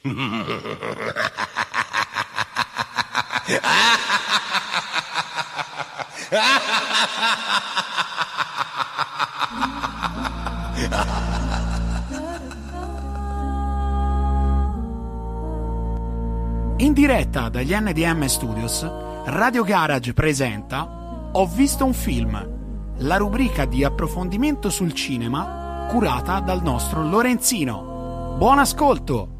In diretta dagli NDM Studios, Radio Garage presenta Ho visto un film, la rubrica di approfondimento sul cinema curata dal nostro Lorenzino. Buon ascolto!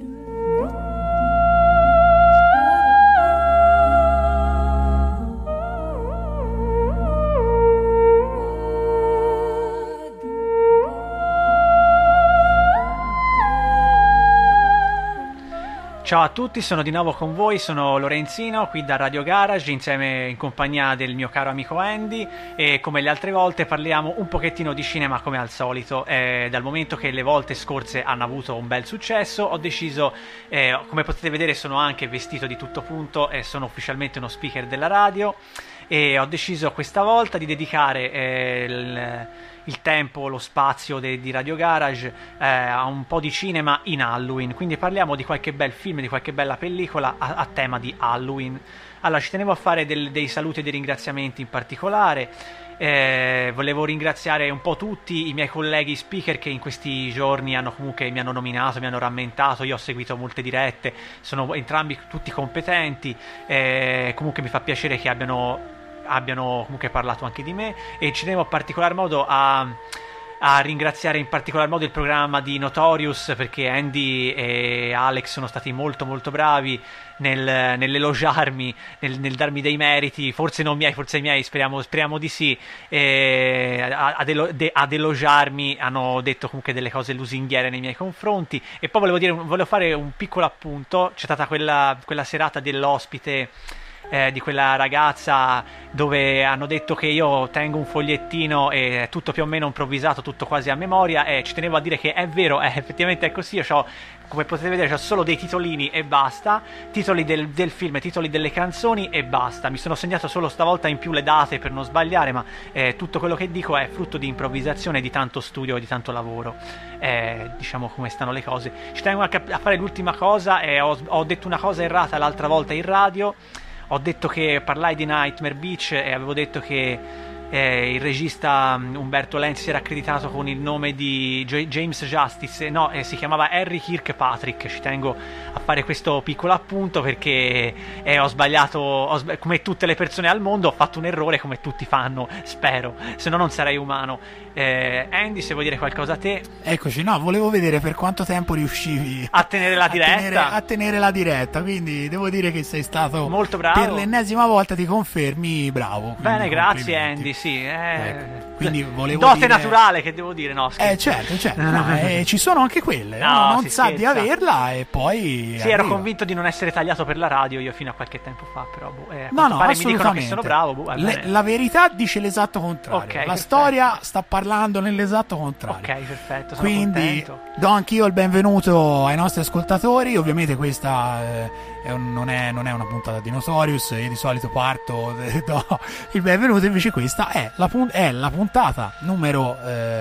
Ciao a tutti, sono di nuovo con voi, sono Lorenzino qui da Radio Garage insieme in compagnia del mio caro amico Andy e come le altre volte parliamo un pochettino di cinema come al solito. Dal momento che le volte scorse hanno avuto un bel successo ho deciso, come potete vedere sono anche vestito di tutto punto e sono ufficialmente uno speaker della radio e ho deciso questa volta di dedicare il tempo, lo spazio di Radio Garage a un po' di cinema in Halloween, quindi parliamo di qualche bel film, di qualche bella pellicola a tema di Halloween. Allora ci tenevo a fare dei saluti e dei ringraziamenti in particolare. Volevo ringraziare un po' tutti i miei colleghi speaker che in questi giorni mi hanno nominato, mi hanno rammentato. Io ho seguito molte dirette, sono entrambi tutti competenti, comunque mi fa piacere che abbiano comunque parlato anche di me e ci tenevo a particolar modo a ringraziare in particolar modo il programma di Notorious, perché Andy e Alex sono stati molto molto bravi nell'elogiarmi, nel darmi dei meriti, forse non miei, forse miei, speriamo di sì, ad elogiarmi, hanno detto comunque delle cose lusinghiere nei miei confronti. E poi volevo fare un piccolo appunto. C'è stata quella serata dell'ospite, di quella ragazza, dove hanno detto che io tengo un fogliettino e è tutto più o meno improvvisato, tutto quasi a memoria, e ci tenevo a dire che è vero, effettivamente è così. Io come potete vedere, ho solo dei titolini e basta, titoli del film, titoli delle canzoni e basta. Mi sono segnato solo stavolta in più le date per non sbagliare, ma tutto quello che dico è frutto di improvvisazione, di tanto studio e di tanto lavoro. Diciamo come stanno le cose. Ci tengo anche a fare l'ultima cosa, ho detto una cosa errata l'altra volta in radio. Ho detto che parlai di Nightmare Beach e avevo detto che il regista Umberto Lenzi si era accreditato con il nome di James Justice. No, si chiamava Harry Kirkpatrick. Ci tengo a fare questo piccolo appunto perché ho sbagliato, come tutte le persone al mondo, ho fatto un errore come tutti fanno, spero, se no non sarei umano. Andy, se vuoi dire qualcosa a te. Eccoci, no, volevo vedere per quanto tempo riuscivi a tenere la diretta. A tenere la diretta, quindi devo dire che sei stato molto bravo. Per l'ennesima volta ti confermi bravo. Bene, grazie Andy, sì. Ecco, quindi volevo dote dire... naturale, che devo dire, no? Certo, no, ci sono anche quelle. No, non sa di averla e poi... Sì, ero convinto di non essere tagliato per la radio io fino a qualche tempo fa, però no, mi dicono che sono bravo. La verità dice l'esatto contrario. Okay, la storia sta parlando nell'esatto contrario. Ok, perfetto, sono quindi contento. Do anch'io il benvenuto ai nostri ascoltatori. Ovviamente questa non è una puntata di Notorious. Io di solito parto do il benvenuto, invece questa è la puntata numero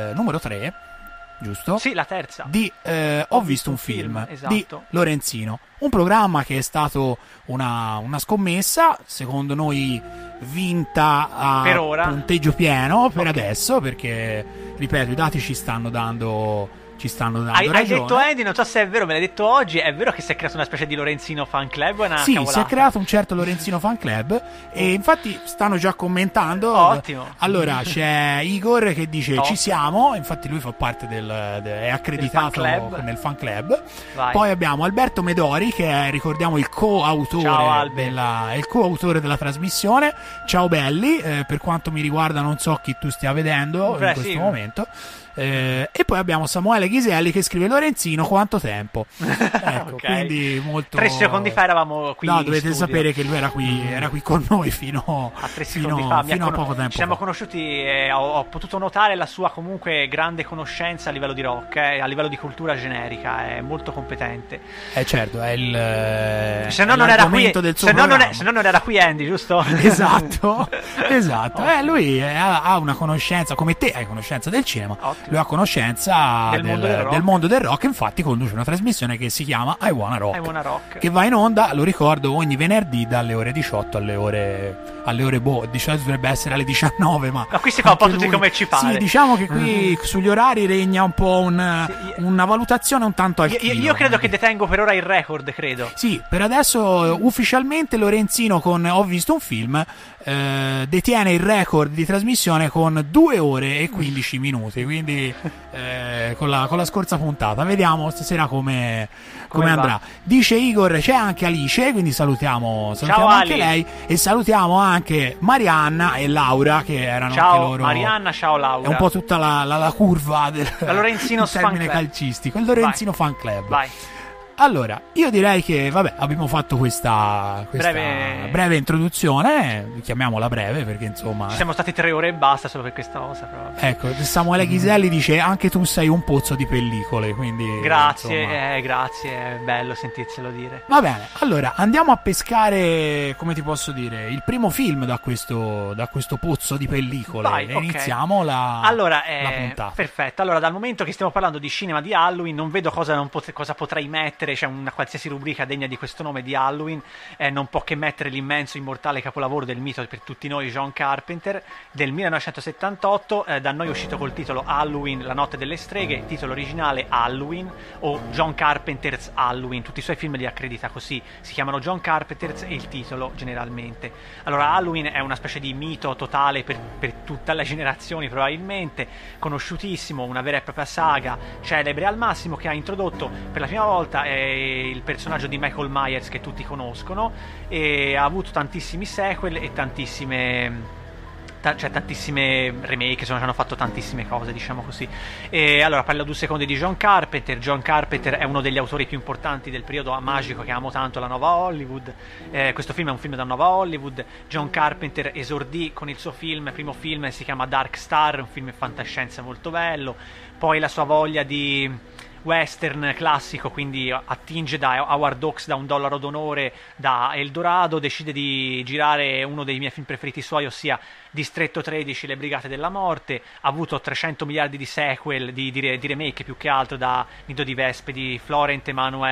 3, giusto? Sì, la terza di Ho visto un film, esatto, di Lorenzino, un programma che è stato una scommessa, secondo noi vinta a per ora, punteggio pieno per adesso, perché ripeto, i dati ci stanno dando ragione. Hai detto Andy, non so se è vero, me l'hai detto oggi, è vero che si è creato una specie di Lorenzino fan club o è una cavolata? Si è creato un certo Lorenzino fan club e infatti stanno già commentando. Ottimo. Allora c'è Igor che dice ci siamo, infatti lui fa parte è accreditato nel fan club. Vai. Poi abbiamo Alberto Medori che è, ricordiamo, il coautore della trasmissione. Ciao belli, per quanto mi riguarda non so chi tu stia vedendo in questo momento. E poi abbiamo Samuele Ghiselli che scrive: Lorenzino, quanto tempo? Ecco, okay. Quindi molto... 3 secondi fa eravamo qui. No, dovete sapere che lui era qui con noi fino a 3 secondi fa. Fino a poco tempo. Ci siamo conosciuti e ho potuto notare la sua comunque grande conoscenza a livello di rock, a livello di cultura generica, è molto competente. Certo, è il se no non era qui, del suo se no non era qui Andy, giusto? Esatto. Lui ha una conoscenza, come te hai conoscenza del cinema. Ottimo. lui ha conoscenza del mondo del rock, infatti conduce una trasmissione che si chiama I Wanna Rock, che va in onda, lo ricordo, ogni venerdì dalle ore 18 alle ore diciamo dovrebbe essere alle 19, ma qui si fa un po' tutti come ci pare. Sì, diciamo che qui sugli orari regna un po' una valutazione un tanto al chilo. Io credo che detengo per ora il record, credo. Sì, per adesso ufficialmente Lorenzino con Ho visto un film detiene il record di trasmissione con 2 ore e 15 minuti, quindi con la scorsa puntata. Vediamo stasera come andrà. Dice Igor, c'è anche Alice, quindi salutiamo anche lei, e salutiamo anche Marianna e Laura, che erano ciao, anche loro. Marianna, ciao Laura. È un po' tutta la curva del Lorenzino termine calcistico, il Lorenzino Fan Club. Vai. Allora, io direi che, abbiamo fatto questa breve introduzione, chiamiamola breve perché insomma... Ci siamo stati 3 ore e basta solo per questa cosa. Però. Ecco, Samuele Ghiselli dice, anche tu sei un pozzo di pellicole, quindi... Grazie, grazie, è bello sentirselo dire. Va bene, allora, andiamo a pescare, come ti posso dire, il primo film da questo pozzo di pellicole. Vai, okay. Iniziamo la puntata. Perfetto, allora dal momento che stiamo parlando di cinema di Halloween, non vedo cosa potrei mettere. C'è una qualsiasi rubrica degna di questo nome di Halloween, non può che mettere l'immenso immortale capolavoro del mito per tutti noi, John Carpenter, del 1978, da noi uscito col titolo Halloween, la notte delle streghe, titolo originale Halloween o John Carpenter's Halloween, tutti i suoi film li accredita così, si chiamano John Carpenter's e il titolo generalmente. Allora Halloween è una specie di mito totale per tutte le generazioni probabilmente, conosciutissimo, una vera e propria saga, celebre al massimo, che ha introdotto per la prima volta il personaggio di Michael Myers che tutti conoscono, e ha avuto tantissimi sequel e tantissime remake, hanno fatto tantissime cose, diciamo così. E allora parlo 2 secondi di John Carpenter. John Carpenter è uno degli autori più importanti del periodo magico che amo tanto, la nuova Hollywood. Questo film è un film da nuova Hollywood. John Carpenter esordì con il suo primo film si chiama Dark Star, un film di fantascienza molto bello. Poi la sua voglia di western classico, quindi attinge da Howard Hawks, da $1 d'onore, da Eldorado, decide di girare uno dei miei film preferiti suoi, ossia Distretto 13, Le Brigate della Morte. Ha avuto 300 miliardi di sequel, di remake più che altro, da Nido di Vespe di Florent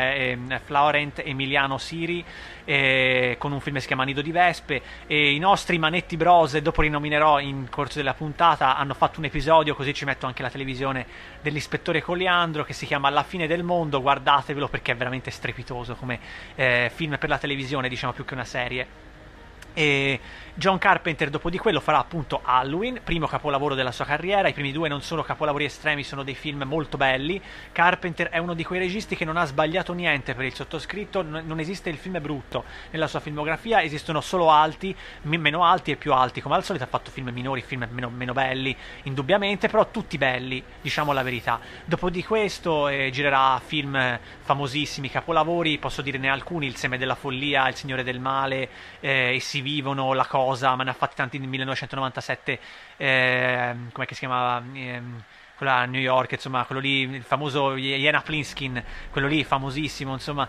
Emiliano Siri, con un film che si chiama Nido di Vespe. E i nostri Manetti Bros, dopo rinominerò in corso della puntata, hanno fatto un episodio, così ci metto anche la televisione, dell'Ispettore Coliandro, che si chiama La fine del mondo. Guardatevelo perché è veramente strepitoso come film per la televisione, diciamo, più che una serie. E John Carpenter dopo di quello farà appunto Halloween, primo capolavoro della sua carriera. I primi 2 non sono capolavori estremi, sono dei film molto belli. Carpenter è uno di quei registi che non ha sbagliato niente per il sottoscritto, non esiste il film brutto nella sua filmografia, esistono solo alti, meno alti e più alti, come al solito. Ha fatto film minori, film meno belli indubbiamente, però tutti belli, diciamo la verità. Dopo di questo girerà film famosissimi, capolavori, posso dirne alcuni: Il seme della follia, Il signore del male, Essi vivono, La cosa, ma ne ha fatti tanti nel 1997, com'è che si chiamava, quella a New York, insomma, quello lì, il famoso Jena Plinskin, quello lì famosissimo, insomma,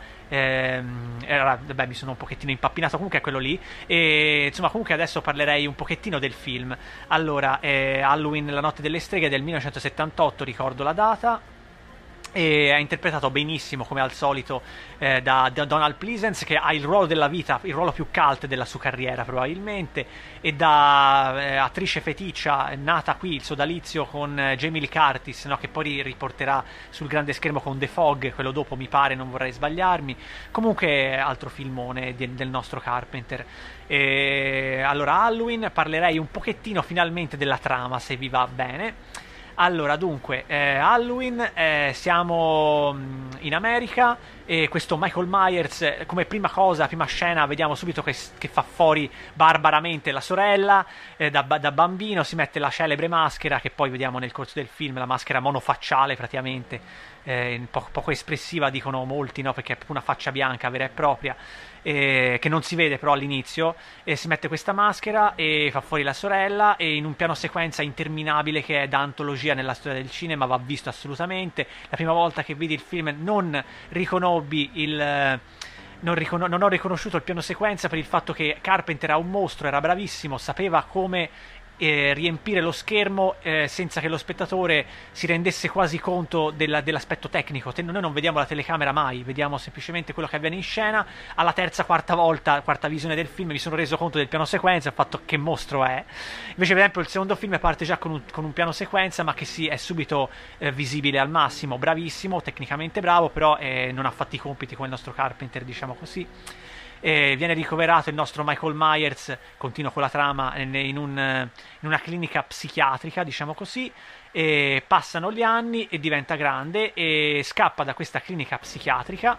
vabbè, mi sono un pochettino impappinato, comunque è quello lì. E insomma, comunque adesso parlerei un pochettino del film. Allora, Halloween, la notte delle streghe del 1978, ricordo la data. E ha interpretato benissimo, come al solito, da Donald Pleasence, che ha il ruolo della vita, il ruolo più cult della sua carriera probabilmente, e da attrice feticcia nata qui, il sodalizio con Jamie Lee Curtis, no, che poi riporterà sul grande schermo con The Fog, quello dopo mi pare, non vorrei sbagliarmi. Comunque altro filmone del nostro Carpenter. Allora, Halloween, parlerei un pochettino finalmente della trama, se vi va bene. Allora, dunque, Halloween, siamo in America, e questo Michael Myers, come prima scena, vediamo subito che fa fuori barbaramente la sorella, da bambino si mette la celebre maschera, che poi vediamo nel corso del film, la maschera monofacciale praticamente, poco espressiva, dicono molti, no? Perché è proprio una faccia bianca vera e propria, che non si vede però all'inizio, e si mette questa maschera e fa fuori la sorella, e in un piano sequenza interminabile che è da antologia nella storia del cinema, va visto assolutamente. La prima volta che vidi il film non ho riconosciuto il piano sequenza, per il fatto che Carpenter era un mostro, era bravissimo, sapeva come riempire lo schermo senza che lo spettatore si rendesse quasi conto dell'aspetto tecnico. Noi non vediamo la telecamera mai, vediamo semplicemente quello che avviene in scena. Alla terza, quarta visione del film mi sono reso conto del piano sequenza, ho fatto che mostro è. Invece per esempio il secondo film parte già con un piano sequenza, ma che è subito visibile al massimo. Bravissimo, tecnicamente bravo, però non ha fatto i compiti come il nostro Carpenter, diciamo così. Viene ricoverato il nostro Michael Myers, continua con la trama, in una clinica psichiatrica, diciamo così, e passano gli anni e diventa grande e scappa da questa clinica psichiatrica.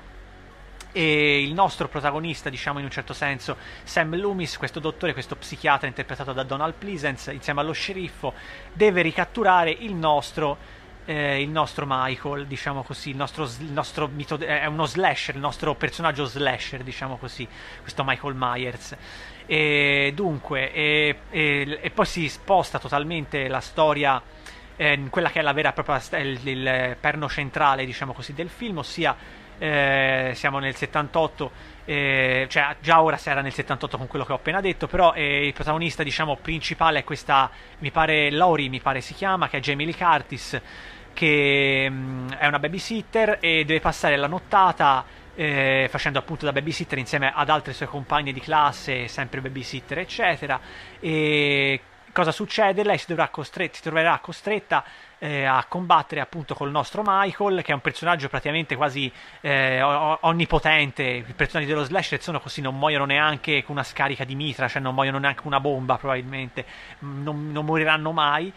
E il nostro protagonista, diciamo in un certo senso, Sam Loomis, questo dottore, questo psichiatra interpretato da Donald Pleasence, insieme allo sceriffo, deve ricatturare il nostro Michael, diciamo così, il nostro mito, è uno slasher, il nostro personaggio slasher, diciamo così, questo Michael Myers. E dunque e poi si sposta totalmente la storia in quella che è la vera e propria il perno centrale, diciamo così, del film, ossia siamo nel 78, cioè già ora si era nel 78 con quello che ho appena detto, però il protagonista, diciamo, principale è questa, Laurie mi pare si chiama, che è Jamie Lee Curtis, che è una babysitter e deve passare la nottata facendo appunto da babysitter insieme ad altre sue compagne di classe, sempre babysitter eccetera. E cosa succede? Lei si troverà costretta a combattere appunto col nostro Michael, che è un personaggio praticamente quasi onnipotente. I personaggi dello slasher sono così, non muoiono neanche con una scarica di mitra, cioè non muoiono neanche con una bomba, probabilmente non moriranno mai.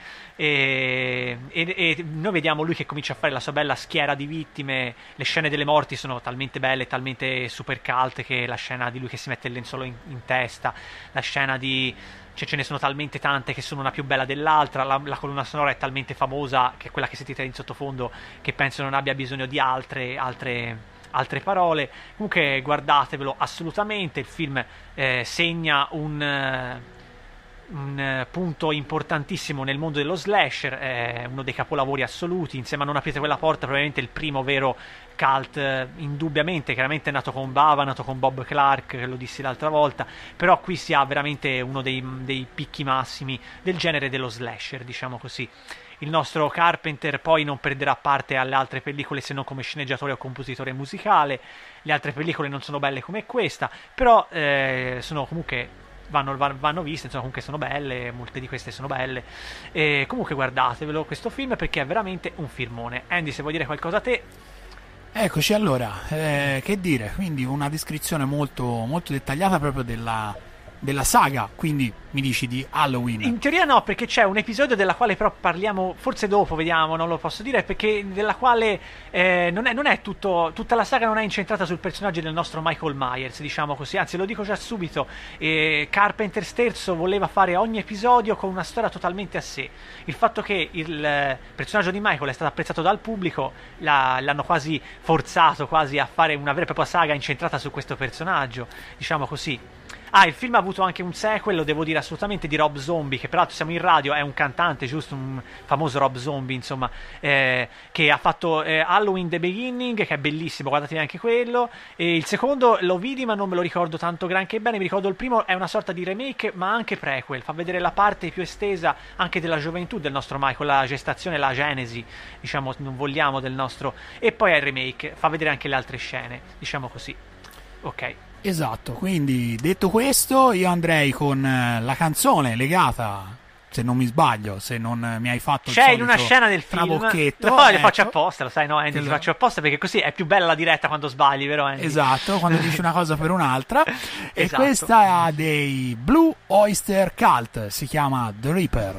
E noi vediamo lui che comincia a fare la sua bella schiera di vittime. Le scene delle morti sono talmente belle, talmente super cult, che la scena di lui che si mette il lenzuolo in testa, la scena cioè ce ne sono talmente tante che sono una più bella dell'altra, la colonna sonora è talmente famosa, che è quella che sentite in sottofondo, che penso non abbia bisogno di altre parole. Comunque guardatevelo assolutamente, il film segna un punto importantissimo nel mondo dello slasher, è uno dei capolavori assoluti, insieme a Non aprite quella porta, probabilmente il primo vero cult, indubbiamente. Chiaramente è nato con Bava, è nato con Bob Clark, che lo dissi l'altra volta, però qui si ha veramente uno dei picchi massimi del genere dello slasher, diciamo così. Il nostro Carpenter poi non perderà parte alle altre pellicole se non come sceneggiatore o compositore musicale. Le altre pellicole non sono belle come questa, però sono comunque vanno viste, insomma, comunque sono belle, molte di queste sono belle. E comunque guardatevelo questo film, perché è veramente un filmone. Andy, se vuoi dire qualcosa a te. Eccoci, allora, che dire, quindi una descrizione molto, molto dettagliata proprio della saga, quindi mi dici di Halloween? In teoria no, perché c'è un episodio della quale però parliamo forse dopo, vediamo, non lo posso dire, perché della quale non è tutta la saga non è incentrata sul personaggio del nostro Michael Myers, diciamo così, anzi lo dico già subito, Carpenter stesso voleva fare ogni episodio con una storia totalmente a sé. Il fatto che il personaggio di Michael è stato apprezzato dal pubblico l'hanno quasi forzato quasi a fare una vera e propria saga incentrata su questo personaggio, diciamo così. Il film ha avuto anche un sequel, lo devo dire assolutamente, di Rob Zombie, che peraltro siamo in radio, è un cantante, giusto, un famoso Rob Zombie, insomma, che ha fatto Halloween The Beginning, che è bellissimo, guardatevi anche quello. E il secondo lo vidi, ma non me lo ricordo tanto granché bene, mi ricordo il primo, è una sorta di remake, ma anche prequel, fa vedere la parte più estesa anche della gioventù del nostro Michael, la gestazione, la genesi, diciamo, non vogliamo, del nostro, e poi è il remake, fa vedere anche le altre scene, diciamo così. Ok. Esatto, quindi detto questo io andrei con la canzone legata, se non mi sbaglio, se non mi hai fatto c'è in una scena del film trabocchetto, no, le faccio apposta, lo sai, no Andy, le faccio apposta perché così è più bella la diretta quando sbagli, vero Andy? Esatto, quando dici una cosa per un'altra. E esatto. questa è dei Blue Oyster Cult, si chiama The Reaper.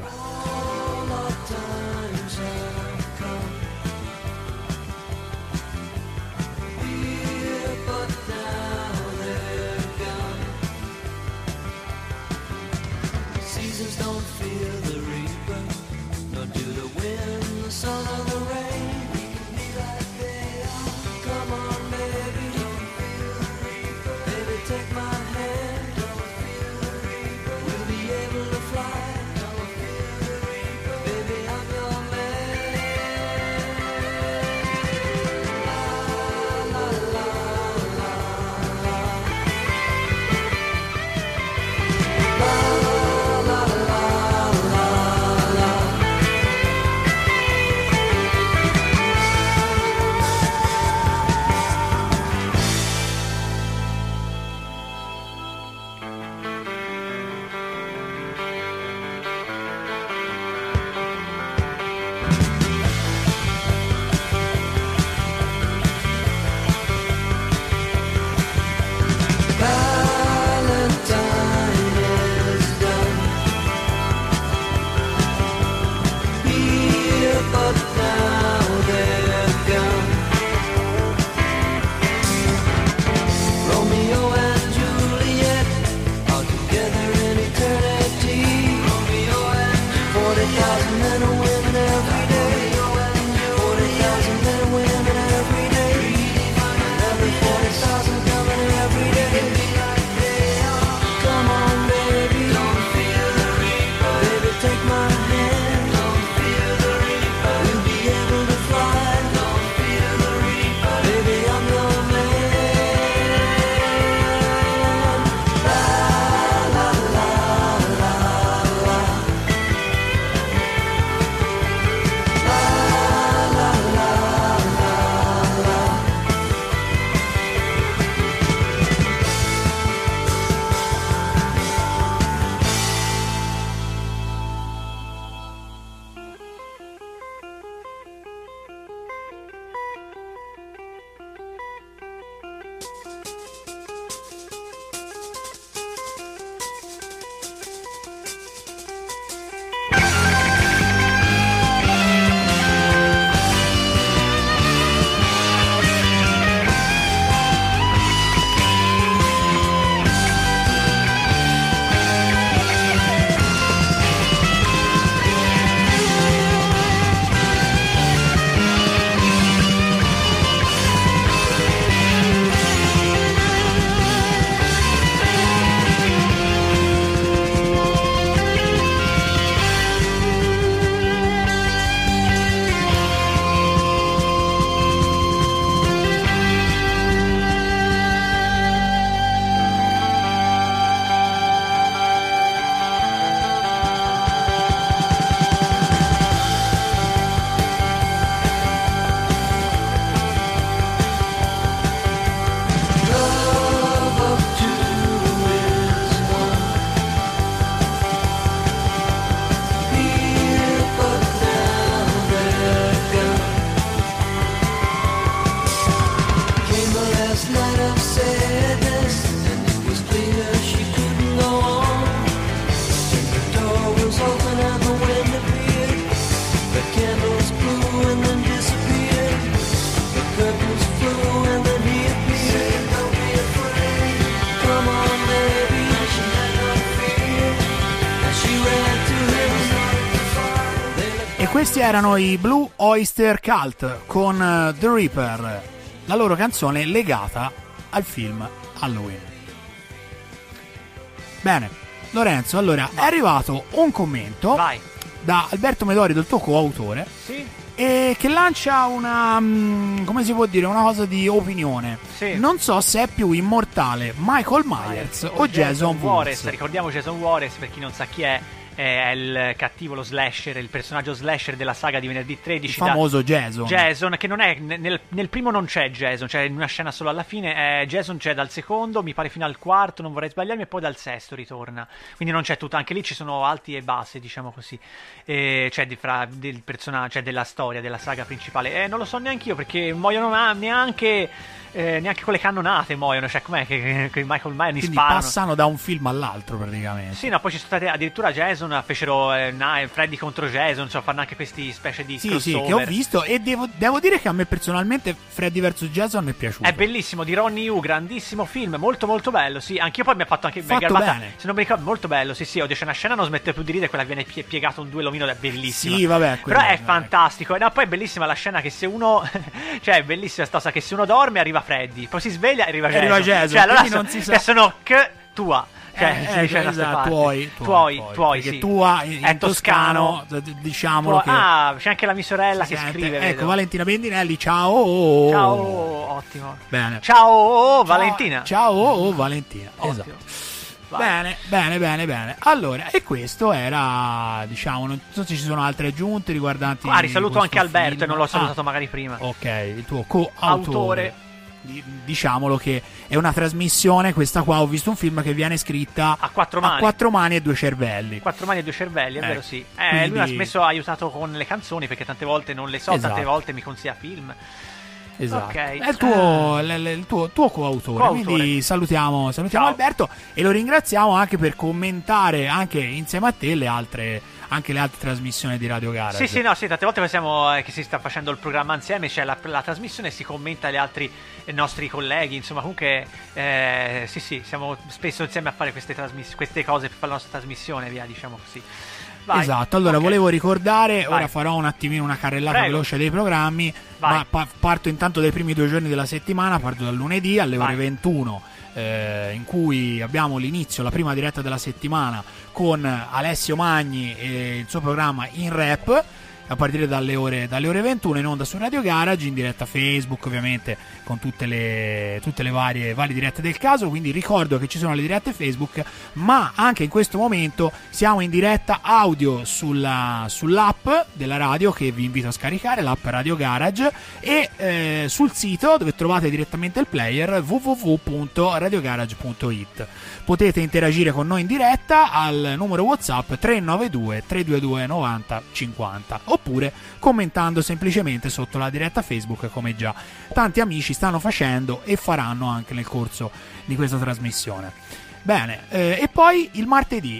Questi erano i Blue Oyster Cult con The Reaper, la loro canzone legata al film Halloween. Bene, Lorenzo, allora è arrivato un commento da Alberto Medori, del tuo coautore, e che lancia una, come si può dire, una cosa di opinione. Non so se è più immortale Michael Myers o Jason Voorhees. Ricordiamo Jason Voorhees, per chi non sa chi è il cattivo, lo slasher, il personaggio slasher della saga di Venerdì 13, il famoso Jason. Che non è nel primo, non c'è Jason, c'è in una scena solo alla fine. Jason c'è dal secondo, mi pare fino al quarto, non vorrei sbagliarmi, e poi dal sesto ritorna, quindi non c'è tutto, anche lì ci sono alti e bassi, diciamo così, del personaggio, cioè della storia della saga principale. Non lo so neanche io, perché muoiono neanche con le cannonate muoiono, cioè com'è che Michael Myers quindi sparano, passano da un film all'altro praticamente. Sì, no, poi ci sono state addirittura Jason, fecero Freddy contro Jason, cioè fanno anche questi specie di crossover. Sì, che ho visto, e devo dire che a me personalmente Freddy vs Jason mi è piaciuto. È bellissimo, di Ronnie Yu, grandissimo film, molto molto bello, sì, anch'io poi mi ha fatto anche bene. Se non mi ricordo, molto bello, sì, c'è una scena, non smette più di ridere, quella viene piegato un duello, è bellissima. Sì, vabbè, però è fantastico. No, poi è bellissima la scena che se uno cioè è bellissima sta cosa che se uno dorme arriva Freddy, poi si sveglia e arriva Jason. Cioè allora non si sa. Sono tua. Esatto, tuoi, sì. Sì. Tua in toscano, diciamolo che... c'è anche la mia sorella che scrive. Ecco, vedo. Valentina Bendinelli, ciao. Ciao, ottimo. Bene. Ciao, Valentina. Ciao, Valentina. Ottimo. Esatto. Bene. Allora, e questo era, diciamo, non so se ci sono altre aggiunte riguardanti... risaluto anche Alberto, film. E non l'ho salutato magari prima. Ok, il tuo coautore. Diciamolo che è una trasmissione, questa qua, ho visto un film che viene scritta a quattro mani e due cervelli. 4 mani e 2 cervelli, è vero, sì. Quindi... Lui ha spesso aiutato con le canzoni, perché tante volte non le so, esatto. Tante volte mi consiglia film. Esatto. Okay. È il tuo coautore. Quindi salutiamo Alberto e lo ringraziamo anche per commentare anche insieme a te le altre trasmissioni di Radio Garage. Sì, tante volte pensiamo che si sta facendo il programma insieme, c'è la trasmissione e si commenta gli altri nostri colleghi, insomma, comunque sì, siamo spesso insieme a fare queste cose per fare la nostra trasmissione, via, diciamo così. Vai. Esatto, allora volevo ricordare, ora farò un attimino una carrellata veloce dei programmi, ma parto intanto dai primi 2 giorni della settimana, parto dal lunedì alle ore 21. In cui abbiamo la prima diretta della settimana con Alessio Magni e il suo programma In Rap, a partire dalle ore 21 in onda su Radio Garage, in diretta Facebook ovviamente con tutte le varie dirette del caso. Quindi ricordo che ci sono le dirette Facebook, ma anche in questo momento siamo in diretta audio sull'app della radio, che vi invito a scaricare, l'app Radio Garage, e sul sito dove trovate direttamente il player www.radiogarage.it. Potete interagire con noi in diretta al numero WhatsApp 392 322 90 50, oppure commentando semplicemente sotto la diretta Facebook, come già tanti amici stanno facendo e faranno anche nel corso di questa trasmissione. Bene, e poi il martedì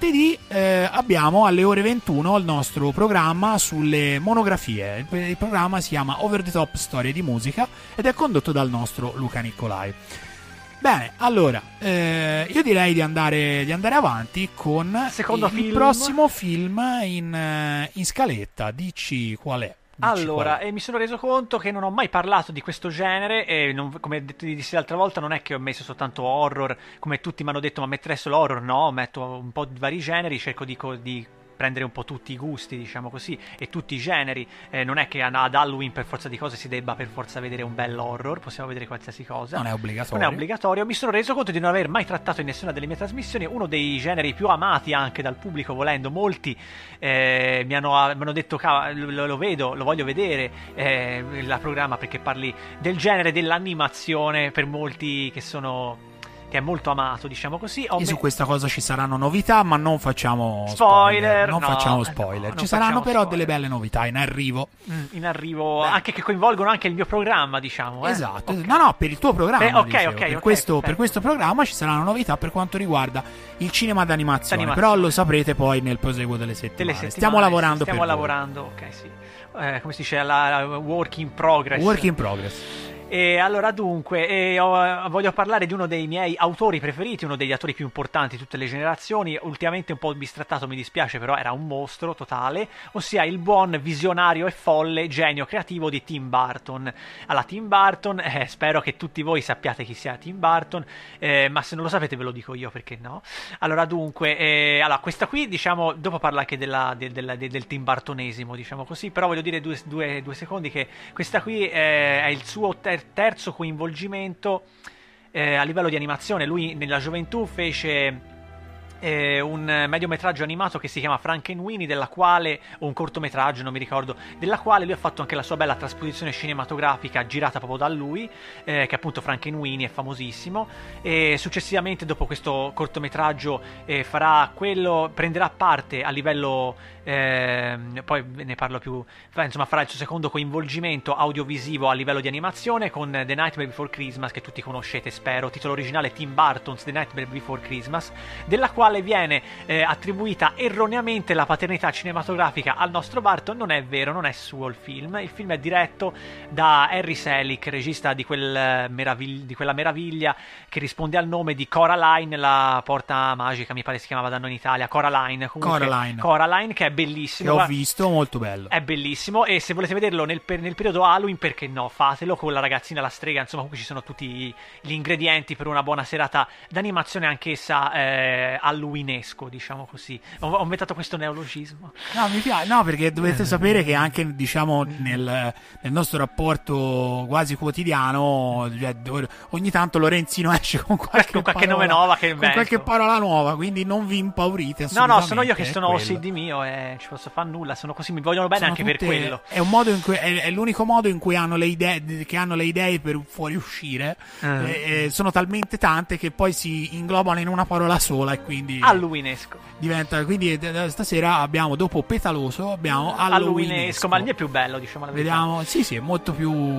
abbiamo alle ore 21 il nostro programma sulle monografie. Il programma si chiama Over the Top Storie di musica ed è condotto dal nostro Luca Nicolai. Bene, allora io direi di andare avanti con il prossimo film in scaletta. Dici qual è? Allora, mi sono reso conto che non ho mai parlato di questo genere e come dissi l'altra volta, non è che ho messo soltanto horror, come tutti mi hanno detto, ma mettere solo horror? No, metto un po' di vari generi, cerco di prendere un po' tutti i gusti, diciamo così, e tutti i generi. Non è che ad Halloween per forza di cose si debba per forza vedere un bel horror, possiamo vedere qualsiasi cosa, non è obbligatorio. Mi sono reso conto di non aver mai trattato in nessuna delle mie trasmissioni uno dei generi più amati anche dal pubblico, volendo. Molti mi hanno detto lo voglio vedere il programma, perché parli del genere dell'animazione, per molti che che è molto amato, diciamo così. E su questa cosa ci saranno novità, ma non facciamo spoiler. Ci saranno però delle belle novità in arrivo. In arrivo, anche che coinvolgono anche il mio programma, diciamo. Esatto. Okay. No, per il tuo programma. Per questo programma ci saranno novità per quanto riguarda il cinema d'animazione. Però lo saprete poi nel proseguo delle settimane. Stiamo lavorando per ok, sì. Come si dice, la work in progress. Work in progress. E allora dunque, voglio parlare di uno dei miei autori preferiti, uno degli attori più importanti di tutte le generazioni, ultimamente un po' bistrattato, mi dispiace, però era un mostro totale, ossia il buon visionario e folle genio creativo di Tim Burton. Allora, Tim Burton, spero che tutti voi sappiate chi sia Tim Burton, ma se non lo sapete ve lo dico io, perché no? Allora dunque, allora, questa qui, diciamo, dopo parla anche del Tim Burtonesimo, diciamo così, però voglio dire due secondi che questa qui è il suo terzo coinvolgimento a livello di animazione. Lui nella gioventù fece un mediometraggio animato che si chiama Frankenweenie, della quale, o un cortometraggio, non mi ricordo, della quale lui ha fatto anche la sua bella trasposizione cinematografica girata proprio da lui, che è appunto Frankenweenie, è famosissimo. E successivamente, dopo questo cortometraggio, prenderà parte a livello, poi ne parlo più, insomma farà il suo secondo coinvolgimento audiovisivo a livello di animazione con The Nightmare Before Christmas, che tutti conoscete, spero, titolo originale Tim Burton's The Nightmare Before Christmas, della quale viene attribuita erroneamente la paternità cinematografica al nostro Burton. Non è vero, non è suo il film è diretto da Harry Selick, regista di quella meraviglia che risponde al nome di Coraline, la porta magica, mi pare si chiamava da noi in Italia, Coraline, che è bellissimo, che ho visto, molto bello, è bellissimo, e se volete vederlo nel periodo Halloween, perché no, fatelo con la ragazzina la strega, insomma qui ci sono tutti gli ingredienti per una buona serata d'animazione, anch'essa halloweenesco, diciamo così. Ho inventato questo neologismo. No, mi piace, no, perché dovete sapere che anche, diciamo, nel nostro rapporto quasi quotidiano, cioè, ogni tanto Lorenzino esce con qualche nome nuova, con qualche parola nuova, quindi non vi impaurite. No, sono io che sono OCD mio e ci posso fare nulla, sono così, mi vogliono bene anche per quello. È un modo in cui è l'unico modo in cui hanno le idee per fuoriuscire. Sono talmente tante che poi si inglobano in una parola sola, e quindi halloweenesco diventa. Quindi stasera abbiamo, dopo Petaloso, abbiamo halloweenesco, ma il mio è più bello, diciamo la verità. Vediamo, sì, è molto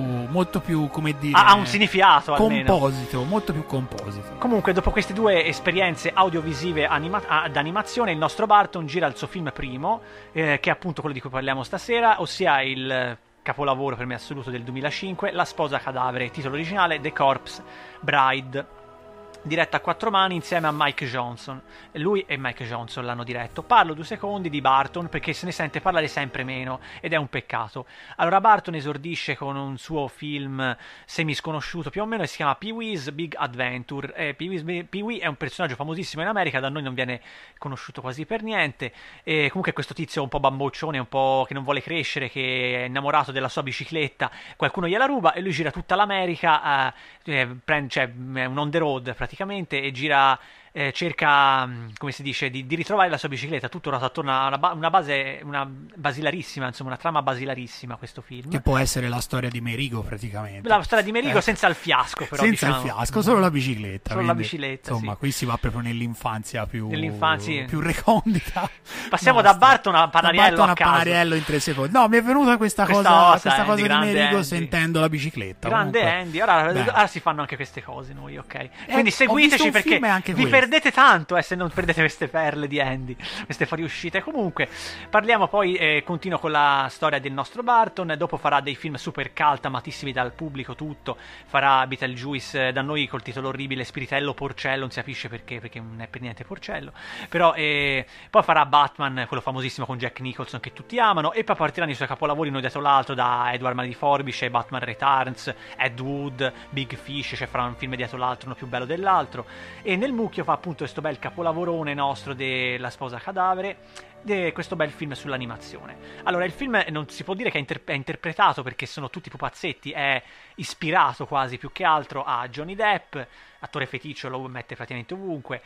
più come dire, ha un significato composito, molto più composito. Comunque, dopo queste due esperienze audiovisive d'animazione, il nostro Burton gira il suo film primo, che è appunto quello di cui parliamo stasera, ossia il capolavoro per me assoluto del 2005, La sposa cadavere, titolo originale The Corpse Bride, diretta a quattro mani insieme a Mike Johnson. Lui e Mike Johnson l'hanno diretto. Parlo 2 secondi di Burton perché se ne sente parlare sempre meno ed è un peccato. Allora, Burton esordisce con un suo film semisconosciuto più o meno, e si chiama Pee-wee's Big Adventure. Pee-wee è un personaggio famosissimo in America, da noi non viene conosciuto quasi per niente, e comunque questo tizio un po' bamboccione, un po' che non vuole crescere, che è innamorato della sua bicicletta, qualcuno gliela ruba e lui gira tutta l'America, cioè è un on the road praticamente, e gira, cerca, come si dice, di ritrovare la sua bicicletta, tutto attorno a una base, una basilarissima, insomma, una trama basilarissima, questo film. Che può essere la storia di Merigo, praticamente. La storia di Merigo senza il fiasco, però. Senza il fiasco, solo la bicicletta. Solo la bicicletta, insomma, sì. Qui si va proprio nell'infanzia più sì. più recondita. Passiamo da Burton a Panariello a caso. Panariello in 3 secondi. No, mi è venuta questa cosa di Merigo, sentendo la bicicletta. Grande Andy. Ora si fanno anche queste cose noi, ok? Quindi seguiteci, perché vi perdete tanto se non perdete queste perle di Andy, queste fuoriuscite. Comunque parliamo poi, continuo con la storia del nostro Burton. Dopo farà dei film super cult, amatissimi dal pubblico, tutto. Farà Beetlejuice, da noi col titolo orribile Spiritello Porcello, non si capisce perché non è per niente Porcello, però poi farà Batman, quello famosissimo con Jack Nicholson che tutti amano, e poi partiranno i suoi capolavori uno dietro l'altro, da Edward Mani di Forbice, Batman Returns, Ed Wood, Big Fish, cioè farà un film dietro l'altro, uno più bello dell'altro, e nel mucchio fa appunto questo bel capolavorone nostro della sposa cadavere, questo bel film sull'animazione. Allora, il film non si può dire che è interpretato, perché sono tutti pupazzetti, è ispirato quasi più che altro a Johnny Depp, attore feticcio, lo mette praticamente ovunque,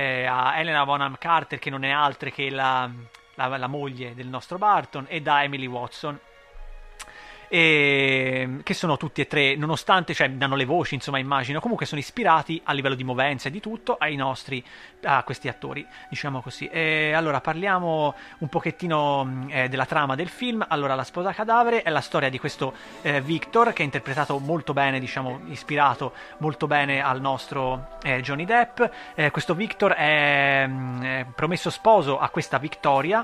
a Helena Bonham Carter, che non è altra che la moglie del nostro Burton, e da Emily Watson. che sono tutti e tre, nonostante, cioè danno le voci, insomma, immagino, comunque sono ispirati a livello di movenza e di tutto a questi attori, diciamo così. Allora parliamo un pochettino della trama del film. Allora, La sposa cadavere è la storia di questo Victor, che è interpretato molto bene, diciamo, ispirato molto bene al nostro Johnny Depp. Questo Victor è promesso sposo a questa Victoria,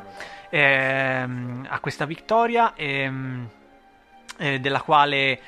della quale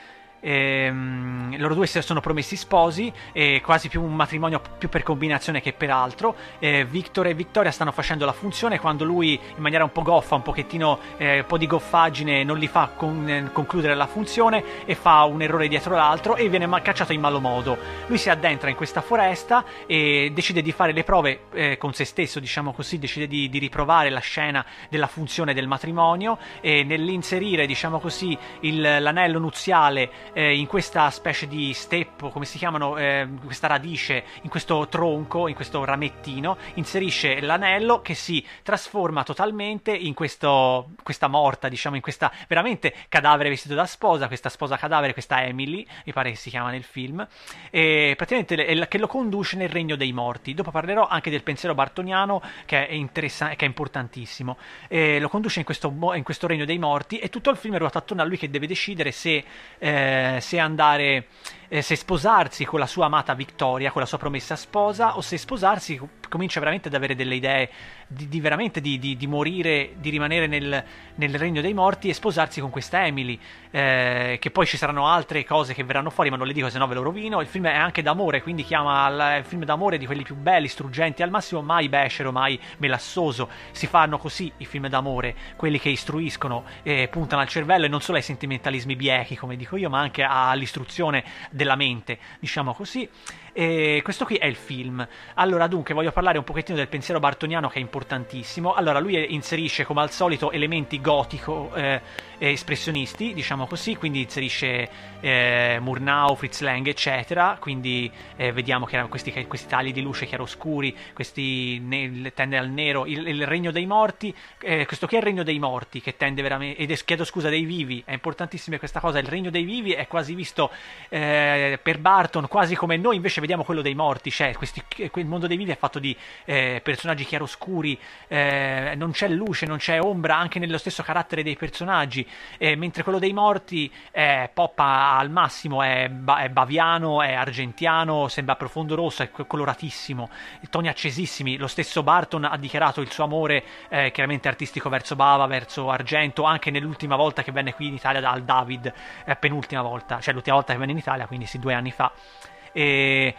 loro due sono promessi sposi, quasi più un matrimonio più per combinazione che per altro. Victor e Victoria stanno facendo la funzione quando lui, in maniera un po' goffa, un pochettino un po' di goffaggine, non li fa concludere la funzione e fa un errore dietro l'altro e viene cacciato in malo modo. Lui si addentra in questa foresta e decide di fare le prove con se stesso, diciamo così, decide di riprovare la scena della funzione del matrimonio, e nell'inserire, diciamo così, l'anello nuziale in questa specie di steppo, come si chiamano, questa radice, in questo tronco, in questo ramettino, inserisce l'anello che si trasforma totalmente in questa morta, diciamo, in questa veramente cadavere vestito da sposa, questa sposa cadavere, questa Emily, mi pare che si chiama nel film, e praticamente che lo conduce nel regno dei morti. Dopo parlerò anche del pensiero bartoniano, che è interessante, che è importantissimo. Lo conduce in questo regno dei morti, e tutto il film ruota attorno a lui che deve decidere se andare, se sposarsi con la sua amata Victoria, con la sua promessa sposa, o se sposarsi comincia veramente ad avere delle idee di morire, di rimanere nel regno dei morti e sposarsi con questa Emily, che poi ci saranno altre cose che verranno fuori, ma non le dico, se no ve lo rovino. Il film è anche d'amore, quindi chiama il film d'amore di quelli più belli, struggenti al massimo, mai becero, mai melassoso. Si fanno così i film d'amore, quelli che istruiscono, puntano al cervello e non solo ai sentimentalismi biechi, come dico io, ma anche all'istruzione della mente, diciamo così. E questo qui è il film. Allora, dunque, voglio parlare un pochettino del pensiero bartoniano, che è importantissimo. Allora, lui inserisce, come al solito, elementi gotico espressionisti, diciamo così, quindi inserisce Murnau, Fritz Lang, eccetera. Quindi vediamo che questi tagli di luce chiaroscuri, questi tende al nero, il regno dei morti. Questo qui è il regno dei morti, che tende veramente, chiedo scusa, dei vivi, è importantissima questa cosa. Il regno dei vivi è quasi visto per Barton quasi come noi invece vediamo quello dei morti, cioè il mondo dei vivi è fatto di personaggi chiaroscuri, non c'è luce, non c'è ombra anche nello stesso carattere dei personaggi, mentre quello dei morti è pop al massimo, è baviano, è argentiano, sembra profondo rosso, è coloratissimo, toni accesissimi. Lo stesso Barton ha dichiarato il suo amore chiaramente artistico verso Bava, verso Argento, anche nell'ultima volta che venne qui in Italia dal David, penultima volta, cioè l'ultima volta che venne in Italia, quindi sì, 2 anni fa. E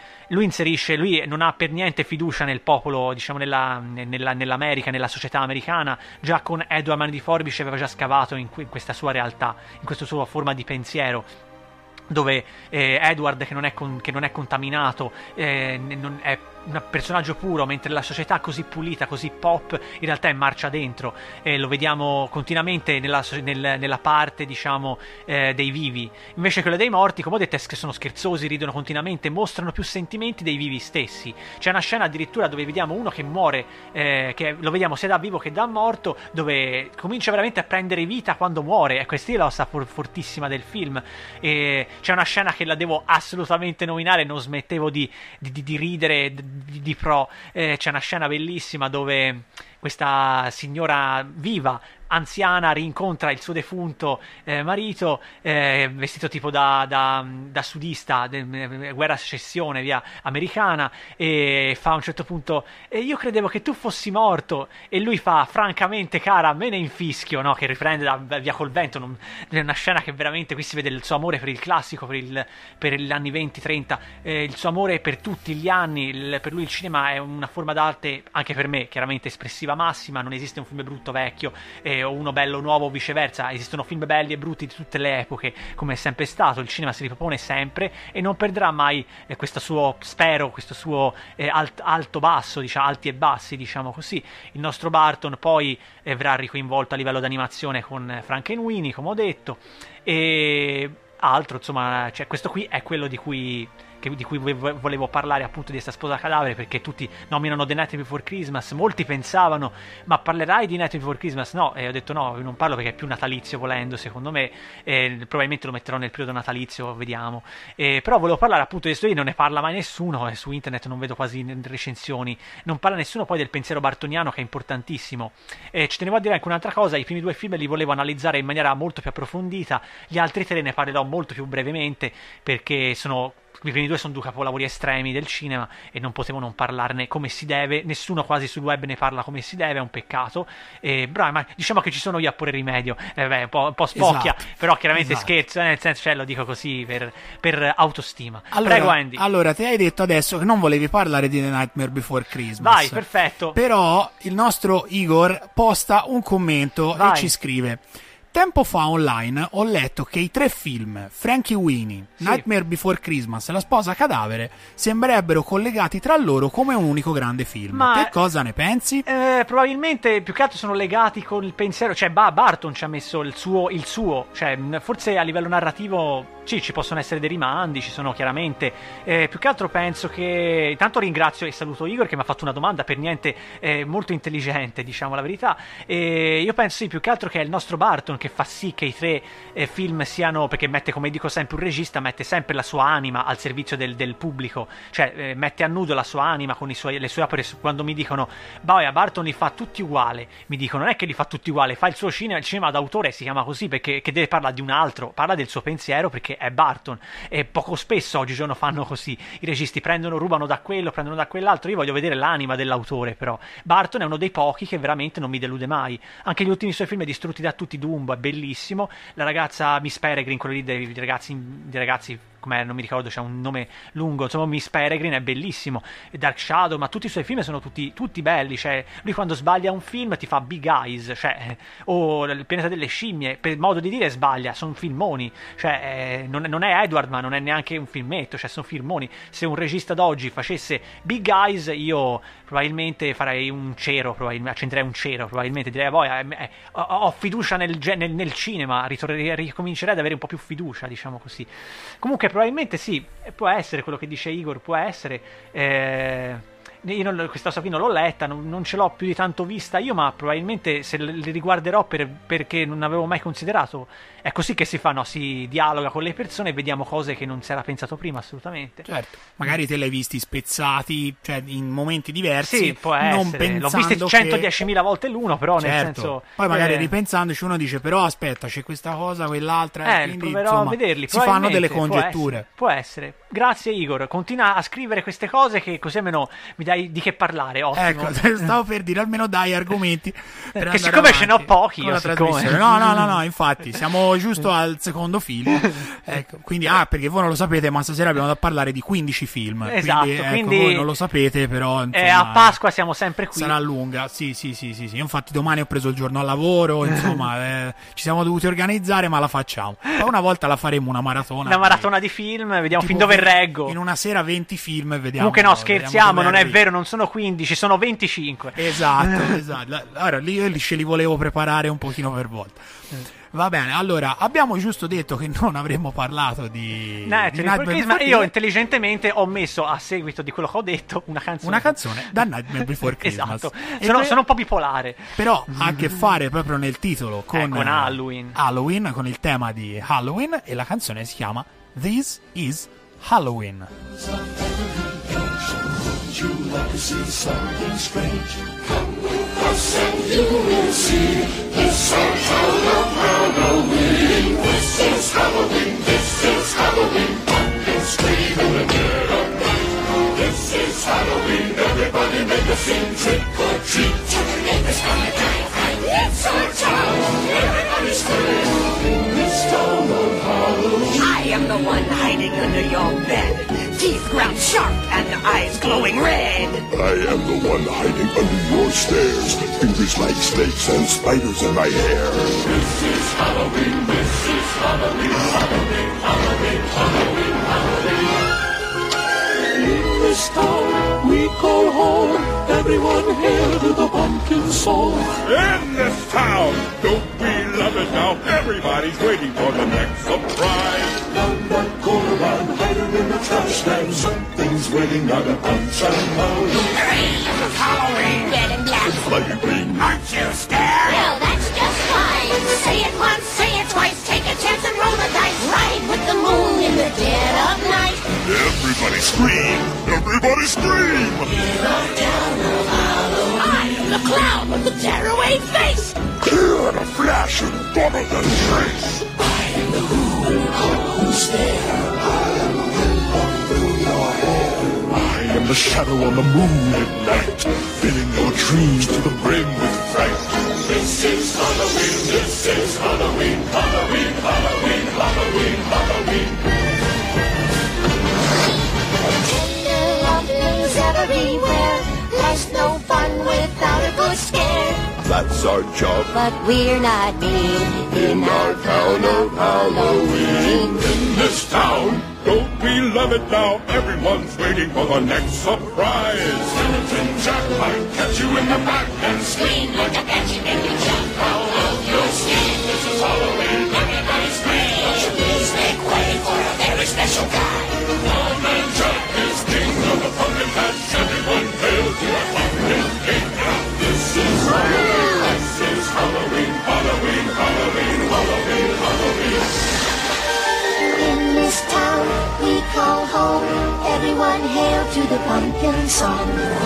lui non ha per niente fiducia nel popolo, diciamo, nell'America, nella società americana. Già con Edward Mani di Forbice aveva già scavato in questa sua realtà, in questa sua forma di pensiero, dove Edward, che non è contaminato, è un personaggio puro, mentre la società così pulita, così pop, in realtà è marcia dentro, lo vediamo continuamente nella parte, diciamo, dei vivi. Invece quello dei morti, come ho detto, sono scherzosi, ridono continuamente, mostrano più sentimenti dei vivi stessi. C'è una scena addirittura dove vediamo uno che muore, che lo vediamo sia da vivo che da morto, dove comincia veramente a prendere vita quando muore, e questa è la cosa fortissima del film. C'è una scena che la devo assolutamente nominare, non smettevo di ridere di pro. C'è una scena bellissima dove questa signora viva, anziana, rincontra il suo defunto marito, vestito tipo da sudista, guerra secessione via americana, e fa a un certo punto: io credevo che tu fossi morto, e lui fa: francamente cara, me ne infischio, no? Che riprende via col vento. È una scena che veramente qui si vede il suo amore per il classico, per gli anni 20-30, il suo amore per tutti gli anni. Per lui il cinema è una forma d'arte, anche per me chiaramente espressiva massima. Non esiste un film brutto vecchio o uno bello nuovo o viceversa, esistono film belli e brutti di tutte le epoche, come è sempre stato. Il cinema si ripropone sempre e non perderà mai questo suo alto basso, diciamo, alti e bassi, diciamo così. Il nostro Barton poi verrà ricoinvolto a livello d'animazione con Frankenweenie, come ho detto, e altro, insomma, cioè, questo qui è quello di cui di cui volevo parlare, appunto, di questa sposa cadavere, perché tutti nominano The Night Before Christmas, molti pensavano ma parlerai di Night Before Christmas? No, e ho detto no, non parlo perché è più natalizio, volendo, secondo me, probabilmente lo metterò nel periodo natalizio, vediamo, però volevo parlare appunto di questo, non ne parla mai nessuno, e su internet non vedo quasi recensioni, non parla nessuno poi del pensiero bartoniano, che è importantissimo. Ci tenevo a dire anche un'altra cosa: i primi 2 film li volevo analizzare in maniera molto più approfondita, gli altri 3 ne parlerò molto più brevemente, perché i primi 2 sono 2 capolavori estremi del cinema e non potevo non parlarne come si deve. Nessuno quasi sul web ne parla come si deve, è un peccato. Bravo, ma diciamo che ci sono io a porre rimedio. Un po' spocchia, esatto, però chiaramente scherzo, nel senso, lo dico così per autostima. Allora, prego, Andy. Allora, ti hai detto adesso che non volevi parlare di The Nightmare Before Christmas. Vai, perfetto. Però il nostro Igor posta un commento e ci scrive: tempo fa online ho letto che i 3 film, Frankie Winnie, Nightmare Before Christmas e La sposa cadavere, sembrerebbero collegati tra loro come un unico grande film. Ma che cosa ne pensi? Probabilmente più che altro sono legati con il pensiero, cioè Barton ci ha messo il suo, cioè forse a livello narrativo sì, ci possono essere dei rimandi, ci sono chiaramente, più che altro penso che, intanto ringrazio e saluto Igor che mi ha fatto una domanda per niente molto intelligente, diciamo la verità, io penso sì, più che altro che è il nostro Barton che fa sì che i 3 film siano, perché mette, come dico sempre, un regista mette sempre la sua anima al servizio del pubblico, cioè mette a nudo la sua anima con le sue opere. Quando mi dicono Barton li fa tutti uguali, mi dicono non è che li fa tutti uguali, fa il suo cinema, il cinema d'autore si chiama così perché che deve parlare di un altro, parla del suo pensiero, perché è Barton, e poco spesso oggigiorno fanno così, i registi rubano da quello, prendono da quell'altro. Io voglio vedere l'anima dell'autore, però Barton è uno dei pochi che veramente non mi delude mai. Anche gli ultimi suoi film, Distrutti da tutti, Dumbo, è bellissimo. La ragazza Miss Peregrine, quello lì dei ragazzi com'è, non mi ricordo, c'è un nome lungo, insomma Miss Peregrine è bellissimo, Dark Shadow, ma tutti i suoi film sono tutti belli, cioè lui quando sbaglia un film ti fa Big Eyes, cioè, o Il pianeta delle scimmie, per modo di dire sbaglia, sono filmoni, cioè non è Edward, ma non è neanche un filmetto, cioè sono filmoni. Se un regista d'oggi facesse Big Eyes, io probabilmente farei un cero, accenderei un cero, probabilmente direi ho fiducia nel cinema, ricomincerei ad avere un po' più fiducia, diciamo così. Comunque probabilmente sì, può essere quello che dice Igor, può essere. Io questa cosa qui non l'ho letta, non ce l'ho più di tanto vista io, ma probabilmente se li riguarderò perché non avevo mai considerato. È così che si fa, no? Si dialoga con le persone e vediamo cose che non si era pensato prima, assolutamente. Certo, magari te l'hai visti spezzati, cioè in momenti diversi. Sì, può essere. L'ho visto 110.000 volte l'uno, però certo. Nel senso. Poi magari ripensandoci uno dice, però aspetta, c'è questa cosa, quell'altra. Quindi, proverò insomma, a vederli. Si fanno delle congetture. Può essere. Grazie Igor, continua a scrivere queste cose che così almeno mi dai di che parlare. Ottimo. Ecco, stavo per dire, almeno dai argomenti. Che siccome ce ne ho pochi, io No, infatti, siamo giusto al secondo film. Ecco, quindi, perché voi non lo sapete, ma stasera abbiamo da parlare di 15 film. Esatto, quindi voi non lo sapete, però insomma, a Pasqua siamo sempre qui. Sarà lunga, sì. Io infatti domani ho preso il giorno al lavoro, insomma, ci siamo dovuti organizzare, ma la facciamo. Poi una volta la faremo una maratona. Una maratona di film, vediamo fin dove reggo. In una sera 20 film e vediamo. Comunque no, scherziamo, non è vero, non sono 15, sono 25. Esatto. Allora, lì ce li volevo preparare un pochino per volta. Va bene, allora, abbiamo giusto detto che non avremmo parlato di ma io intelligentemente ho messo, a seguito di quello che ho detto, una canzone da Nightmare Before Christmas. Esatto, sono un po' bipolare. Però ha a che fare proprio nel titolo con Halloween, con il tema di Halloween, e la canzone si chiama This Is Halloween. You like to see something strange? Come with us and you will see. It's our town of Halloween. This is Halloween. This is Halloween. Pumpkins scream in the dead of night. This is Halloween. Everybody make a scene. Trick or treat. Tell your neighbors gonna die. It's our town. Everybody scream in this town of Halloween. I am the one hiding under your bed. Teeth ground sharp and eyes glowing red. I am the one hiding under your stairs. Fingers like snakes and spiders in my hair. This is Halloween, this is Halloween, Halloween, Halloween, Halloween, Halloween. In this town we call home. Everyone hail to the pumpkin song. In this town, don't we love it now? Everybody's waiting for the next surprise. None but Coraline hiding in the trash. stand. Something's waiting on a punch and Halloween. Halloween, red and black, Flying green. aren't you scared? Well, that's just fine. Say it once, say it twice, take a chance and roll the dice. Ride with the moon in the dead of night. Everybody scream! Everybody scream! I am the clown with the tearaway face. Clear in a flash and bubble the trace. I am the moon who stare. I am the wind blowing through your hair. I am the shadow on the moon at night, filling your dreams to the brim with fright. This is Halloween, this is Halloween, Halloween, Halloween, Halloween, Halloween. Tender rumblings everywhere. There's no fun without a good scare. That's our job But we're not mean in our town of Halloween. In this town, don't we love it now? Everyone's waiting for the next surprise. Skeleton Jack might catch you in the back and Scream like a banshee and you jump out of your skin. this is Halloween. Everybody scream. Please make way for a very special guy. Old Man Jack is king of the pumpkin patch. Everyone hail to the pumpkin king. This is Halloween. This is Halloween. Halloween. Halloween. Halloween. Halloween. In this town we call home. Everyone hail to the pumpkin song.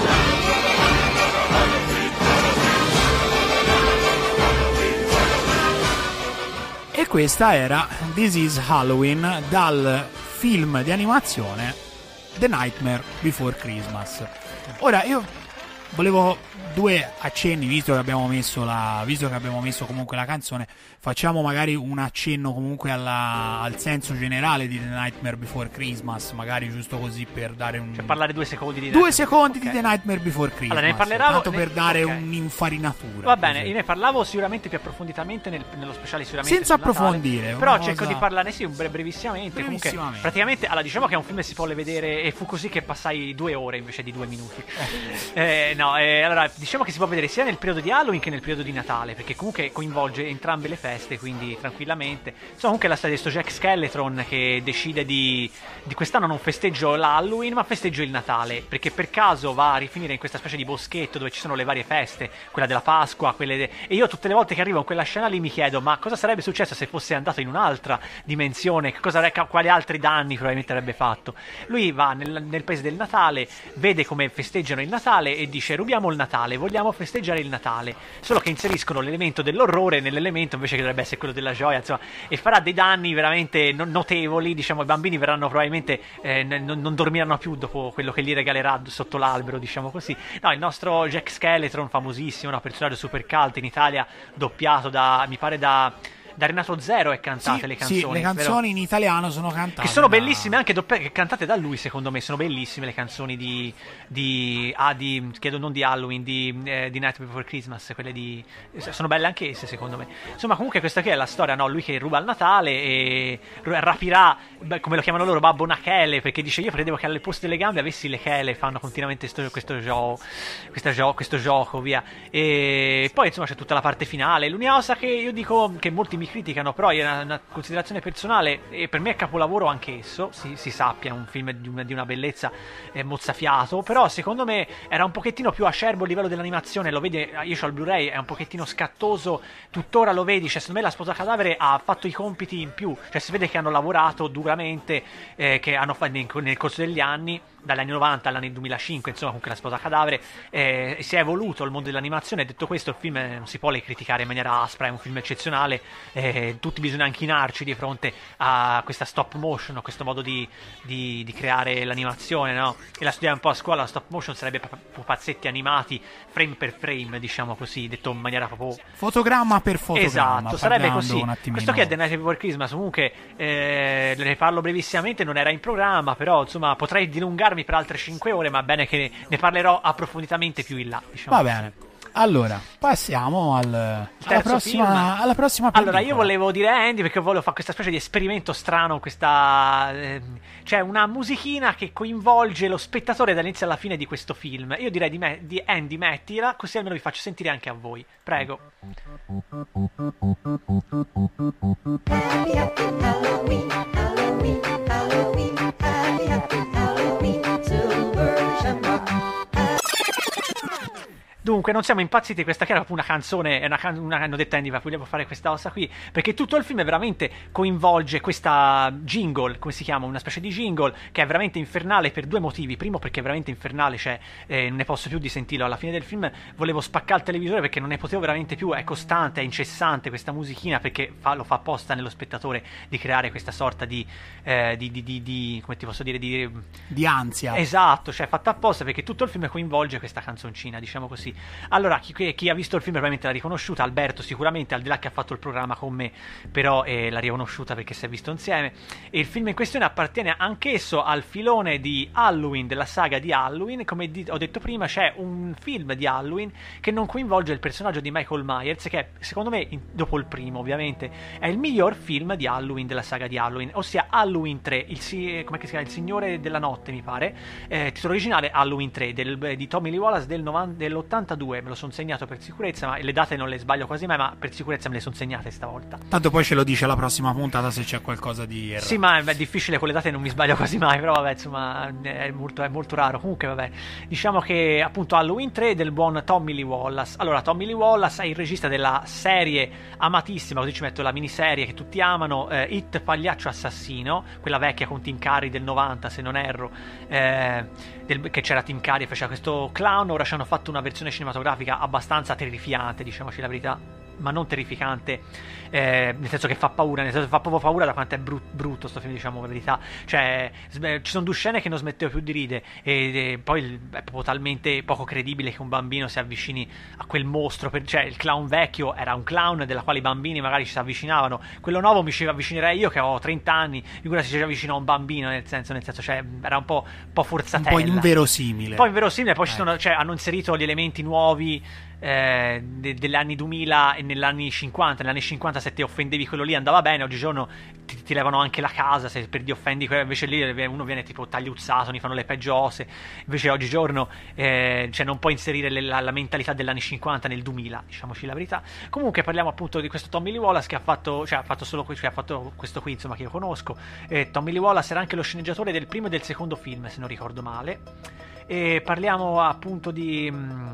E questa era This is Halloween dal film di animazione The Nightmare Before Christmas. Ora io volevo due accenni, visto che abbiamo messo comunque la canzone, facciamo magari un accenno comunque al senso generale di The Nightmare Before Christmas, magari giusto così per dare un... Cioè parlare 2 secondi di 2 secondi okay. di The Nightmare Before Christmas. Allora, ne parlerò tanto per dare okay. un'infarinatura. Va bene, così. io ne parlavo sicuramente più approfonditamente nello speciale sicuramente senza sul Natale, approfondire, però una cerco cosa... di parlarne sì brevissimamente. Comunque praticamente allora diciamo che è un film che si può vedere e fu così che passai 2 ore invece di 2 minuti. Allora diciamo che si può vedere sia nel periodo di Halloween che nel periodo di Natale, perché comunque coinvolge entrambe le feste, quindi tranquillamente. Insomma, comunque la storia di sto Jack Skeleton che decide di quest'anno non festeggio l'Halloween ma festeggio il Natale, perché per caso va a rifinire in questa specie di boschetto dove ci sono le varie feste, quella della Pasqua, e io tutte le volte che arrivo in quella scena lì mi chiedo ma cosa sarebbe successo se fosse andato in un'altra dimensione, quali altri danni probabilmente avrebbe fatto. Lui va nel paese del Natale, vede come festeggiano il Natale e dice rubiamo il Natale, vogliamo festeggiare il Natale, solo che inseriscono l'elemento dell'orrore nell'elemento invece che dovrebbe essere quello della gioia, insomma, e farà dei danni veramente notevoli. Diciamo i bambini verranno probabilmente non dormiranno più dopo quello che gli regalerà sotto l'albero, diciamo così. No, il nostro Jack Skeleton famosissimo, un personaggio super cult in Italia, doppiato da Renato Zero e cantate sì, le canzoni. Sì, le canzoni in italiano sono cantate. Che sono bellissime anche cantate da lui, secondo me. Sono bellissime le canzoni non di Halloween, di Night Before Christmas, quelle sono belle anche esse, secondo me. Insomma, comunque questa qui è la storia, no? Lui che ruba il Natale e rapirà, come lo chiamano loro, Babbo Nachele, perché dice io credevo che alle poste delle gambe avessi le chele, fanno continuamente questo gioco, via. E poi insomma c'è tutta la parte finale. L'unica cosa che io dico, che molti mi criticano, però è una considerazione personale e per me è capolavoro anche esso, si sappia, è un film di una bellezza mozzafiato, però secondo me era un pochettino più acerbo a livello dell'animazione. Lo vedi, io ho il Blu-ray, è un pochettino scattoso, tuttora lo vedi, cioè secondo me la Sposa Cadavere ha fatto i compiti in più, cioè si vede che hanno lavorato duramente, che hanno fatto nel corso degli anni, dagli anni 90 agli anni 2005, insomma, comunque La Sposa Cadavere, si è evoluto il mondo dell'animazione. Detto questo, il film non si può criticare in maniera aspra, è un film eccezionale, tutti bisogna inchinarci di fronte a questa stop motion, a questo modo di creare l'animazione, no? E la studiamo un po' a scuola, la stop motion sarebbe pupazzetti animati frame per frame, diciamo così, detto in maniera proprio fotogramma per fotogramma. Esatto, sarebbe così. Questo che è The Night Before Christmas, comunque ne parlo brevissimamente, non era in programma, però insomma potrei dilungarmi per altre 5 ore, ma bene che ne parlerò approfonditamente più in là, diciamo. Va bene. Allora, passiamo alla prossima pellicola. Allora, io volevo dire Andy perché volevo fare questa specie di esperimento strano, cioè una musichina che coinvolge lo spettatore dall'inizio alla fine di questo film. Io direi di Andy, mettila, così almeno vi faccio sentire anche a voi. Prego. Happy, happy Halloween, Halloween, Halloween, happy, happy Halloween. Dunque, non siamo impazziti, questa che era proprio una canzone, hanno detto Andy, vogliamo fare questa ossa qui, perché tutto il film veramente coinvolge questa jingle, come si chiama, una specie di jingle, che è veramente infernale per due motivi. Primo, perché è veramente infernale, cioè non ne posso più di sentirlo, alla fine del film volevo spaccare il televisore perché non ne potevo veramente più, è costante, è incessante questa musichina, perché lo fa apposta nello spettatore di creare questa sorta di come ti posso dire, di ansia. Esatto, cioè fatta apposta, perché tutto il film coinvolge questa canzoncina, diciamo così. Allora, chi ha visto il film probabilmente l'ha riconosciuta, Alberto sicuramente, al di là che ha fatto il programma con me, però l'ha riconosciuta perché si è visto insieme. E il film in questione appartiene anch'esso al filone di Halloween, della saga di Halloween. Come ho detto prima, c'è un film di Halloween che non coinvolge il personaggio di Michael Myers, che secondo me, dopo il primo ovviamente, è il miglior film di Halloween, della saga di Halloween, ossia Halloween 3, come si chiama? Il Signore della Notte, mi pare, titolo originale Halloween 3, di Tommy Lee Wallace dell'82. Me lo sono segnato per sicurezza, ma le date non le sbaglio quasi mai, ma per sicurezza me le sono segnate stavolta. Tanto poi ce lo dice la prossima puntata se c'è qualcosa di errato. Sì, ma è difficile, con le date non mi sbaglio quasi mai, però vabbè, insomma, è molto raro. Comunque vabbè, diciamo che appunto Halloween 3 del buon Tommy Lee Wallace. Allora, Tommy Lee Wallace è il regista della serie amatissima, così ci metto la miniserie che tutti amano, It Pagliaccio Assassino, quella vecchia con Tim Curry del 90 se non erro, che c'era Tim Curry e faceva questo clown. Ora ci hanno fatto una versione cinematografica abbastanza terrificante, diciamoci la verità, ma non terrificante nel senso che fa paura, nel senso che fa proprio paura da quanto è brutto sto film, diciamo la verità. Cioè ci sono due scene che non smettevo più di ridere, e poi è proprio talmente poco credibile che un bambino si avvicini a quel mostro, cioè il clown vecchio era un clown della quale i bambini magari ci si avvicinavano, quello nuovo mi ci avvicinerei io che ho 30 anni, figura si avvicina a un bambino, nel senso cioè era un po' forzatella, un po' inverosimile. Poi ci sono, cioè, hanno inserito gli elementi nuovi degli anni 2000 e negli anni 50 se ti offendevi quello lì andava bene, oggigiorno ti levano anche la casa se per di offendi, invece lì uno viene tipo tagliuzzato, ne fanno le peggio ose, invece oggigiorno cioè non puoi inserire la mentalità degli anni 50 nel 2000, diciamoci la verità. Comunque parliamo appunto di questo Tommy Lee Wallace che ha fatto questo qui, insomma, che io conosco. Tommy Lee Wallace era anche lo sceneggiatore del primo e del secondo film, se non ricordo male, e parliamo appunto di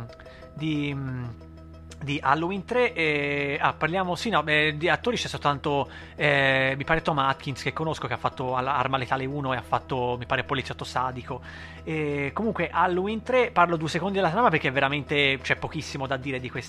Halloween 3, parliamo di attori c'è soltanto mi pare Tom Atkins, che conosco, che ha fatto Arma Letale 1 e ha fatto mi pare Poliziotto Sadico. Comunque Halloween 3, parlo 2 secondi della trama perché veramente c'è pochissimo da dire di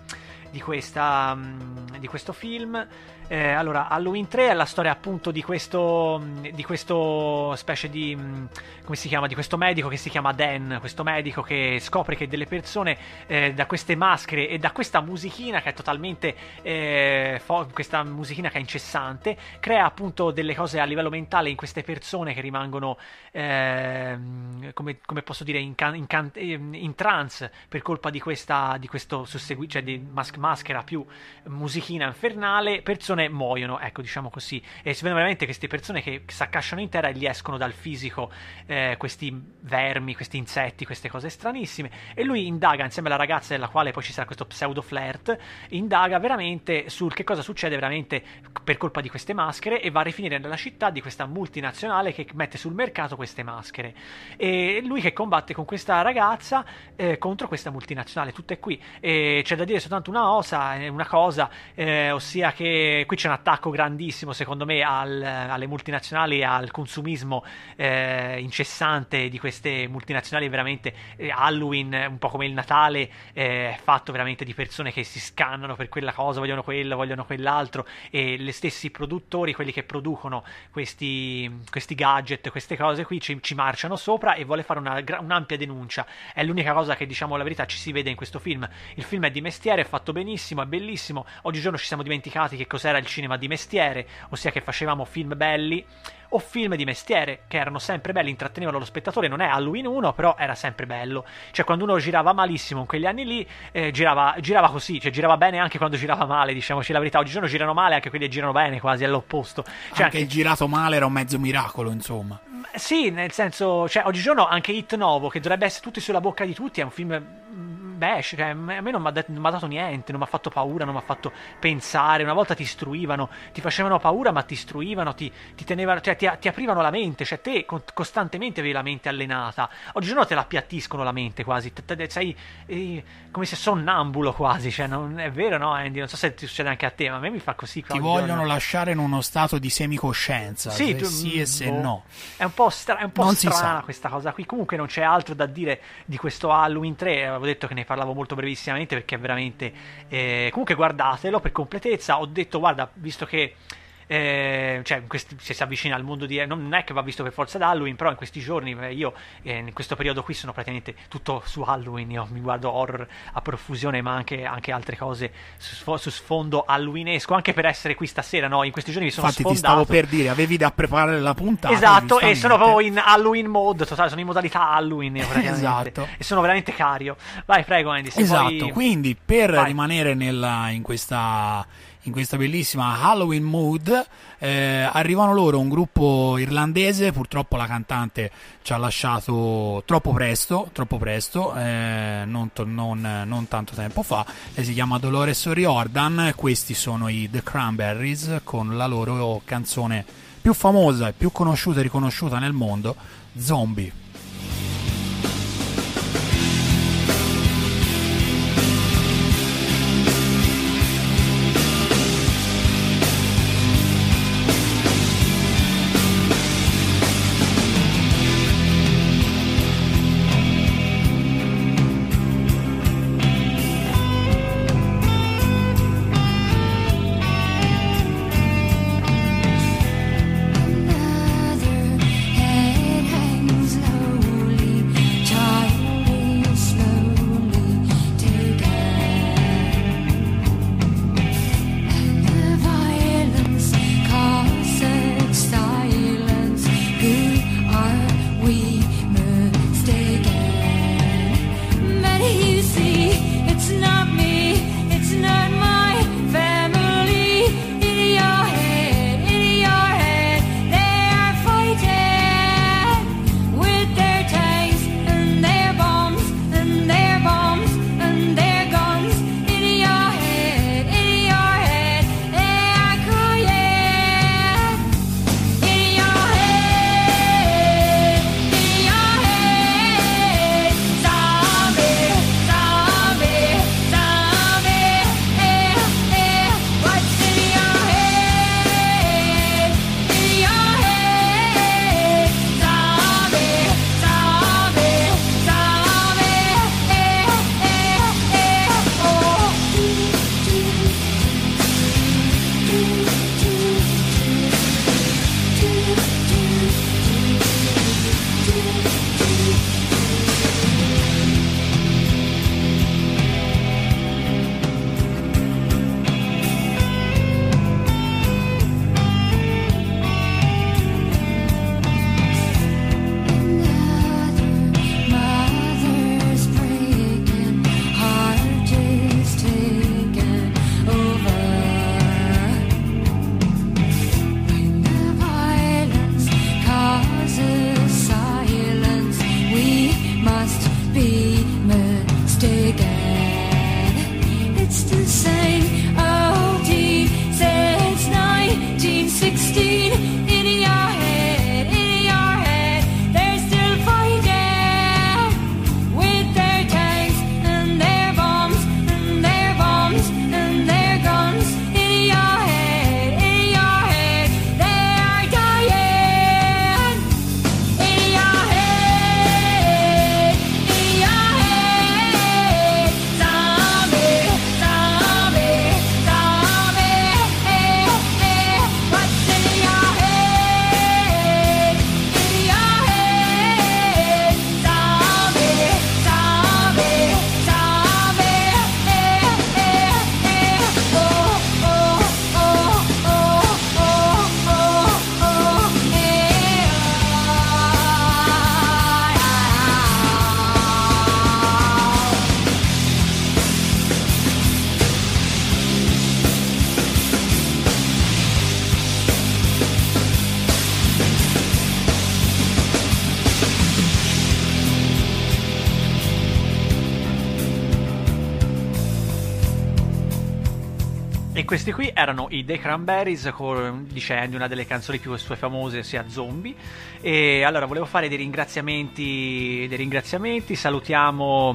questo film. Allora, Halloween 3 è la storia appunto di questo specie di come si chiama, di questo medico che si chiama Dan, questo medico che scopre che delle persone da queste maschere e da questa musichina che è totalmente questa musichina che è incessante, crea appunto delle cose a livello mentale in queste persone che rimangono come posso dire in trance per colpa di questo cioè di maschera più musichina infernale. Persone muoiono, ecco, diciamo così, e si vedono veramente queste persone che si accasciano in terra e gli escono dal fisico questi vermi, questi insetti, queste cose stranissime, e lui indaga insieme alla ragazza della quale poi ci sarà questo pseudo flirt, indaga veramente sul che cosa succede veramente per colpa di queste maschere, e va a rifinire nella città di questa multinazionale che mette sul mercato queste maschere, e lui che combatte con questa ragazza contro questa multinazionale. Tutto è qui, e c'è da dire soltanto una cosa, ossia che qui c'è un attacco grandissimo secondo me alle multinazionali e al consumismo incessante di queste multinazionali. Veramente Halloween, un po' come il Natale, è fatto veramente di persone che si scannano per quella cosa, vogliono quello, vogliono quell'altro, e gli stessi produttori, quelli che producono questi gadget, queste cose qui, ci marciano sopra, e vuole fare un'ampia denuncia. È l'unica cosa che, diciamo la verità, ci si vede in questo film. Il film è di mestiere, è fatto benissimo, è bellissimo. Oggigiorno ci siamo dimenticati che cos'era il cinema di mestiere, ossia che facevamo film belli o film di mestiere che erano sempre belli, intrattenevano lo spettatore. Non è Halloween 1, però era sempre bello. Cioè, quando uno girava malissimo in quegli anni lì, girava così, cioè girava bene anche quando girava male, diciamoci la verità. Oggigiorno girano male anche quelli che girano bene, quasi all'opposto. Cioè, anche il girato male era un mezzo miracolo, insomma. Sì, nel senso, cioè oggigiorno anche Hit Novo, che dovrebbe essere tutti sulla bocca di tutti, è un film cioè, a me non mi ha dato niente, non mi ha fatto paura, non mi ha fatto pensare. Una volta ti istruivano, ti facevano paura, ma ti istruivano, ti tenevano, cioè ti aprivano la mente, cioè te costantemente avevi la mente allenata. Oggigiorno te la appiattiscono la mente quasi, sei come se sonnambulo quasi, cioè non è vero, no Andy? Non so se ti succede anche a te, ma a me mi fa così. Ti vogliono lasciare in uno stato di semicoscienza, sì, se sì e se no. È un po' strana questa cosa qui. Comunque non c'è altro da dire di questo Halloween 3, avevo detto che ne parlavo molto brevissimamente perché è veramente comunque guardatelo per completezza. Ho detto guarda, visto che cioè se si avvicina al mondo di non è che va visto per forza da Halloween, però in questi giorni io in questo periodo qui sono praticamente tutto su Halloween, io mi guardo horror a profusione, ma anche altre cose su sfondo halloweenesco, anche per essere qui stasera, no? In questi giorni mi sono infatti sfondato. ti stavo per dire, avevi da preparare la puntata, esatto, e sono proprio in Halloween mode totale, sono in modalità Halloween esatto, e sono veramente cario. Vai, prego Andy, se esatto, poi... quindi per rimanere in questa bellissima Halloween mood, arrivano loro, un gruppo irlandese. Purtroppo la cantante ci ha lasciato troppo presto, non tanto tempo fa. Lei si chiama Dolores O'Riordan. Questi sono i The Cranberries con la loro canzone più famosa e più conosciuta e riconosciuta nel mondo, Zombie. Another head hangs low. E questi qui erano i The Cranberries dicendo una delle canzoni più sue famose, ossia Zombie. E allora volevo fare dei ringraziamenti. Salutiamo.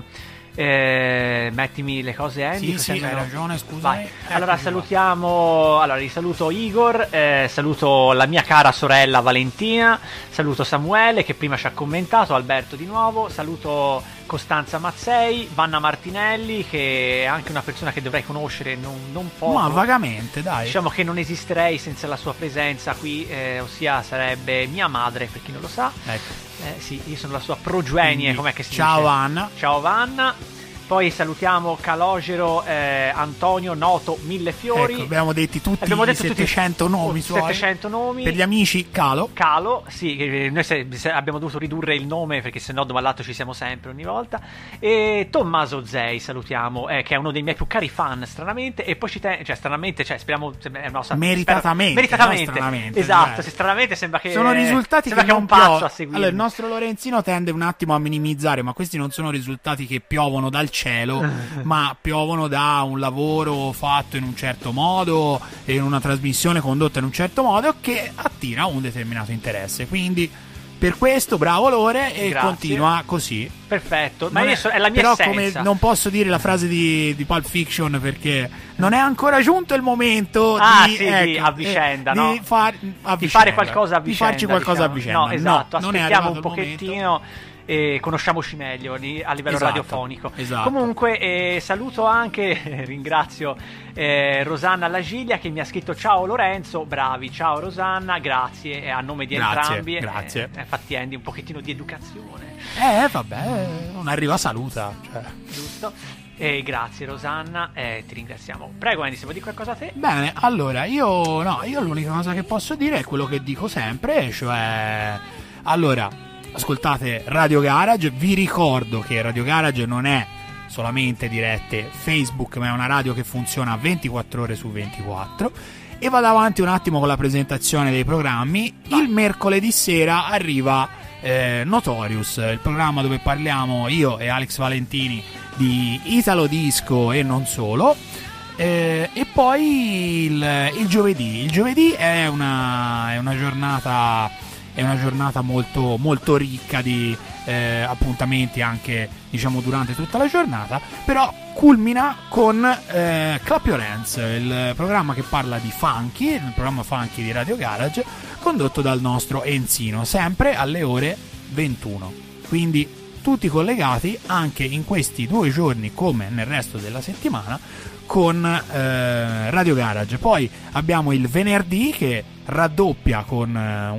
Mettimi le cose, Andy. Sì, hai ragione, scusa. Allora salutiamo. Allora risaluto Igor, saluto la mia cara sorella Valentina, saluto Samuele che prima ci ha commentato, Alberto di nuovo, saluto Costanza Mazzei, Vanna Martinelli, che è anche una persona che dovrei conoscere non poco. Ma vagamente, dai. Diciamo che non esisterei senza la sua presenza qui, ossia sarebbe mia madre, per chi non lo sa. Ecco. Sì, io sono la sua progenie, com'è che si dice? Ciao Vanna. Ciao Vanna. Poi salutiamo Calogero Antonio, noto Millefiori. Ecco, abbiamo detti tutti i 700 nomi suoi. 700 nomi. Per gli amici Calo, sì, noi abbiamo dovuto ridurre il nome perché sennò dove all'altro ci siamo sempre ogni volta. E Tommaso Zei salutiamo, che è uno dei miei più cari fan, stranamente. E poi speriamo meritatamente. Stranamente, esatto, se stranamente sembra che sono risultati sembra che è un pazzo a seguire. Allora, il nostro Lorenzino tende un attimo a minimizzare, ma questi non sono risultati che piovono dal cielo, ma piovono da un lavoro fatto in un certo modo e in una trasmissione condotta in un certo modo che attira un determinato interesse. Quindi per questo bravo Lore e grazie. Continua così. Perfetto, ma è la mia però essenza. Come non posso dire la frase di Pulp Fiction perché non è ancora giunto il momento di a vicenda, no? Di fare qualcosa a vicenda, di farci qualcosa a vicenda. No, esatto, no, aspettiamo un pochettino e conosciamoci meglio a livello radiofonico. Esatto. Comunque saluto anche, ringrazio Rosanna Lagiglia che mi ha scritto ciao Lorenzo, bravi, ciao Rosanna, grazie a nome di entrambi. Grazie. Infatti Andy un pochettino di educazione. Vabbè, non arriva saluta. Giusto. Grazie Rosanna, ti ringraziamo. Prego Andy, se vuoi dire qualcosa a te. Bene, allora io l'unica cosa che posso dire è quello che dico sempre, cioè allora ascoltate Radio Garage. Vi ricordo che Radio Garage non è solamente dirette Facebook, ma è una radio che funziona 24 ore su 24. E vado avanti un attimo con la presentazione dei programmi. Il mercoledì sera arriva Notorious, il programma dove parliamo io e Alex Valentini di Italo Disco e non solo. E poi il giovedì è una giornata molto, molto ricca di appuntamenti anche diciamo durante tutta la giornata, però culmina con Clap Your Hands, il programma che parla di funky, il programma funky di Radio Garage condotto dal nostro Enzino, sempre alle ore 21, quindi tutti collegati anche in questi 2 giorni come nel resto della settimana con Radio Garage. Poi abbiamo il venerdì che raddoppia con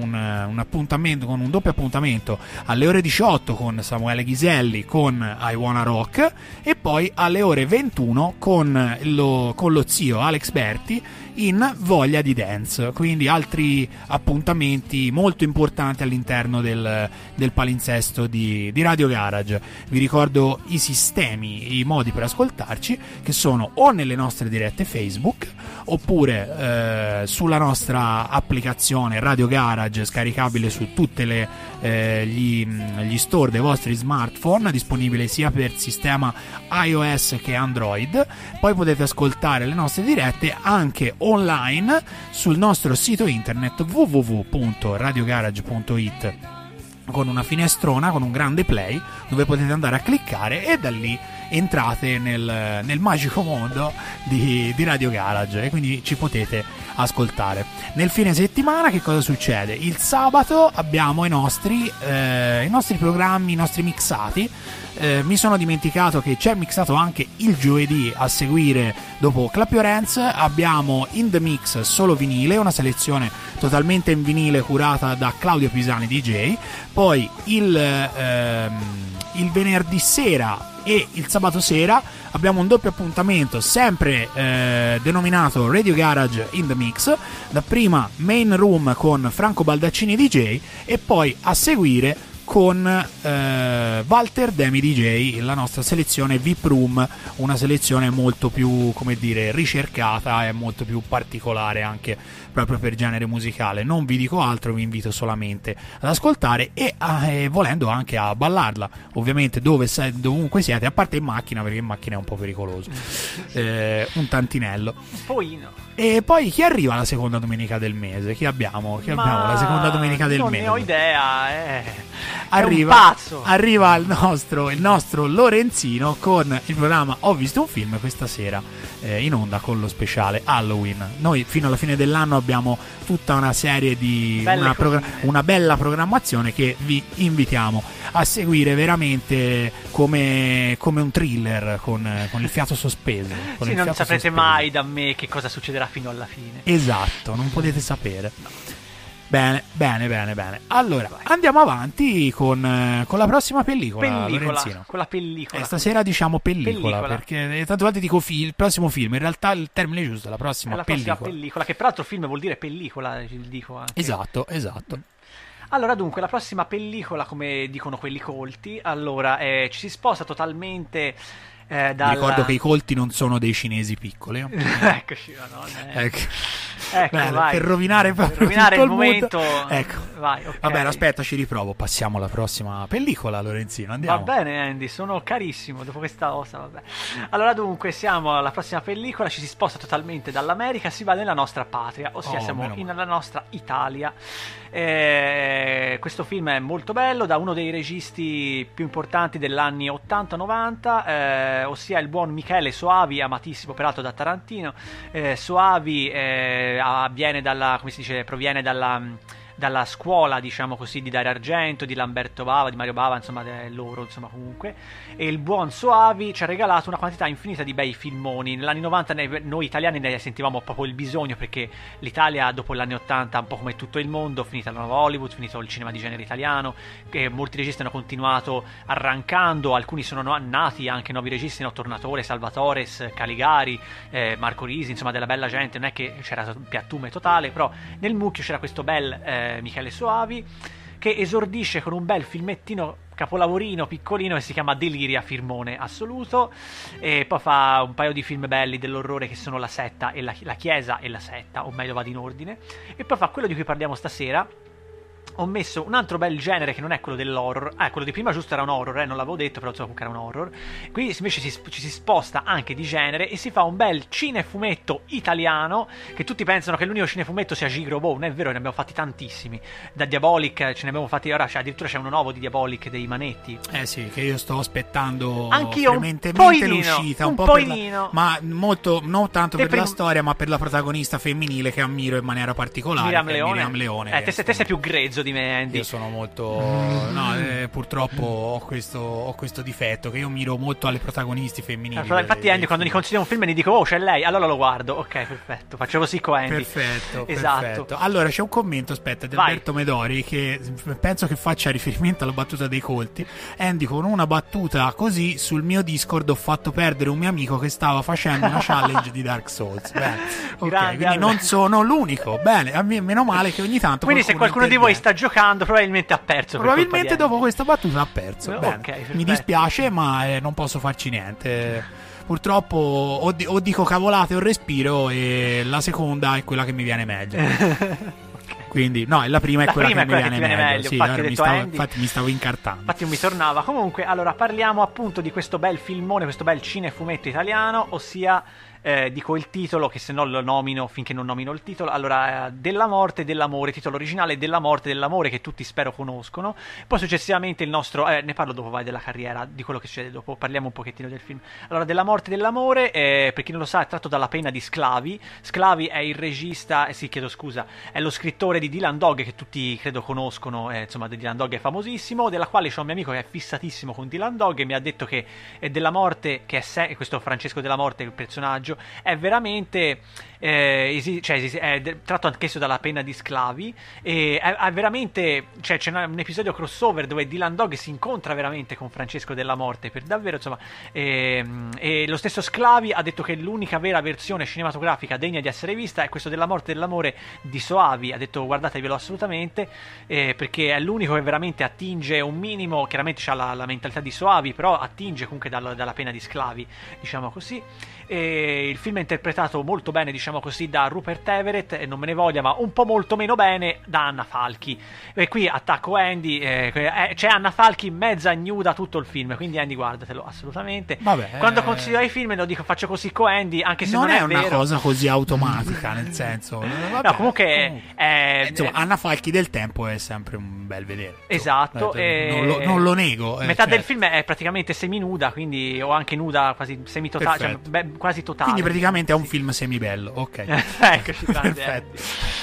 un doppio appuntamento alle ore 18 con Samuele Ghiselli con I Wanna Rock e poi alle ore 21 con lo zio Alex Berti in Voglia di Dance, quindi altri appuntamenti molto importanti all'interno del palinsesto di Radio Garage. Vi ricordo i sistemi, i modi per ascoltarci, che sono o nelle nostre dirette Facebook oppure sulla nostra applicazione Radio Garage, scaricabile su tutte gli store dei vostri smartphone, disponibile sia per sistema iOS che Android. Poi potete ascoltare le nostre dirette anche online sul nostro sito internet www.radiogarage.it con una finestrona con un grande play dove potete andare a cliccare e da lì entrate nel magico mondo di Radio Garage e quindi ci potete ascoltare. Nel fine settimana che cosa succede? Il sabato abbiamo i nostri programmi, i nostri mixati. Mi sono dimenticato che c'è mixato anche il giovedì a seguire dopo Clap Your Hands. Abbiamo In The Mix solo vinile, una selezione totalmente in vinile curata da Claudio Pisani DJ. Poi il venerdì sera e il sabato sera abbiamo un doppio appuntamento sempre denominato Radio Garage In The Mix, dapprima Main Room con Franco Baldaccini DJ e poi a seguire con Walter Demi DJ, la nostra selezione VIP Room, una selezione molto più, come dire, ricercata e molto più particolare anche proprio per genere musicale. Non vi dico altro, vi invito solamente ad ascoltare e volendo anche a ballarla, ovviamente dovunque siete, a parte in macchina, perché in macchina è un po' pericoloso, un tantinello. E poi chi arriva la seconda domenica del mese? Chi abbiamo la seconda domenica del mese? Non ne ho idea, arriva il nostro Lorenzino con il programma Ho visto un film questa sera, in onda con lo speciale Halloween. Noi fino alla fine dell'anno abbiamo tutta una serie di una bella programmazione che vi invitiamo a seguire veramente come un thriller, con il fiato sospeso. Non saprete mai da me che cosa succederà fino alla fine. Esatto, non potete sapere. Bene. Allora, andiamo avanti con la prossima pellicola, Lorenzino. Con la pellicola. Stasera diciamo pellicola, perché tante volte dico il prossimo film, in realtà il termine giusto è la prossima pellicola. Che peraltro film vuol dire pellicola, dico anche. Esatto. Allora, dunque, la prossima pellicola, come dicono quelli colti, allora ci si sposta totalmente Mi ricordo che i colti non sono dei cinesi piccoli. Eccoci, Ecco, vai. Per rovinare il momento. Ecco. Vai, okay. Va bene, aspetta, ci riprovo. Passiamo alla prossima pellicola, Lorenzino. Andiamo. Va bene, Andy, sono carissimo dopo questa ossa. Vabbè. Allora, dunque, siamo alla prossima pellicola. Ci si sposta totalmente dall'America, si va nella nostra patria, ossia siamo nella nostra Italia. Questo film è molto bello, da uno dei registi più importanti degli anni 80-90, ossia il buon Michele Soavi, amatissimo peraltro da Tarantino. Soavi proviene dalla scuola, diciamo così, di Dario Argento, di Lamberto Bava, di Mario Bava, insomma, loro, insomma, comunque. E il buon Soavi ci ha regalato una quantità infinita di bei filmoni. Negli anni 90 noi italiani ne sentivamo proprio il bisogno, perché l'Italia dopo gli anni 80, un po' come tutto il mondo, finita la nuova Hollywood, finito il cinema di genere italiano, che molti registi hanno continuato arrancando, alcuni sono nati anche nuovi registi, no? Tornatore, Salvatores, Caligari, Marco Risi, insomma, della bella gente. Non è che c'era un piattume totale, però nel mucchio c'era questo bel Michele Soavi, che esordisce con un bel filmettino capolavorino piccolino che si chiama Deliria, filmone assoluto, e poi fa un paio di film belli dell'orrore che sono La Setta e la Chiesa e La Setta, o meglio vado in ordine, e poi fa quello di cui parliamo stasera. Ho messo un altro bel genere che non è quello dell'horror. Quello di prima giusto era un horror, non l'avevo detto, però comunque era un horror. Qui invece ci si sposta anche di genere e si fa un bel cinefumetto italiano, che tutti pensano che l'unico cinefumetto sia Gigrobo. Non è vero, ne abbiamo fatti tantissimi. Da Diabolic ce ne abbiamo fatti, ora addirittura c'è uno nuovo di Diabolic dei Manetti. Sì, che io sto aspettando anch'io frementemente l'uscita, un po' ma molto, non tanto per la storia, ma per la protagonista femminile che ammiro in maniera particolare, Miriam Leone. Te sei più grezzo di me, Andy. Io sono molto purtroppo ho questo difetto, che io miro molto alle protagonisti femminili. Infatti Andy, quando mi consiglio un film e dico c'è lei, allora lo guardo. Ok, perfetto, faccio così con Andy. Perfetto, esatto. Perfetto. Allora c'è un commento, aspetta, di Alberto Medori, che penso che faccia riferimento alla battuta dei colti. Andy, con una battuta così sul mio Discord ho fatto perdere un mio amico che stava facendo una challenge di Dark Souls. Quindi non sono l'unico. Bene, meno male che ogni tanto quindi se qualcuno di voi sta giocando, probabilmente ha perso. Probabilmente dopo questa battuta ha perso. Okay, mi dispiace, ma non posso farci niente. Purtroppo o dico cavolate o respiro, e la seconda è quella che mi viene meglio. Quindi la prima è quella che mi viene meglio. Sì, infatti mi stavo incartando. Infatti mi tornava. Comunque, allora parliamo appunto di questo bel filmone, questo bel cinefumetto italiano, ossia dico il titolo, che se no lo nomino finché non nomino il titolo. Allora, Della morte e dell'amore, titolo originale Della morte e dell'amore, che tutti spero conoscono. Poi successivamente il nostro ne parlo dopo, della carriera, di quello che succede dopo, parliamo un pochettino del film. Allora, Della morte e dell'amore, per chi non lo sa, è tratto dalla penna di Sclavi. Sclavi è il regista, è lo scrittore di Dylan Dog, che tutti credo conoscono, insomma, Dylan Dog è famosissimo, della quale c'è un mio amico che è fissatissimo con Dylan Dog e mi ha detto che Della morte, che è questo Francesco Della Morte, il personaggio personaggio è veramente è tratto anch'esso dalla penna di sclavi, e è veramente, cioè, c'è un episodio crossover dove Dylan Dog si incontra veramente con Francesco della Morte, per davvero, insomma, e lo stesso Sclavi ha detto che l'unica vera versione cinematografica degna di essere vista è questo della Morte e dell'amore di Soavi. Ha detto guardatevelo assolutamente, perché è l'unico che veramente attinge un minimo, chiaramente c'ha la mentalità di Soavi, però attinge comunque dalla pena di sclavi, diciamo così. E il film è interpretato molto bene, diciamo così, da Rupert Everett, e non me ne voglia, ma un po' molto meno bene da Anna Falchi. E qui attacco Andy, c'è Anna Falchi mezza nuda tutto il film, quindi Andy guardatelo assolutamente. Vabbè, quando consiglio i film lo dico, faccio così con Andy, anche se non è una vero. cosa così automatica, nel senso, vabbè, no, comunque insomma, Anna Falchi del tempo è sempre un bel vedere, esatto, non lo nego, metà del film è praticamente seminuda, quindi, o anche nuda quasi semitotale, cioè, quasi totale, quindi praticamente è un film semibello, ok. Eccoci, perfetto.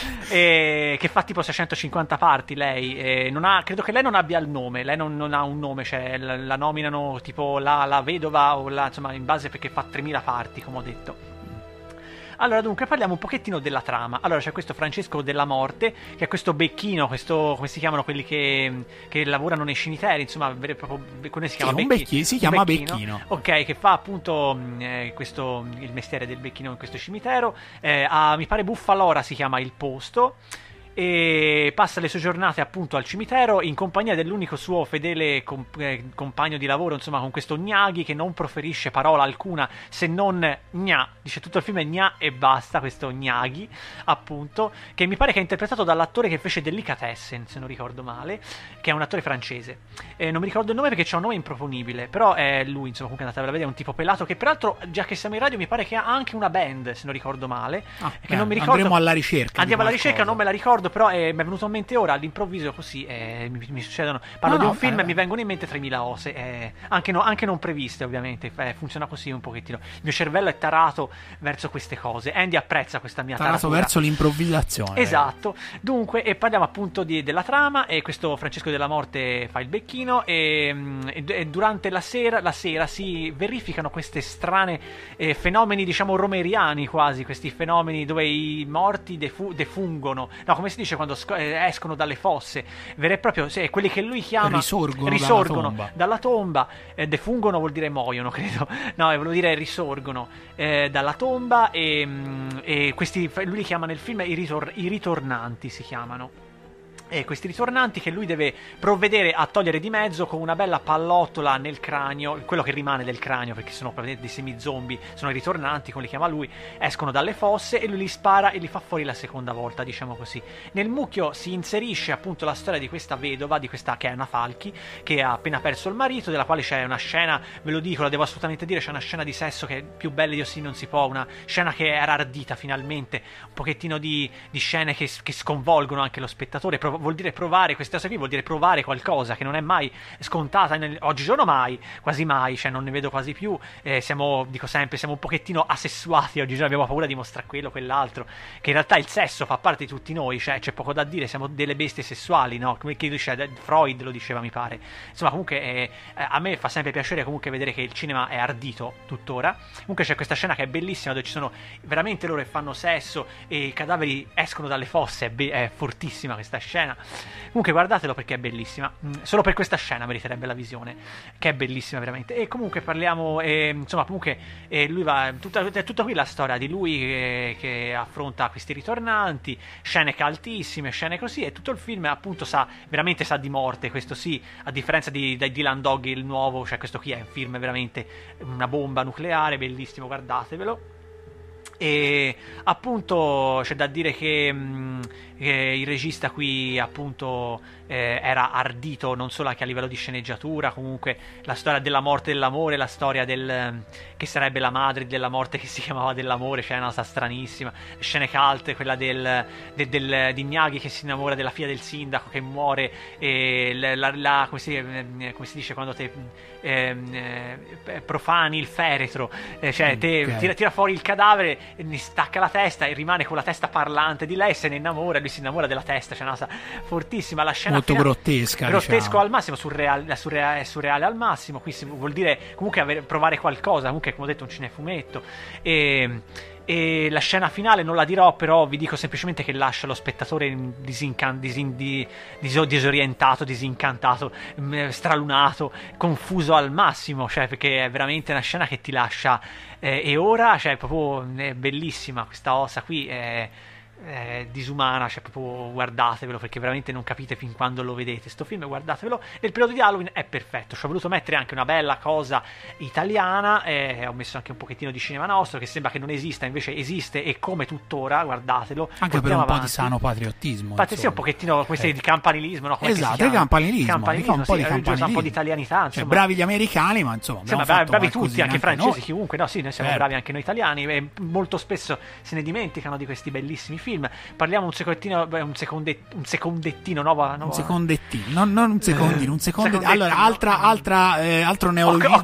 Che fa tipo 650 parti lei, credo che lei non abbia il nome, lei non ha un nome, cioè la nominano tipo la vedova, o insomma, in base, perché fa 3000 parti, come ho detto. Allora, dunque, parliamo un pochettino della trama. Allora, c'è questo Francesco della Morte, che è questo becchino, come si chiamano quelli che lavorano nei cimiteri, insomma, proprio, come si chiama? Si chiama becchino. Ok, che fa appunto il mestiere del becchino in questo cimitero. Mi pare Buffalora si chiama il posto. E passa le sue giornate appunto al cimitero in compagnia dell'unico suo fedele compagno di lavoro, insomma, con questo Gnaghi che non proferisce parola alcuna se non gna, dice tutto il film è gna e basta, questo Gnaghi appunto, che mi pare che è interpretato dall'attore che fece Delicatessen, se non ricordo male, che è un attore francese, non mi ricordo il nome perché c'è un nome improponibile, però è lui, insomma, comunque andatevela a vedere, è un tipo pelato che peraltro, già che siamo in radio, mi pare che ha anche una band, se non ricordo male, che non mi ricordo. Andremo alla ricerca, andiamo alla ricerca, non me la ricordo, però mi è venuto in mente ora all'improvviso così, mi succedono, parlo di un film e mi vengono in mente 3000 ose, anche non previste ovviamente, funziona così un pochettino, il mio cervello è tarato verso queste cose, Andy apprezza questa mia taratura verso l'improvvisazione, esatto. Dunque, e parliamo appunto della trama, e questo Francesco della Morte fa il becchino, e durante la sera si verificano queste strane fenomeni, diciamo, romeriani quasi, questi fenomeni dove i morti defungono, no, come si dice quando escono dalle fosse, vere e proprio, quelli che lui chiama risorgono dalla tomba, defungono vuol dire muoiono, credo, no, volevo dire risorgono dalla tomba, e questi lui li chiama nel film i ritornanti, si chiamano. E questi ritornanti che lui deve provvedere a togliere di mezzo con una bella pallottola nel cranio, quello che rimane del cranio, perché sono praticamente dei semi-zombie, sono i ritornanti, come li chiama lui, escono dalle fosse e lui li spara e li fa fuori la seconda volta, diciamo così. Nel mucchio si inserisce appunto la storia di questa vedova, che è Anna Falchi, che ha appena perso il marito, della quale c'è una scena, ve lo dico, la devo assolutamente dire, c'è una scena di sesso che è più bella di così non si può, una scena che era ardita finalmente, un pochettino di scene che sconvolgono anche lo spettatore, vuol dire provare, questa cosa qui vuol dire provare qualcosa che non è mai scontata oggigiorno, mai, quasi mai, cioè non ne vedo quasi più, dico sempre, siamo un pochettino asessuati oggigiorno, abbiamo paura di mostrare quello, quell'altro, che in realtà il sesso fa parte di tutti noi, cioè c'è poco da dire, siamo delle bestie sessuali, no? Come dice Freud, lo diceva mi pare, insomma, comunque a me fa sempre piacere comunque vedere che il cinema è ardito tuttora. Comunque c'è questa scena che è bellissima, dove ci sono veramente loro che fanno sesso e i cadaveri escono dalle fosse, è fortissima questa scena. Comunque guardatelo perché è bellissima, solo per questa scena meriterebbe la visione, che è bellissima veramente. E comunque parliamo, insomma, comunque lui va, è tutta qui la storia di lui che affronta questi ritornanti, scene caltissime, scene così, e tutto il film appunto veramente sa di morte, questo sì, a differenza di Dylan Dog il nuovo, cioè questo qui è un film veramente una bomba nucleare, bellissimo, guardatevelo. E appunto c'è da dire che il regista qui appunto era ardito non solo anche a livello di sceneggiatura, comunque la storia della morte e dell'amore, la storia che sarebbe la madre della morte che si chiamava dell'amore, cioè è una cosa stranissima, scene calte, quella di Gnaghi che si innamora della figlia del sindaco che muore, e come si dice quando profani il feretro, cioè tira fuori il cadavere, ne stacca la testa e rimane con la testa parlante di lei, se ne innamora, lui si innamora della testa, c'è una cosa fortissima, la scena molto grottesca, grottesco al massimo, surreale al massimo. Qui vuol dire comunque provare qualcosa, comunque come ho detto un cinefumetto, e la scena finale non la dirò, però vi dico semplicemente che lascia lo spettatore disorientato, disincantato, stralunato, confuso al massimo, cioè perché è veramente una scena che ti lascia e ora, cioè proprio è bellissima questa ossa qui, è disumana, cioè proprio guardatevelo, perché veramente non capite fin quando lo vedete sto film, guardatevelo. Nel periodo di Halloween è perfetto, ci ho voluto mettere anche una bella cosa italiana, ho messo anche un pochettino di cinema nostro che sembra che non esista, invece esiste, e come tuttora, guardatelo anche per un po' di sano patriottismo, sì, un pochettino questi di campanilismo, no? Esatto, campanilismo, un po' di italianità, cioè, bravi gli americani, ma insomma bravi tutti, anche francesi, noi. Chiunque, no, sì, noi siamo bravi anche noi italiani, e molto spesso se ne dimenticano di questi bellissimi film. Parliamo un secondettino, nuova. Un secondettino, non un secondino, un secondettino. Allora, altro neologismo.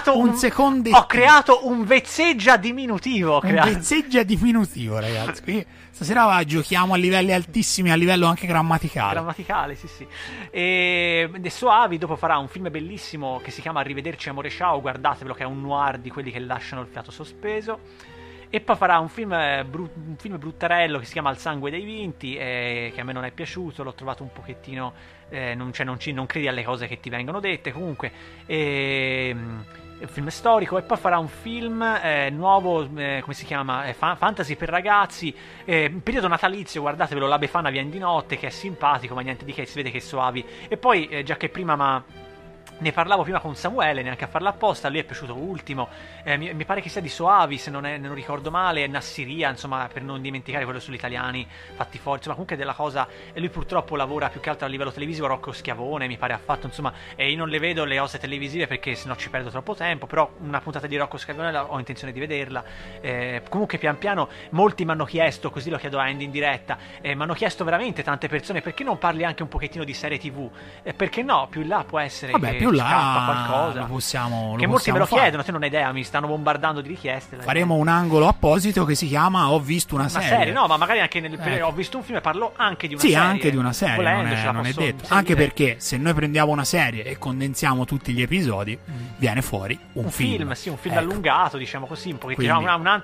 Ho creato un vezzeggia diminutivo. Un vezzeggia diminutivo, ragazzi. Qui stasera giochiamo a livelli altissimi, a livello anche grammaticale. Sì. E Soavi dopo farà un film bellissimo che si chiama Arrivederci amore ciao, guardatevelo, che è un noir di quelli che lasciano il fiato sospeso. E poi farà un film bruttarello che si chiama Al sangue dei vinti, che a me non è piaciuto, l'ho trovato un pochettino non credi alle cose che ti vengono dette, comunque è un film storico. E poi farà un film nuovo, come si chiama, fantasy per ragazzi, periodo natalizio, guardatevelo, La Befana viene di notte, che è simpatico ma niente di che, si vede che è Soavi. E poi già che prima ne parlavo prima con Samuele, neanche a farla apposta, a lui è piaciuto Ultimo, mi pare che sia di Soavi, se non ricordo male, Nassiria, insomma, per non dimenticare quello sugli italiani fatti fuori, insomma, comunque della cosa. E lui purtroppo lavora più che altro a livello televisivo, Rocco Schiavone mi pare ha fatto, insomma, e io non le vedo le cose televisive perché sennò ci perdo troppo tempo, però una puntata di Rocco Schiavone ho intenzione di vederla. Comunque pian piano molti mi hanno chiesto, così lo chiedo a Andy in diretta, mi hanno chiesto veramente tante persone, perché non parli anche un pochettino di serie TV? Perché no, più in là può essere più là qualcosa, lo molti me lo fare. chiedono, te non hai idea, mi stanno bombardando di richieste. Faremo un angolo apposito che si chiama Ho visto una serie. No, ma magari anche ho visto un film e parlo anche di una serie. Sì, anche di una serie, volendo, non è detto. Anche perché se noi prendiamo una serie e condensiamo tutti gli episodi, viene fuori un film. Sì, un film allungato, diciamo così, un pochettino,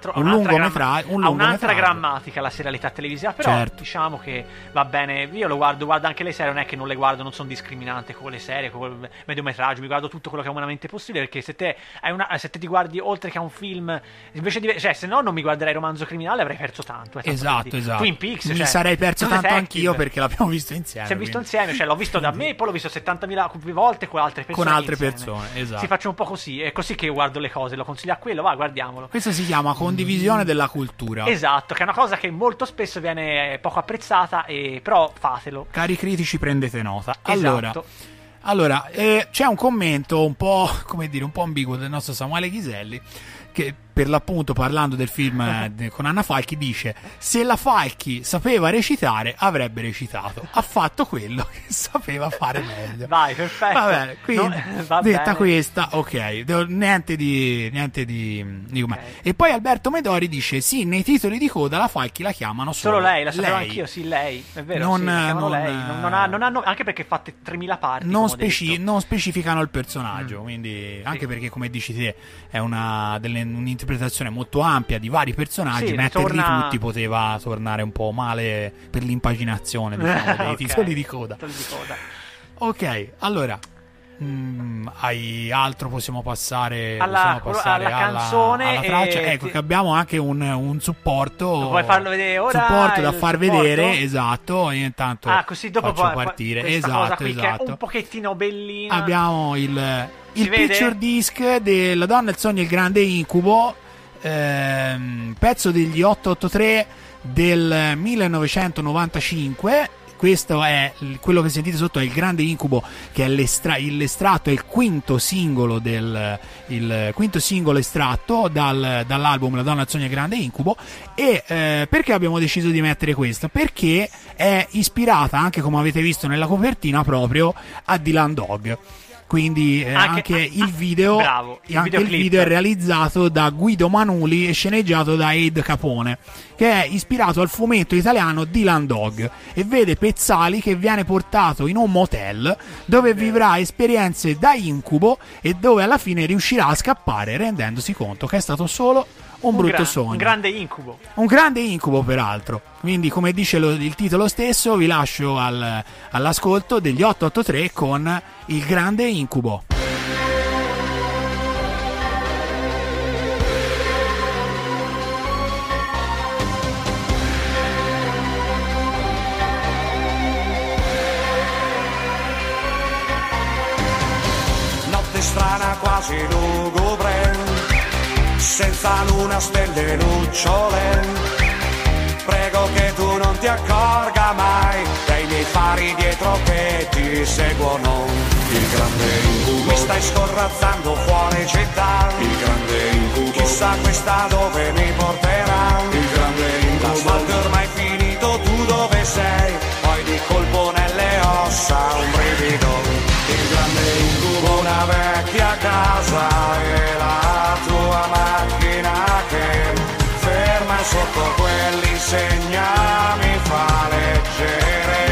un'altra grammatica la serialità televisiva, però diciamo che va bene. Io lo guardo anche le serie, non è che non le guardo, non sono discriminante con le serie, con il mediometraggio, mi guardo tutto quello che è umanamente possibile, perché se te ti guardi oltre che a un film, invece di, cioè, se no non mi guarderei Romanzo Criminale, avrei perso tanto. Esatto. Twin Peaks, mi sarei perso tanto anch'io, perché l'abbiamo visto insieme. Si è visto insieme, cioè l'ho visto da me e poi l'ho visto 70.000 volte con altre persone. Esatto. Si faccia un po' così, è così che io guardo le cose, lo consiglio a quello, va, guardiamolo. Questo si chiama condivisione della cultura. Esatto, che è una cosa che molto spesso viene poco apprezzata, però fatelo. Cari critici, prendete nota. Allora, c'è un commento un po', come dire, un po' ambiguo del nostro Samuele Ghiselli, che per l'appunto, parlando del film con Anna Falchi, dice: se la Falchi sapeva recitare avrebbe recitato, ha fatto quello che sapeva fare meglio. Vai, perfetto. Va bene, quindi detta questa, ok, niente di okay. E poi Alberto Medori dice: sì, nei titoli di coda la Falchi la chiamano solo lei, la sapevo anch'io, sì, lei, è vero, lei. Non hanno, anche perché fatte 3.000 parti, non specificano il personaggio, quindi anche perché, come dici te, è un'interpretazione molto ampia di vari personaggi, metterli tutti poteva tornare un po' male per l'impaginazione, diciamo, dei titoli di coda. Ok, allora hai altro? Possiamo passare alla canzone, alla traccia. Ecco che abbiamo anche un supporto. Vuoi farlo vedere ora? Supporto da far vedere, esatto. Io intanto così dopo faccio partire. Esatto. Che è un pochettino bellina. Abbiamo il picture disc della Donna, il sogno e il grande incubo, pezzo degli 883 del 1995. Questo è quello che sentite sotto, è il grande incubo, che è l'estratto, è il quinto singolo estratto dall'album La Donna, il sogno e il grande incubo. E perché abbiamo deciso di mettere questo? Perché è ispirata, anche come avete visto nella copertina, proprio a Dylan Dog. quindi anche il video, il video è realizzato da Guido Manuli e sceneggiato da Ed Capone, che è ispirato al fumetto italiano Dylan Dog, e vede Pezzali che viene portato in un motel dove vivrà esperienze da incubo e dove alla fine riuscirà a scappare rendendosi conto che è stato solo un brutto sogno. Un grande incubo. Un grande incubo, peraltro. Quindi, come dice il titolo stesso, vi lascio all'ascolto degli 883 con Il grande incubo. Notte strana, quasi lugubre, senza luna, stelle, lucciole. Prego che tu non ti accorga mai dei miei fari dietro che ti seguono. Il grande incubo. Mi stai scorrazzando fuori città. Il grande incubo. Chissà questa dove mi porterà. Il grande incubo. L'asfalto è ormai finito, tu dove sei? Poi di colpo nelle ossa un brivido. Il grande incubo. Una vecchia casa e la tua macchina che ferma sotto quell'insegna mi fa leggere.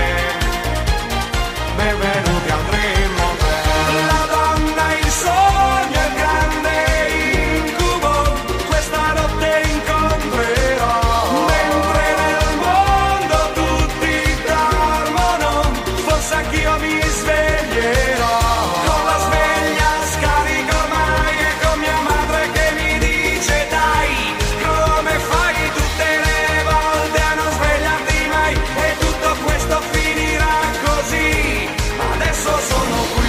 Benvenuti al Dream Hotel. La donna, il sogno, il grande incubo, questa notte incontrerò. Mentre nel mondo tutti dormono, forse anch'io mi sveglierò. Con la sveglia scarico ormai e con mia madre che mi dice dai, come fai tutte le volte a non svegliarti mai? E tutto questo finirà così, ma adesso sono qui.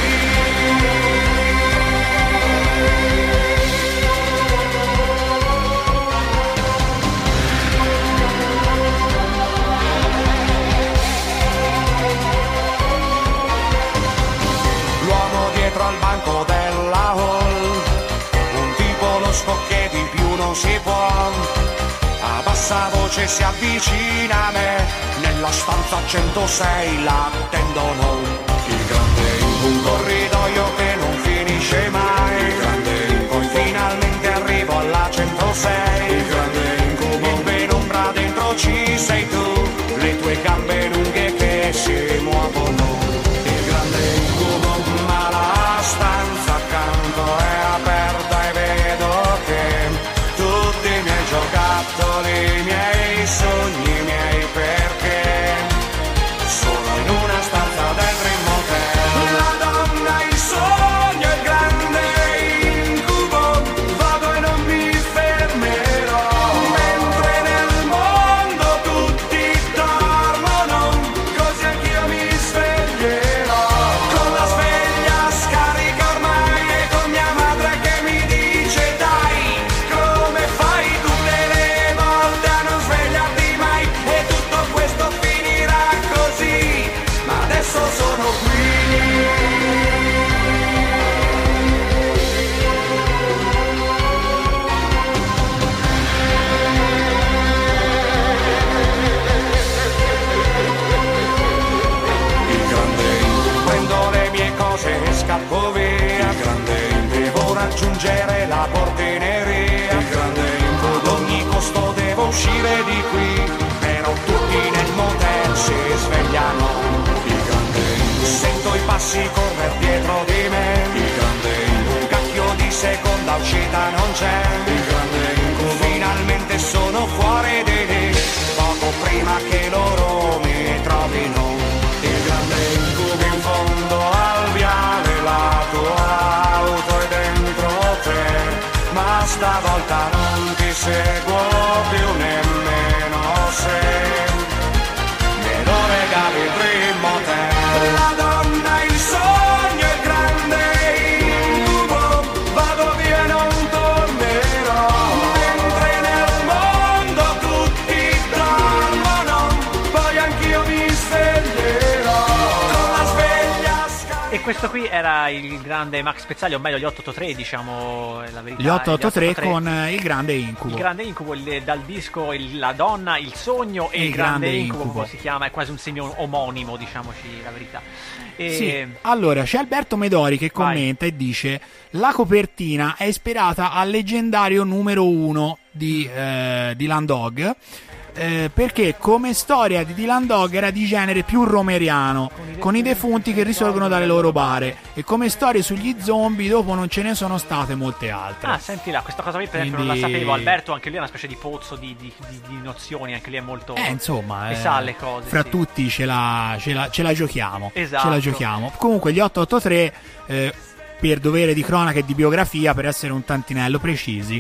L'uomo dietro al banco della hall, un tipo losco che di più non si può. A bassa voce si avvicina a me, nella stanza 106 l'attendono. Il grande incubo. Un corridoio che non finisce mai. Il grande incubo. Poi finalmente arrivo alla 106. Il grande incubo. In penombra dentro ci sei tu, le tue gambe lunghe che si muovono. Il grande incubo. Ma la stanza accanto è aperta e vedo che tutti i miei giocattoli, i miei sogni, i miei perché sono in una stanza del Dream Hotel. La donna, il sogno, il grande incubo, vado e non mi fermerò. Mentre nel mondo tutti dormono, così anch'io mi sveglierò. Con la sveglia scarica ormai e con mia madre che mi dice dai, come fai tutte le volte a non svegliarti mai? E tutto questo finirà così, ma adesso sono qui. Il grande incubo. Prendo le mie cose e scappo via. Il grande incubo. Devo raggiungere la portineria. Il grande incubo. Ad ogni costo devo uscire di qui, però tutti nel motel si svegliano. Il grande incubo. Sento i passi correre dietro di me. Il grande incubo. Un cacchio di seconda uscita non c'è. Il grande incubo. Finalmente sono fuori di lì, poco prima che loro mi trovino. Il grande incubo. In fondo al viale la tua auto è dentro te, ma stavolta non ti seguo più nemmeno se me lo regali il Dream Hotel. La donna, il sogno, il grande incubo, vado via e non tornerò. Mentre nel mondo tutti dormono, poi anch'io mi sveglierò. Con la sveglia scarica. questo qui era il grande Max Pezzali, o meglio gli 883, diciamo la verità. Gli 883 con il grande Incubo. Il grande Incubo, dal disco La donna, il sogno e il grande Incubo, come si chiama, è quasi un segno omonimo, diciamoci la verità. Sì. Allora c'è Alberto Medori che commenta e dice: la copertina è ispirata al leggendario numero 1 di Dylan Dog, perché come storia di Dylan Dog era di genere più romeriano, con i defunti che risorgono dalle loro bare, e come storie sugli zombie dopo non ce ne sono state molte altre. Senti là, questa cosa qui per esempio non la sapevo. Alberto anche lui è una specie di pozzo di nozioni, anche lui è molto insomma, e sa le cose, fra tutti ce la giochiamo. Esatto. Ce la giochiamo. Comunque gli 883 per dovere di cronaca e di biografia, per essere un tantinello precisi,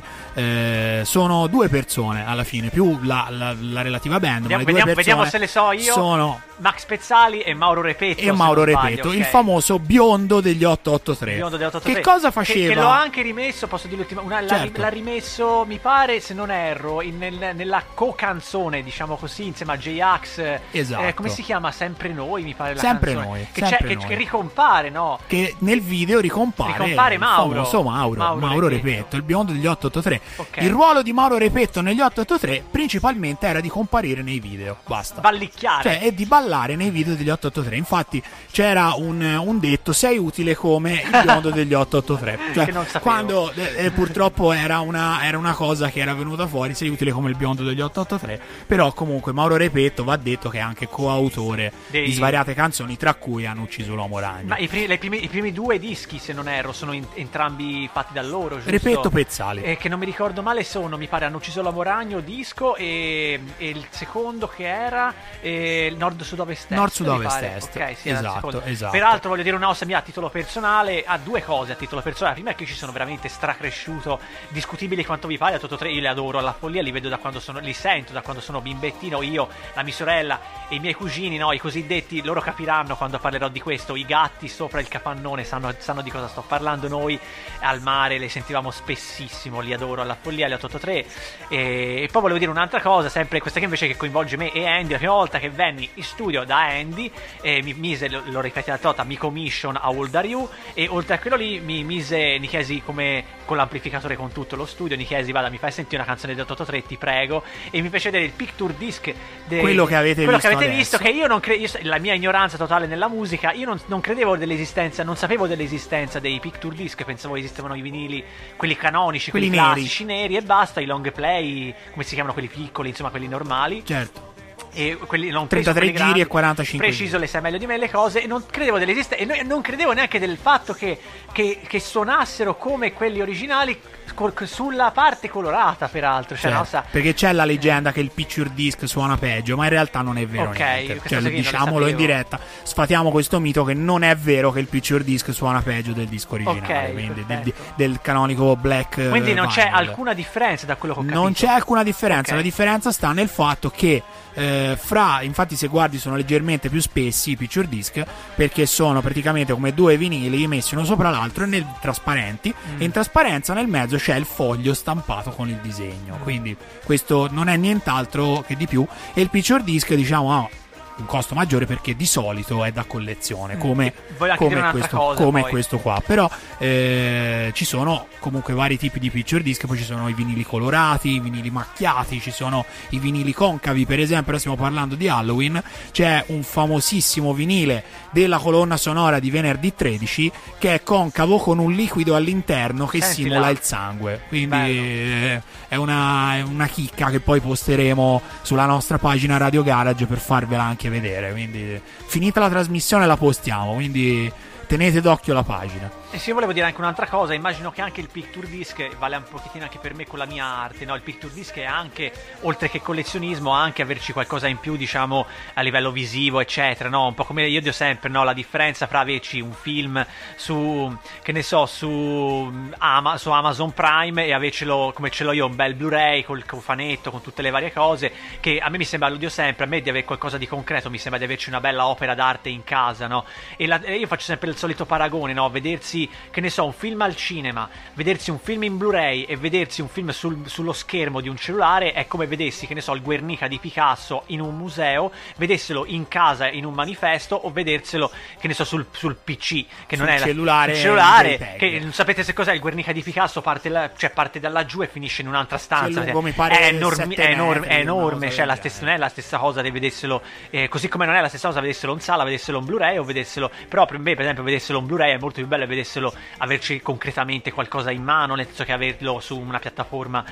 sono 2 persone alla fine, più la relativa band. Vediamo se le so io. Sono Max Pezzali e Mauro Repetto. Okay. Il famoso biondo degli 883. Che cosa faceva? Che l'ho anche rimesso, posso dire certo. l'ha rimesso, mi pare, se non erro, nella co-canzone, diciamo così, insieme a J-Ax. Esatto. Come si chiama? Sempre Noi, mi pare la Sempre canzone. Noi. Che ricompare, no? Che nel video ricompare Mauro. Il famoso Mauro Repetto, il biondo degli 883. Okay. Il ruolo di Mauro Repetto negli 883 principalmente era di comparire nei video. Basta. Ballicchiare. Cioè, e di ballare nei video degli 883. Infatti c'era un detto: sei utile come il biondo degli 883. Cioè, che non sapevo. Quando purtroppo era una cosa che era venuta fuori, sei utile come il biondo degli 883. Però comunque Mauro Repetto va detto che è anche coautore di svariate canzoni, tra cui Hanno ucciso l'uomo ragno. Ma i primi 2 dischi, se non erro, sono entrambi fatti da loro, giusto? Repetto, Pezzali. Che non mi ricordo male sono, mi pare, Hanno ucciso l'uomo ragno, disco, e il secondo che era Nord-Sud-Ovest Est. Nord-Sud-Ovest Est. Ok, sì, esatto. Peraltro voglio dire una cosa mia a titolo personale, a 2 cose a titolo personale. Prima è che ci sono veramente stracresciuto, discutibili quanto vi pare, a Toto 3 io li adoro alla follia, li vedo da quando li sento da quando sono bimbettino, io, la mia sorella e i miei cugini, no, i cosiddetti, loro capiranno quando parlerò di questo, i gatti sopra il capannone sanno di cosa sto parlando. Noi al mare le sentivamo spessissimo, li adoro alla follia, li 883. E poi volevo dire un'altra cosa, sempre questa che invece che coinvolge me e Andy. La prima volta che venni in studio da Andy, mi mise, lo ripeti la trota, mi commission a Old Are You, e oltre a quello lì mi chiesi, come con l'amplificatore, con tutto lo studio, mi chiesi: vada, mi fai sentire una canzone del 883, ti prego, e mi fece vedere il picture disc, quello che avete visto, che io non credo, la mia ignoranza totale nella musica, io non credevo dell'esistenza, non sapevo dell'esistenza dei picture disc, pensavo esistevano i vinili, quelli canonici, quelli classici neri e basta, i long play, come si chiamano, quelli piccoli, insomma quelli normali. Certo. E quelli non 33 giri grandi, e 45 preciso, le sai meglio di me le cose, e non credevo dell'esistenza, e non credevo neanche del fatto che suonassero come quelli originali sulla parte colorata, peraltro, cioè, certo, no, perché c'è la leggenda che il picture disc suona peggio, ma in realtà non è vero, niente. Cioè, diciamolo in diretta, sfatiamo questo mito che non è vero che il picture disc suona peggio del disco originale, quindi del canonico black. Quindi non c'è alcuna differenza, da quello che ho capito. Non c'è alcuna differenza, la differenza sta nel fatto che infatti se guardi sono leggermente più spessi i picture disc, perché sono praticamente come 2 vinili messi uno sopra l'altro e trasparenti, e in trasparenza nel mezzo c'è il foglio stampato con il disegno, quindi questo non è nient'altro che di più. E il picture disc, diciamo, ha un costo maggiore perché di solito è da collezione, come questo qua. Però ci sono comunque vari tipi di picture disc. Poi ci sono i vinili colorati, i vinili macchiati, ci sono i vinili concavi. Per esempio, ora stiamo parlando di Halloween, c'è un famosissimo vinile della colonna sonora di Venerdì 13 che è concavo con un liquido all'interno che simula il sangue, quindi è una chicca che poi posteremo sulla nostra pagina Radio Garage per farvela anche vedere. Quindi finita la trasmissione la postiamo, quindi tenete d'occhio la pagina. E se io volevo dire anche un'altra cosa, immagino che anche il picture disc vale un pochettino anche per me con la mia arte, no? Il picture disc è anche, oltre che collezionismo, anche averci qualcosa in più, diciamo, a livello visivo, eccetera, no? Un po' come io dico sempre, no? La differenza fra averci un film su, che ne so, su Amazon Prime e avercelo come ce l'ho io, un bel Blu-ray col cofanetto, con tutte le varie cose, che a me mi sembra, lo dico sempre, a me di avere qualcosa di concreto, mi sembra di averci una bella opera d'arte in casa, no? E io faccio sempre il solito paragone, no? Vedersi vedersi, che ne so, un film al cinema, vedersi un film in Blu-ray e vedersi un film sullo schermo di un cellulare è come vedersi, che ne so, il Guernica di Picasso in un museo, vederselo in casa in un manifesto, o vederselo, che ne so, sul PC, che non è il cellulare, che non sapete se cos'è il Guernica di Picasso, parte da laggiù e finisce in un'altra stanza. Lungo, mi pare è enorme, metri, cioè non è la stessa cosa di vederselo, così come non è la stessa cosa vederselo in sala, vederselo in Blu-ray o vederselo, però per me per esempio vederselo in Blu-ray è molto più bello, vederselo, averci concretamente qualcosa in mano, nel senso che averlo su una piattaforma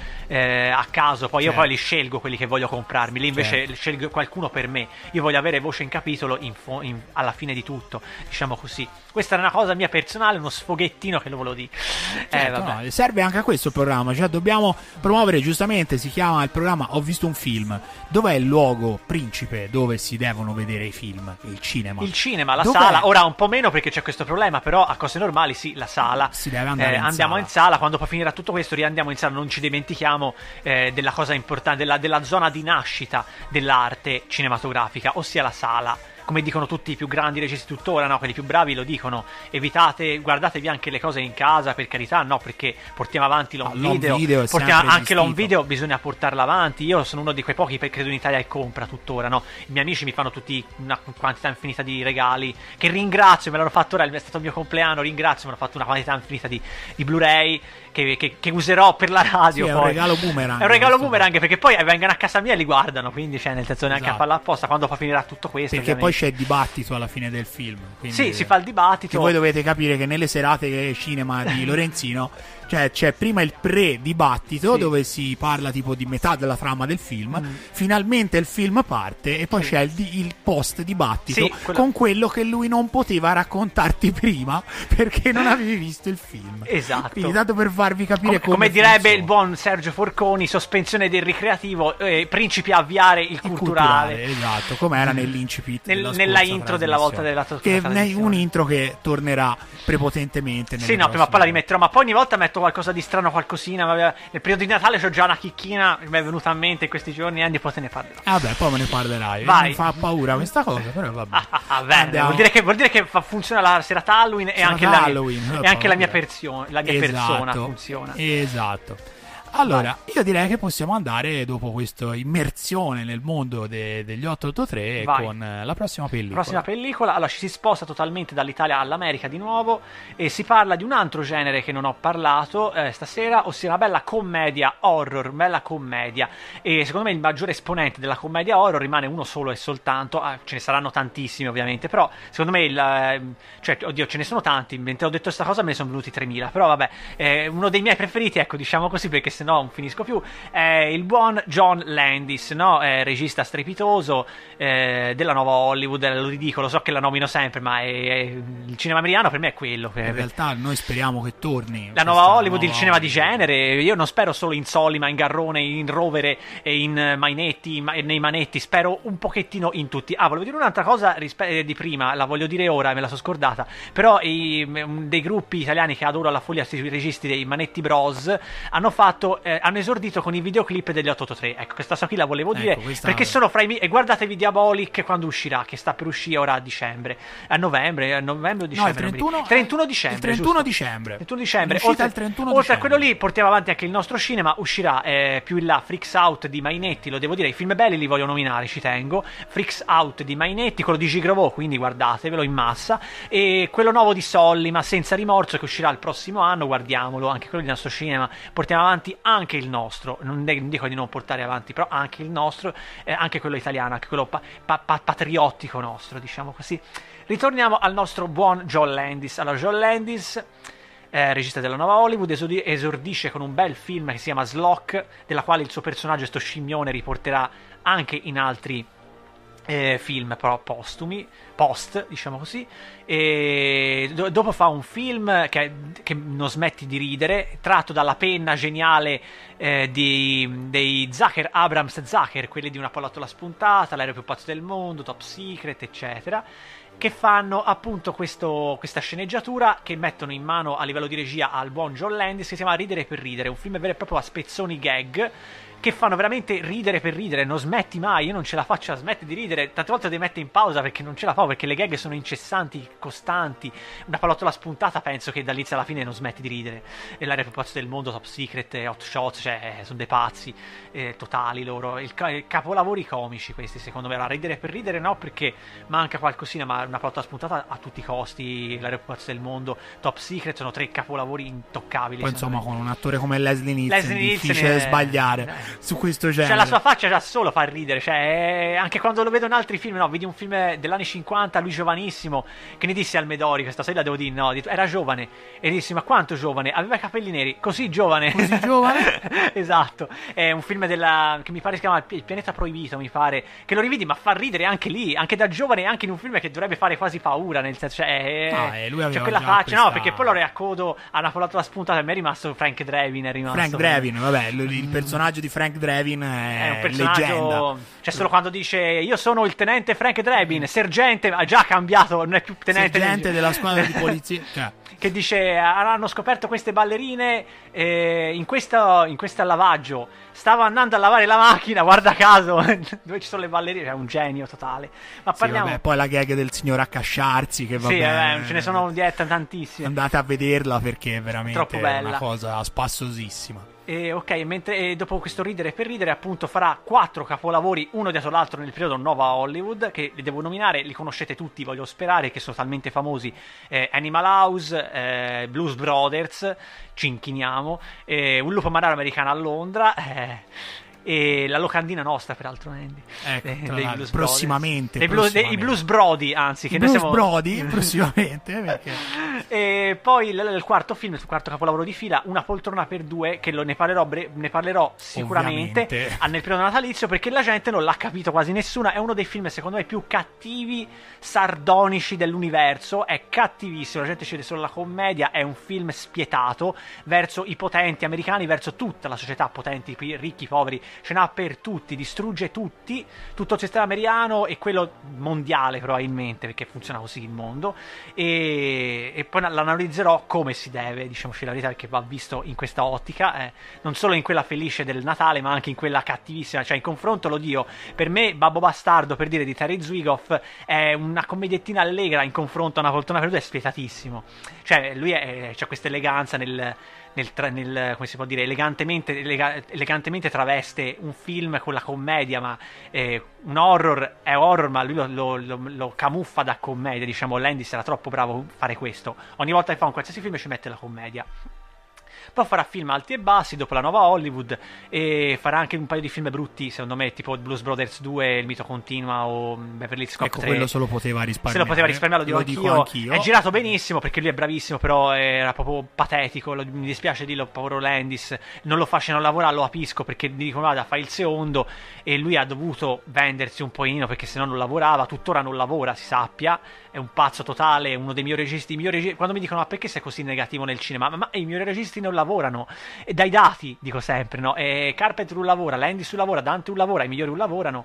a caso, poi io poi li scelgo quelli che voglio comprarmi, lì invece scelgo qualcuno per me, io voglio avere voce in capitolo alla fine di tutto, diciamo così. Questa è una cosa mia personale, uno sfoghettino che lo volevo dire. No, serve anche a questo il programma, cioè dobbiamo promuovere, giustamente si chiama il programma Ho visto un film. Dov'è il luogo principe dove si devono vedere i film? Il cinema. Il cinema, la sala, ora un po' meno perché c'è questo problema, però a cose normali sì, la sala. Si deve andare andiamo in sala, quando poi finirà tutto questo riandiamo in sala, non ci dimentichiamo della cosa importante, della zona di nascita dell'arte cinematografica, ossia la sala. Come dicono tutti i più grandi registi tuttora, no? Quelli più bravi lo dicono, guardatevi anche le cose in casa, per carità, no, perché portiamo avanti l'home video anche l'home video bisogna portarla avanti. Io sono uno di quei pochi, perché credo in Italia, che compra tuttora, no? I miei amici mi fanno tutti una quantità infinita di regali, che ringrazio, me l'hanno fatto ora, è stato il mio compleanno, ringrazio, mi hanno fatto una quantità infinita di Blu-ray che userò per la radio. Sì, poi. È un regalo boomerang. È un regalo boomerang, perché poi vengono a casa mia e li guardano, quindi cioè nel senso neanche a farla apposta, quando poi finirà tutto questo. Perché poi c'è il dibattito alla fine del film. Sì, si fa il dibattito. Che voi dovete capire che nelle serate cinema di Lorenzino c'è prima il pre-dibattito, dove si parla tipo di metà della trama del film, finalmente il film parte e poi c'è il post-dibattito con quello che lui non poteva raccontarti prima perché non avevi visto il film. Esatto. Quindi tanto per farvi capire come direbbe il buon Sergio Forconi, sospensione del ricreativo, principi a avviare il culturale. Esatto, come era nell'incipit nella intro della volta della che è un intro che tornerà prepotentemente prima o poi la rimetterò, ma poi ogni volta metto qualcosa di strano, qualcosina. Nel periodo di Natale c'ho già una chicchina che mi è venuta in mente in questi giorni, Andy, poi te ne parlerò. Vabbè, poi me ne parlerai. Mi fa paura questa cosa, però vabbè. Vuol dire che funziona la serata Halloween e anche la mia persona funziona. Esatto. Allora, io direi che possiamo andare, dopo questa immersione nel mondo degli 883, con la prossima pellicola. Allora, ci si sposta totalmente dall'Italia all'America di nuovo e si parla di un altro genere che non ho parlato stasera, ossia una bella commedia horror, e secondo me il maggiore esponente della commedia horror rimane uno solo e soltanto, ce ne saranno tantissimi ovviamente, però secondo me ce ne sono tanti, mentre ho detto questa cosa me ne sono venuti 3000, però vabbè, uno dei miei preferiti, ecco, diciamo così, perché se no non finisco più, è il buon John Landis, no? Regista strepitoso della nuova Hollywood, lo ridicolo, so che la nomino sempre, ma il cinema americano per me è quello. In realtà noi speriamo che torni la nuova Hollywood, il cinema di genere. Io non spero solo in Solima, in Garrone, in Rovere e in Mainetti, nei Manetti, spero un pochettino in tutti. Volevo dire un'altra cosa di prima, la voglio dire ora, me la sono scordata, però dei gruppi italiani che adoro alla follia, i registi dei Manetti Bros hanno esordito con i videoclip degli 883. Ecco, questa qui la volevo dire, perché sono fra i miei. E guardatevi Diabolic quando uscirà, che sta per uscire ora a dicembre, a novembre o dicembre. No, il 31 dicembre. Il 31 dicembre. Oltre a quello lì portiamo avanti anche il nostro cinema. Uscirà più in là Freaks Out di Mainetti, lo devo dire, i film belli li voglio nominare, ci tengo. Freaks Out di Mainetti, quello di Gigrovo, quindi guardatevelo in massa, e quello nuovo di Sollima, Senza rimorso, che uscirà il prossimo anno, guardiamolo, anche quello del nostro cinema. Portiamo avanti anche il nostro, non dico di non portare avanti, però anche il nostro, anche quello italiano, anche quello patriottico nostro, diciamo così. Ritorniamo al nostro buon John Landis. Allora, John Landis, regista della nuova Hollywood, esordisce con un bel film che si chiama Slock, della quale il suo personaggio, sto scimmione, riporterà anche in altri film però diciamo così, e dopo fa un film che non smetti di ridere, tratto dalla penna geniale dei Abrams Zucker, quelli di Una pallottola spuntata, L'aereo più pazzo del mondo, Top Secret, eccetera. che fanno appunto questa sceneggiatura che mettono in mano a livello di regia al buon John Landis, che si chiama Ridere per ridere, un film vero e proprio a spezzoni gag che fanno veramente ridere per ridere, non smetti mai, io non ce la faccio a smettere di ridere, tante volte devi mettere in pausa perché non ce la fa, perché le gag sono incessanti, costanti, una pallottola spuntata penso che dall'inizio alla fine non smetti di ridere, e l'aria più pazzo del mondo, Top Secret, Hot Shots, cioè sono dei pazzi totali loro, capolavori comici questi secondo me, la ridere per ridere no perché manca qualcosina, ma una pallottola spuntata a tutti i costi, l'aria più pazzo del mondo, Top Secret, sono 3 capolavori intoccabili. Poi insomma con un attore come Leslie Nielsen è difficile sbagliare su questo genere. Cioè la sua faccia già solo fa ridere, cioè anche quando lo vedo in altri film, no, vedi un film degli anni 50, lui giovanissimo, che ne dissi al Medori, questa sera devo dire, no, era giovane, e dissi ma quanto giovane? Aveva i capelli neri, così giovane? Esatto, è un film che mi pare si chiama Il pianeta proibito, mi pare, che lo rividi ma fa ridere anche lì, anche da giovane, anche in un film che dovrebbe fare quasi paura, nel senso, lui aveva quella faccia, no, perché poi lo reaccodo a una pallottola spuntata, e mi è rimasto Frank Drebin, Frank Drebin, vabbè, il personaggio di Frank Drebin è un personaggio leggenda. Cioè solo quando dice io sono il tenente Frank Drebin, sergente, ha già cambiato, non è più tenente, sergente della squadra di polizia, cioè. Che dice hanno scoperto queste ballerine in questo lavaggio, stava andando a lavare la macchina, guarda caso dove ci sono le ballerine, è un genio totale. Ma parliamo... vabbè, poi la gag del signor Accasciarsi che vabbè, ce ne sono dietro tantissime, andate a vederla perché è veramente troppo bella, una cosa spassosissima. Ok, mentre dopo questo ridere per ridere appunto farà 4 capolavori uno dietro l'altro nel periodo Nova Hollywood, che li devo nominare, li conoscete tutti, voglio sperare, che sono talmente famosi: Animal House, Blues Brothers, ci inchiniamo, Un lupo mannaro americano a Londra, e la locandina nostra peraltro, Andy, ecco, prossimamente i Blues Brody, anzi, che Blues Brody prossimamente perché... E poi il quarto film, il quarto capolavoro di fila, Una poltrona per due, che ne parlerò sicuramente nel periodo natalizio, perché la gente non l'ha capito quasi nessuna, è uno dei film secondo me più cattivi, sardonici dell'universo, è cattivissimo, la gente scende solo la commedia, è un film spietato verso i potenti americani, verso tutta la società, potenti, ricchi, poveri, ce n'ha per tutti, distrugge tutti, tutto il sistema americano e quello mondiale probabilmente, perché funziona così il mondo, e poi l'analizzerò come si deve, diciamoci la verità, perché va visto in questa ottica, non solo in quella felice del Natale ma anche in quella cattivissima, cioè in confronto, lo dico, per me Babbo Bastardo, per dire, di Terry Zwigoff è una commediettina allegra, in confronto a Una poltrona per due è spietatissimo, cioè lui c'ha questa eleganza nel come si può dire, elegantemente traveste un film con la commedia, ma un horror è horror, ma lui lo camuffa da commedia, diciamo. Landis era troppo bravo a fare questo, ogni volta che fa un qualsiasi film ci mette la commedia. Poi farà film alti e bassi dopo la Nova Hollywood, e farà anche un paio di film brutti secondo me, tipo Blues Brothers 2, Il mito continua, o Beverly Hills Cop 3. Quello se lo poteva risparmiare, se lo poteva risparmiare, lo dico anch'io. È girato benissimo perché lui è bravissimo, però era proprio patetico, mi dispiace dirlo, povero Landis, non lo facciano lavorare, lo capisco, perché mi dicono vada, fai il secondo, e lui ha dovuto vendersi un pochino perché sennò non lavorava, tuttora non lavora, si sappia, è un pazzo totale, uno dei miei registi, quando mi dicono ma perché sei così negativo nel cinema, ma i miei registi non lavorano, e dai dati dico sempre, no? Carpenter un lavora, Landis un lavora, Dante un lavora, i migliori un lavorano,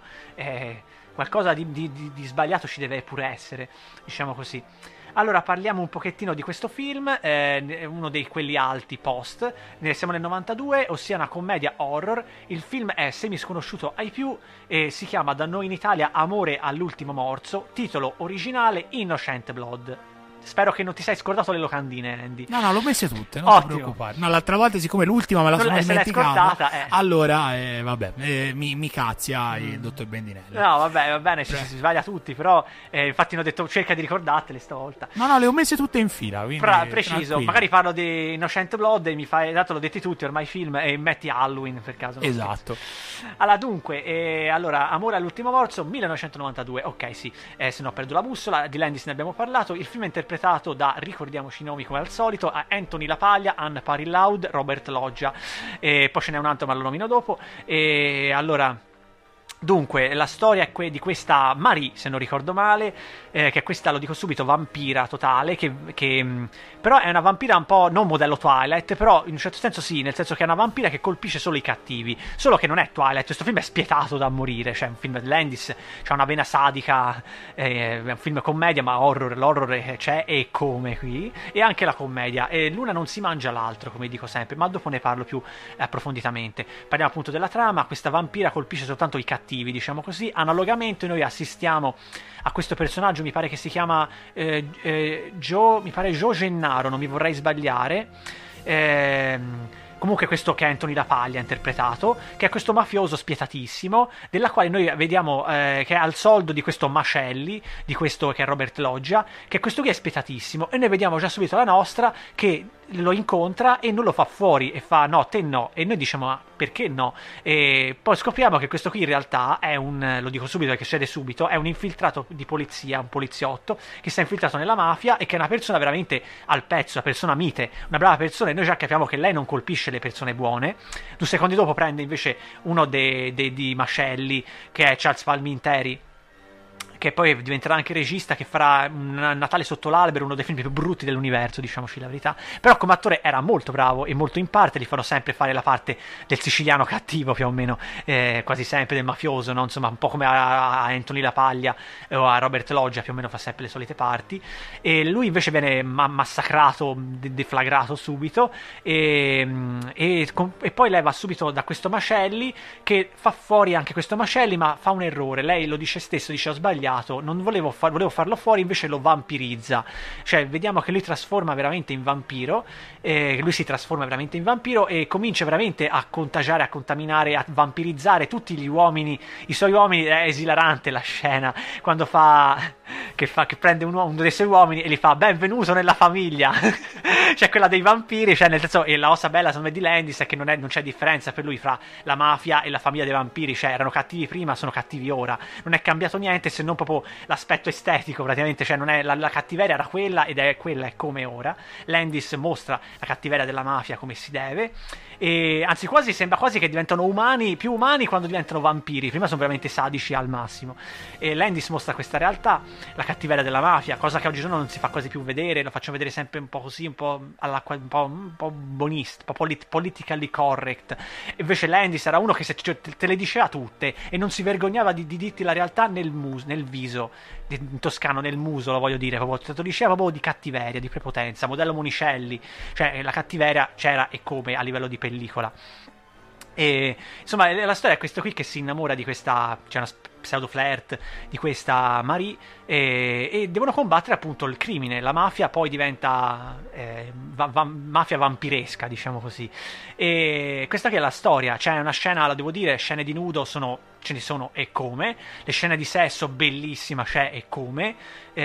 qualcosa di sbagliato ci deve pure essere, diciamo così. Allora parliamo un pochettino di questo film, uno dei quelli alti post, siamo nel 92, ossia una commedia horror. Il film è semisconosciuto ai più e si chiama da noi in Italia Amore all'ultimo morso, titolo originale Innocent Blood. Spero che non ti sei scordato le locandine, Andy. No, l'ho messe tutte, non ti preoccupare. No, l'altra volta, siccome l'ultima me la sono dimenticata, allora, vabbè, mi cazzia il dottor Bendinelli. No, vabbè, va bene, ci si sbaglia tutti, però infatti ne ho detto cerca di ricordartele stavolta. No, le ho messe tutte in fila, quindi preciso. Tranquillo. Magari parlo di Innocent Blood e mi fai, dato l'ho detti tutti ormai film, e metti Halloween per caso. Esatto. Allora, dunque, allora, Amore all'ultimo morso, 1992, ok, sì, se no perdo la bussola, di Landis ne abbiamo parlato, il film è interpretato da, ricordiamoci i nomi come al solito, Anthony LaPaglia, Anne Parry Loud, Robert Loggia, e poi ce n'è un altro ma lo nomino dopo. E allora Dunque, la storia è di questa Marie, se non ricordo male, che è questa, lo dico subito, vampira totale, che però è una vampira un po' non modello Twilight, però in un certo senso sì, nel senso che è una vampira che colpisce solo i cattivi, solo che non è Twilight. Questo film è spietato da morire, cioè un film di Landis, c'ha una vena sadica, è un film commedia, ma l'horror c'è e come qui, e anche la commedia, e l'una non si mangia l'altro, come dico sempre, ma dopo ne parlo più approfonditamente. Parliamo appunto della trama. Questa vampira colpisce soltanto i cattivi, diciamo così. Analogamente noi assistiamo a questo personaggio, mi pare che si chiama Joe Gennaro, non mi vorrei sbagliare, comunque questo che Anthony La Paglia ha interpretato, che è questo mafioso spietatissimo, della quale noi vediamo che è al soldo di questo Macelli, di questo che è Robert Loggia, che questo qui è spietatissimo, e noi vediamo già subito la nostra che lo incontra e non lo fa fuori e fa no, te no, e noi diciamo ma perché no? E poi scopriamo che questo qui in realtà è lo dico subito perché succede subito, è un infiltrato di polizia, un poliziotto che si è infiltrato nella mafia e che è una persona veramente al pezzo, una persona mite, una brava persona, e noi già capiamo che lei non colpisce le persone buone. 2 secondi dopo prende invece uno di Macelli, che è Charles Palminteri, che poi diventerà anche regista, che farà un Natale sotto l'albero, uno dei film più brutti dell'universo, diciamoci la verità. Però come attore era molto bravo e molto in parte, gli fanno sempre fare la parte del siciliano cattivo, più o meno, quasi sempre del mafioso, no? Insomma, un po' come a Anthony La Paglia o a Robert Loggia, più o meno fa sempre le solite parti. E lui invece viene massacrato, deflagrato subito, e poi lei va subito da questo Macelli, che fa fuori anche questo Macelli, ma fa un errore. Lei lo dice stesso, dice ho sbagliato, non volevo farlo fuori, invece lo vampirizza, cioè vediamo che lui trasforma veramente in vampiro, lui si trasforma veramente in vampiro e comincia veramente a contagiare, a contaminare, a vampirizzare tutti gli uomini, i suoi uomini. È esilarante la scena quando che prende uno dei suoi uomini e gli fa benvenuto nella famiglia cioè quella dei vampiri, cioè nel senso, e la cosa bella secondo me di Landis è che non c'è differenza per lui fra la mafia e la famiglia dei vampiri, cioè erano cattivi prima, sono cattivi ora, non è cambiato niente se non proprio l'aspetto estetico praticamente, cioè non è la cattiveria era quella ed è quella, è come ora. Landis mostra la cattiveria della mafia come si deve, e anzi sembra quasi che diventano più umani quando diventano vampiri, prima sono veramente sadici al massimo, e Landis mostra questa realtà, la cattiveria della mafia, cosa che oggigiorno non si fa quasi più vedere, lo facciamo vedere sempre un po' così, un po' un po' bonista, un po' politically correct. Invece Landis era uno che te le diceva tutte e non si vergognava di dirti la realtà nel viso, in toscano, nel muso, lo voglio dire, proprio, te lo diceva proprio di cattiveria, di prepotenza, modello Monicelli, cioè la cattiveria c'era e come a livello di pellicola. E insomma la storia è questo qui che si innamora di questa, c'è una pseudo flirt di questa Marie, e devono combattere appunto il crimine, la mafia poi diventa mafia vampiresca, diciamo così. E questa qui è la storia. C'è una scena, la devo dire, scene di nudo ce ne sono e come, le scene di sesso bellissima c'è e come,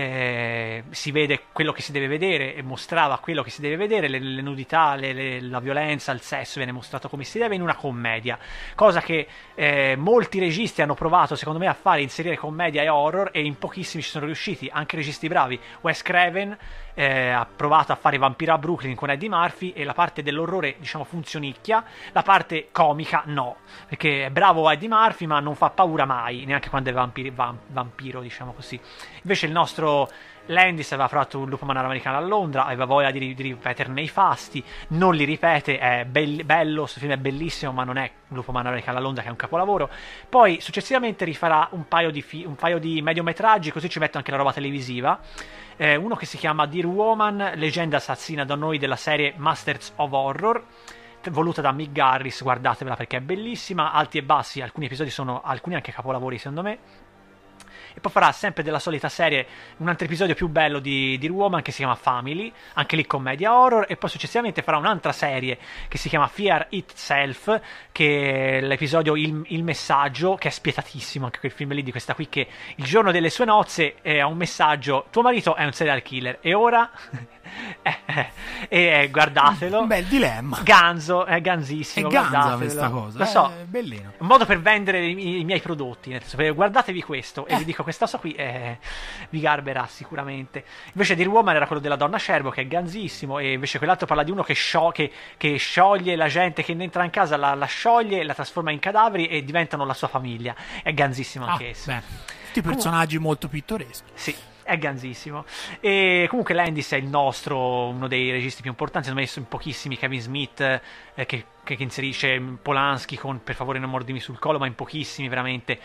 si vede quello che si deve vedere e mostrava quello che si deve vedere, le nudità, la violenza, il sesso viene mostrato come si deve in una commedia, cosa che molti registi hanno provato secondo me a fare, inserire commedia e horror, e in pochissimi ci sono riusciti, anche registi bravi. Wes Craven ha provato a fare Vampiro a Brooklyn con Eddie Murphy e la parte dell'orrore diciamo funzionicchia, la parte comica no, perché è bravo Eddie Murphy ma non fa paura mai, neanche quando è vampiro, diciamo così. Invece il nostro Landis aveva fatto Un lupo mannaro americano a Londra, aveva voglia di ripeterne i fasti, non li ripete, è bello, questo film è bellissimo, ma non è Un lupo mannaro americano a Londra che è un capolavoro. Poi successivamente rifarà un paio di mediometraggi, così ci metto anche la roba televisiva, uno che si chiama Dear Woman, leggenda assassina da noi della serie Masters of Horror, voluta da Mick Garris, guardatevela perché è bellissima, alti e bassi, alcuni episodi sono anche capolavori secondo me. E poi farà sempre della solita serie un altro episodio più bello di Woman che si chiama Family, anche lì commedia horror, e poi successivamente farà un'altra serie che si chiama Fear Itself, che è l'episodio Il messaggio, che è spietatissimo, anche quel film lì di questa qui che il giorno delle sue nozze ha un messaggio: tuo marito è un serial killer e ora Guardatelo. Un bel dilemma. Ganzo, è ganzissimo. È ganza questa cosa. Lo so. È bellino. Un modo per vendere i miei prodotti. Nel senso, guardatevi questo. E vi dico, questa cosa qui vi garberà sicuramente. Invece Dear Woman era quello della donna Sherbo, che è ganzissimo. E invece quell'altro parla di uno che scioglie la gente che entra in casa, la scioglie, la trasforma in cadaveri e diventano la sua famiglia. È ganzissimo anche esso. Tutti personaggi molto pittoreschi. Sì. È ganzissimo. E comunque Landis è uno dei registi più importanti, secondo me in pochissimi. Kevin Smith che inserisce Polanski con Per favore non mordimi sul collo, ma in pochissimi veramente.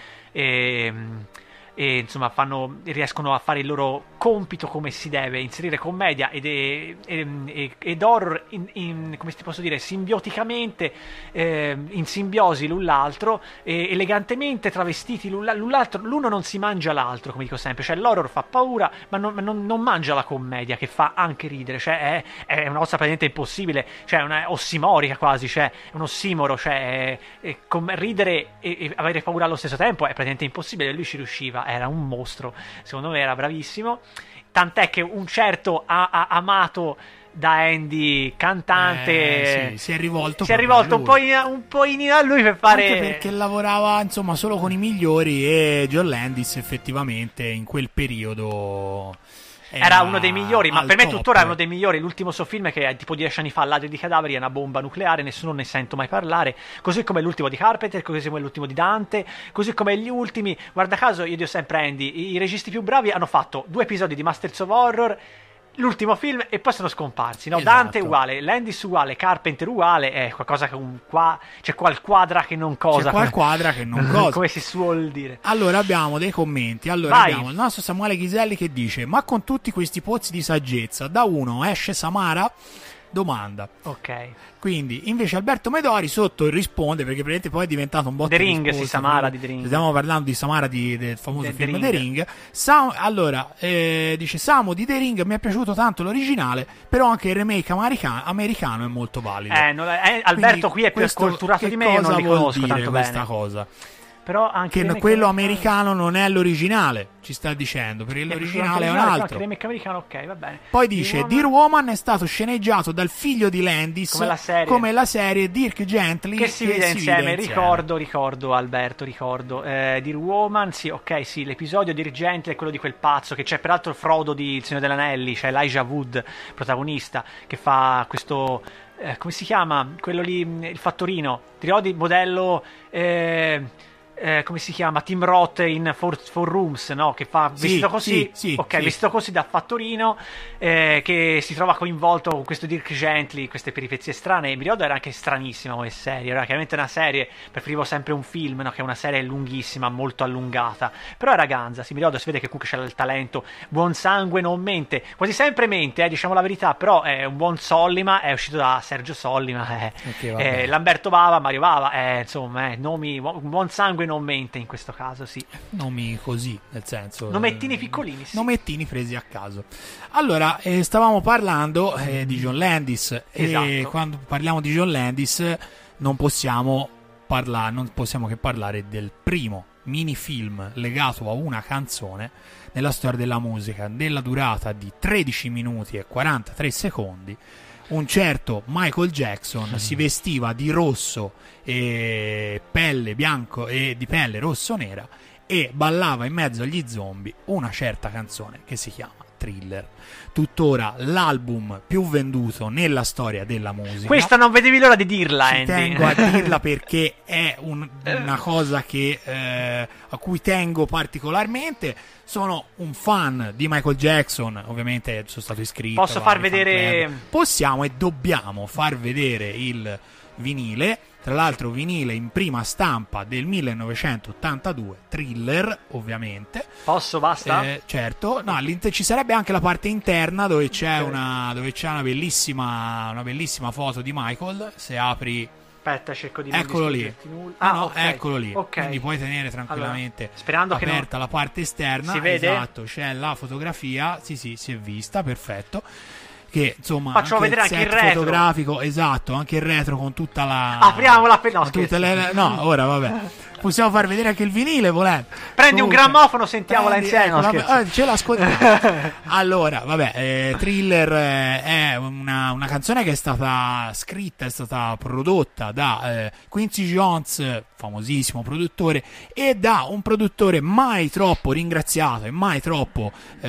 E insomma riescono a fare il loro compito come si deve, inserire commedia ed horror come ti posso dire, simbioticamente, in simbiosi l'un l'altro, elegantemente travestiti l'un l'altro. L'uno non si mangia l'altro, come dico sempre, cioè l'horror fa paura ma non mangia la commedia, che fa anche ridere, cioè è una cosa praticamente impossibile, cioè una ossimorica quasi, cioè è un ossimoro, cioè ridere e avere paura allo stesso tempo è praticamente impossibile, e lui ci riusciva. Era un mostro, secondo me era bravissimo, tant'è che un certo amato da Andy cantante si è rivolto un po' a lui per fare, anche perché lavorava insomma solo con i migliori, e John Landis effettivamente in quel periodo era uno dei migliori, ma per me top. tuttora è uno dei migliori. L'ultimo suo film, che è tipo 10 anni fa, Ladri di cadaveri, è una bomba nucleare, nessuno ne sento mai parlare, così come l'ultimo di Carpenter, così come l'ultimo di Dante, così come gli ultimi. Guarda caso, io dico sempre Andy, i registi più bravi hanno fatto 2 episodi di Masters of Horror, l'ultimo film, e poi sono scomparsi, no? Esatto. Dante uguale, Landis uguale, Carpenter uguale, è qualcosa che c'è qual quadra che non cosa, come si suol dire. Allora abbiamo dei commenti. Allora abbiamo il nostro Samuele Ghiselli che dice: ma con tutti questi pozzi di saggezza, da uno esce Samara? Domanda. Ok. Quindi invece Alberto Medori sotto risponde, perché praticamente poi è diventato un botto The di Ring, risposte, Samara di The Ring. Stiamo parlando di Samara del famoso film The The Ring. Dice Samu di The Ring mi è piaciuto tanto l'originale, però anche il remake americano è molto valido. Alberto qui è più acculturato di me, io non li conosco tanto bene questa cosa. Però anche quello americano non è l'originale, ci sta dicendo, perché l'originale è un altro. Anche il remake americano, ok, va bene. Poi dice Dear Woman è stato sceneggiato dal figlio di Landis come la serie Dirk Gently che si vede insieme. Ricordo Alberto, Dear Woman, sì, ok, sì, l'episodio Dirk Gently è quello di quel pazzo che c'è peraltro Frodo di Il Signore degli Anelli, c'è Elijah Wood protagonista che fa questo come si chiama? Quello lì, il fattorino, ti ricordi il modello come si chiama? Tim Roth in Four Rooms, no? Che fa vestito così, vestito così da fattorino, che si trova coinvolto con questo Dirk Gently, queste peripezie strane. Mi ricordo era anche stranissima come serie, era chiaramente una serie, preferivo sempre un film, no? Che è una serie lunghissima, molto allungata, però era ganza, mi ricordo, si vede che comunque c'era il talento, buon sangue non mente, quasi sempre mente, diciamo la verità, però è un buon Sollima, è uscito da Sergio Sollima, Lamberto Bava, Mario Bava, insomma, nomi, buon sangue non mente in questo caso, sì. Nomi così, nel senso nomettini piccolini, sì. Nomettini presi a caso. Allora, stavamo parlando di John Landis, esatto. E quando parliamo di John Landis non possiamo che parlare del primo minifilm legato a una canzone nella storia della musica, della durata di 13 minuti e 43 secondi. Un certo Michael Jackson si vestiva di rosso e pelle bianco e di pelle rosso-nera e ballava in mezzo agli zombie una certa canzone che si chiama Thriller, tuttora l'album più venduto nella storia della musica. Questa non vedevi l'ora di dirla, Ci Andy. tengo a dirla perché è una cosa a cui tengo particolarmente. Sono un fan di Michael Jackson, ovviamente sono stato iscritto. Posso far vedere? Possiamo e dobbiamo far vedere il vinile. Tra l'altro vinile in prima stampa del 1982, Thriller, ovviamente. Posso, basta? Certo. No, ci sarebbe anche la parte interna dove c'è una bellissima foto di Michael. Se apri... Aspetta, cerco di eccolo lì. Okay. Eccolo lì. Okay. Quindi puoi tenere tranquillamente sperando aperta la parte esterna. Si vede? Esatto, c'è la fotografia. Sì, si è vista, perfetto. Che insomma facciamo vedere anche il retro fotografico, esatto, anche il retro con tutta la apriamola per no, ora vabbè. possiamo far vedere anche il vinile volendo. Prendi un grammofono, sentiamola insieme. Ce l'ascoltiamo. Allora, vabbè, Thriller è una canzone che è stata scritta, è stata prodotta da Quincy Jones, famosissimo produttore, e da un produttore mai troppo ringraziato e mai troppo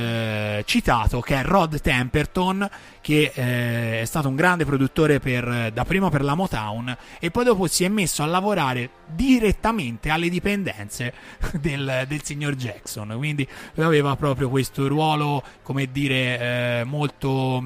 citato, che è Rod Temperton, che è stato un grande produttore dapprima per la Motown e poi dopo si è messo a lavorare direttamente alle dipendenze del signor Jackson, quindi aveva proprio questo ruolo, come dire, molto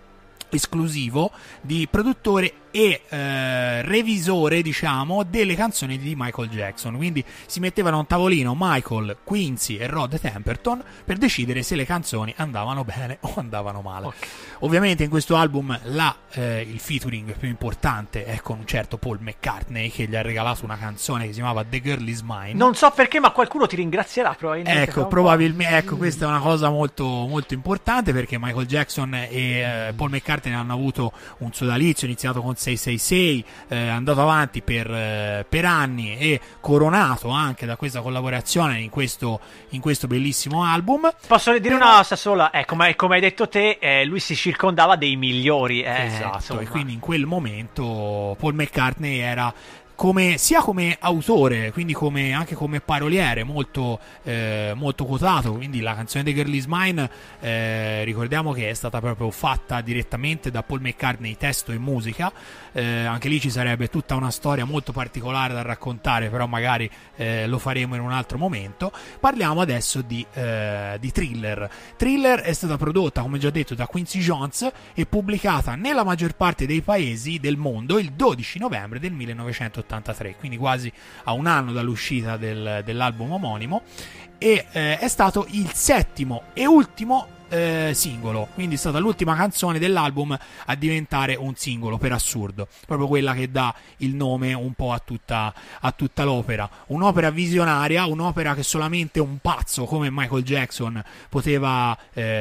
esclusivo di produttore e revisore, diciamo, delle canzoni di Michael Jackson. Quindi si mettevano a un tavolino Michael, Quincy e Rod Temperton per decidere se le canzoni andavano bene o andavano male. Okay. Ovviamente in questo album il featuring più importante è con un certo Paul McCartney, che gli ha regalato una canzone che si chiamava The Girl Is Mine. Non so perché, ma qualcuno ti ringrazierà probabilmente. Ecco, probabilmente, ecco, questa è una cosa molto, molto importante, perché Michael Jackson e Paul McCartney hanno avuto un sodalizio iniziato con 666, andato avanti per anni e coronato anche da questa collaborazione in questo bellissimo album. Posso dire una cosa sola, come hai detto te, lui si circondava dei migliori. Esatto, insomma. E quindi in quel momento Paul McCartney era sia come autore, quindi anche come paroliere molto quotato. Quindi la canzone The Girl Is Mine, ricordiamo che è stata proprio fatta direttamente da Paul McCartney, testo e musica. Anche lì ci sarebbe tutta una storia molto particolare da raccontare, però magari lo faremo in un altro momento. Parliamo adesso di Thriller. Thriller è stata prodotta, come già detto, da Quincy Jones e pubblicata nella maggior parte dei paesi del mondo il 12 novembre del 1983, quindi quasi a un anno dall'uscita dell'album omonimo, e è stato il settimo e ultimo singolo, quindi è stata l'ultima canzone dell'album a diventare un singolo, per assurdo, proprio quella che dà il nome un po' a tutta l'opera. Un'opera visionaria, un'opera che solamente un pazzo come Michael Jackson poteva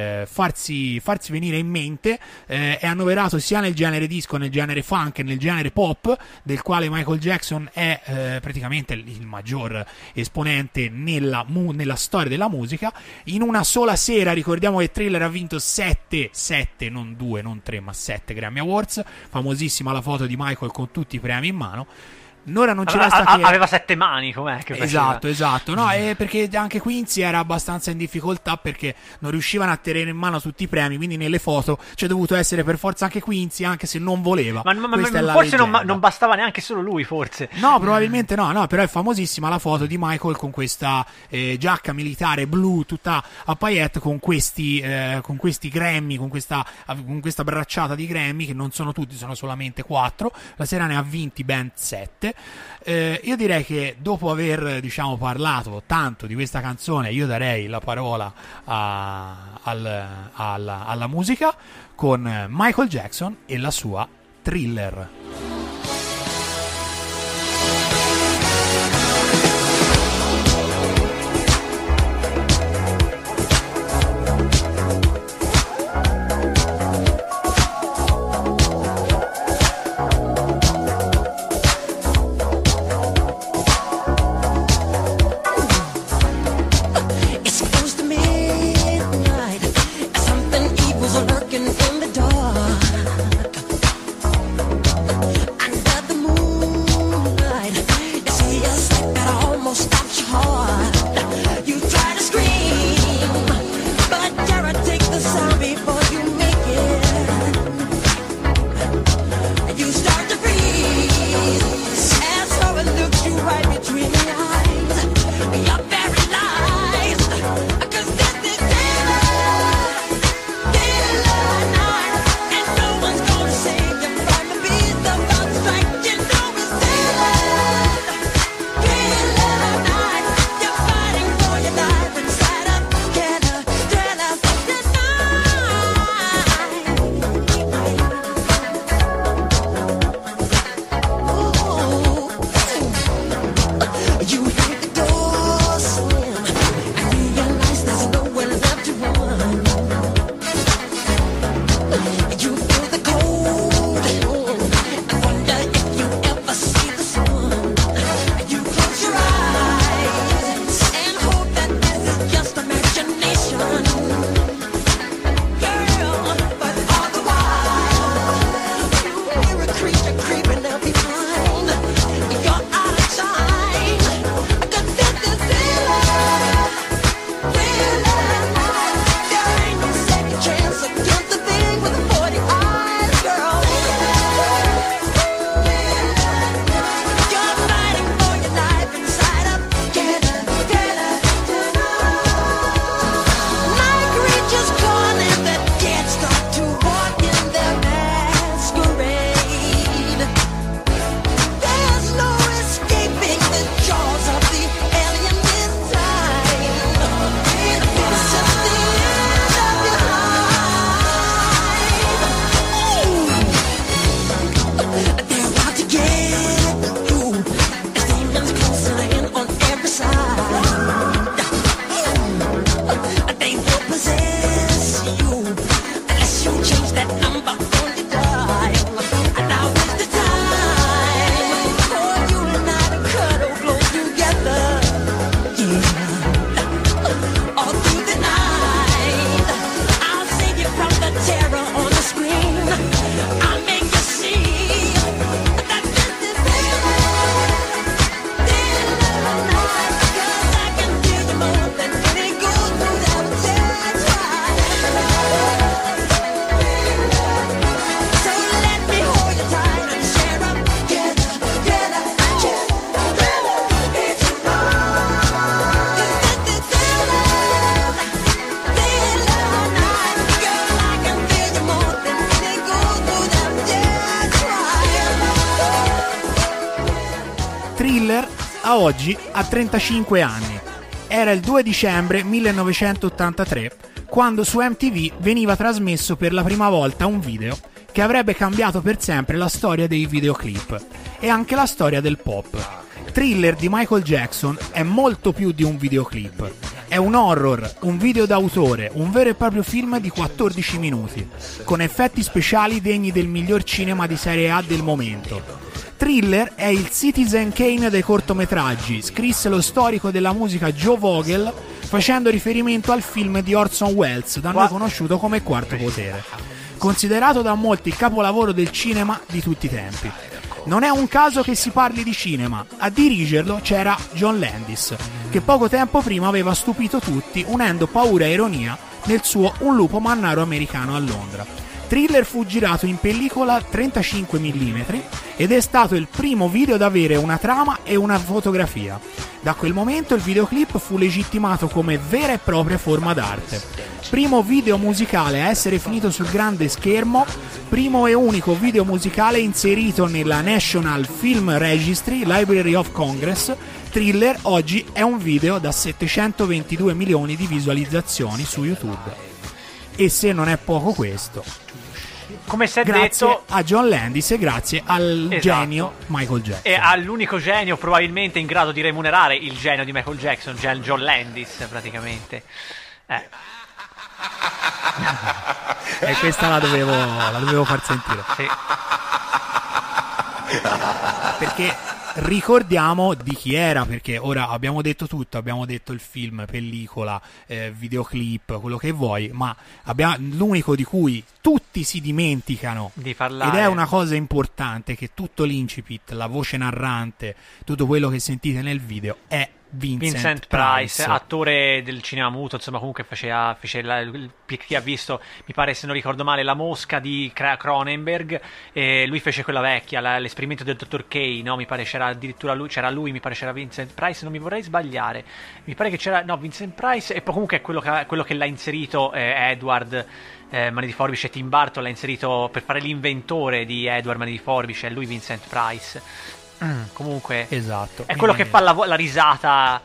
farsi venire in mente. È annoverato sia nel genere disco, nel genere funk e nel genere pop, del quale Michael Jackson è praticamente il maggior esponente nella storia della musica. In una sola sera, ricordiamo che Thriller ha vinto 7, non 2, non 3, ma 7 Grammy Awards. Famosissima la foto di Michael con tutti i premi in mano. Ora non ci resta che... Aveva 7 mani, com'è che faceva? Esatto. No, perché anche Quincy era abbastanza in difficoltà, perché non riuscivano a tenere in mano tutti i premi, quindi nelle foto c'è dovuto essere per forza anche Quincy, anche se non voleva. Ma forse non bastava neanche solo lui, forse. No, probabilmente no, però è famosissima la foto di Michael con questa giacca militare blu tutta a paillette, con questi Grammy, con questa bracciata di Grammy, che non sono tutti, sono solamente 4. La sera ne ha vinti ben 7. Io direi che dopo aver, diciamo, parlato tanto di questa canzone, io darei la parola alla musica con Michael Jackson e la sua Thriller. Lurking in the dark. Thriller a oggi ha 35 anni. Era il 2 dicembre 1983 quando su MTV veniva trasmesso per la prima volta un video che avrebbe cambiato per sempre la storia dei videoclip e anche la storia del pop. Thriller di Michael Jackson è molto più di un videoclip. È un horror, un video d'autore, un vero e proprio film di 14 minuti, con effetti speciali degni del miglior cinema di serie A del momento. Thriller è il Citizen Kane dei cortometraggi, scrisse lo storico della musica Joe Vogel facendo riferimento al film di Orson Welles, da noi conosciuto come Quarto Potere. Considerato da molti il capolavoro del cinema di tutti i tempi. Non è un caso che si parli di cinema, a dirigerlo c'era John Landis, che poco tempo prima aveva stupito tutti unendo paura e ironia nel suo Un lupo mannaro americano a Londra. Thriller fu girato in pellicola 35 mm ed è stato il primo video ad avere una trama e una fotografia. Da quel momento il videoclip fu legittimato come vera e propria forma d'arte. Primo video musicale a essere finito sul grande schermo, primo e unico video musicale inserito nella National Film Registry Library of Congress. Thriller oggi è un video da 722 milioni di visualizzazioni su YouTube. E se non è poco questo, come si è grazie detto a John Landis e grazie al genio Michael Jackson. E all'unico genio probabilmente in grado di remunerare il genio di Michael Jackson, John Landis praticamente. E questa la dovevo far sentire. Sì. Perché ricordiamo di chi era, perché ora abbiamo detto tutto, abbiamo detto il film, pellicola, videoclip, quello che vuoi, ma l'unico di cui tutti si dimenticano di parlare, ed è una cosa importante, che tutto l'incipit, la voce narrante, tutto quello che sentite nel video è Vincent Price, attore del cinema muto, insomma, comunque chi ha visto, mi pare, se non ricordo male, La Mosca di Cronenberg, e lui fece quella vecchia, l'esperimento del dottor K, no? Mi pare c'era addirittura lui, mi pare c'era Vincent Price, non mi vorrei sbagliare, mi pare che c'era, no, Vincent Price, e poi comunque quello che l'ha inserito è Edward Mani di Forbice, e Tim Burton l'ha inserito per fare l'inventore di Edward Mani di Forbice, è lui Vincent Price. Comunque esatto, è quello che fa la risata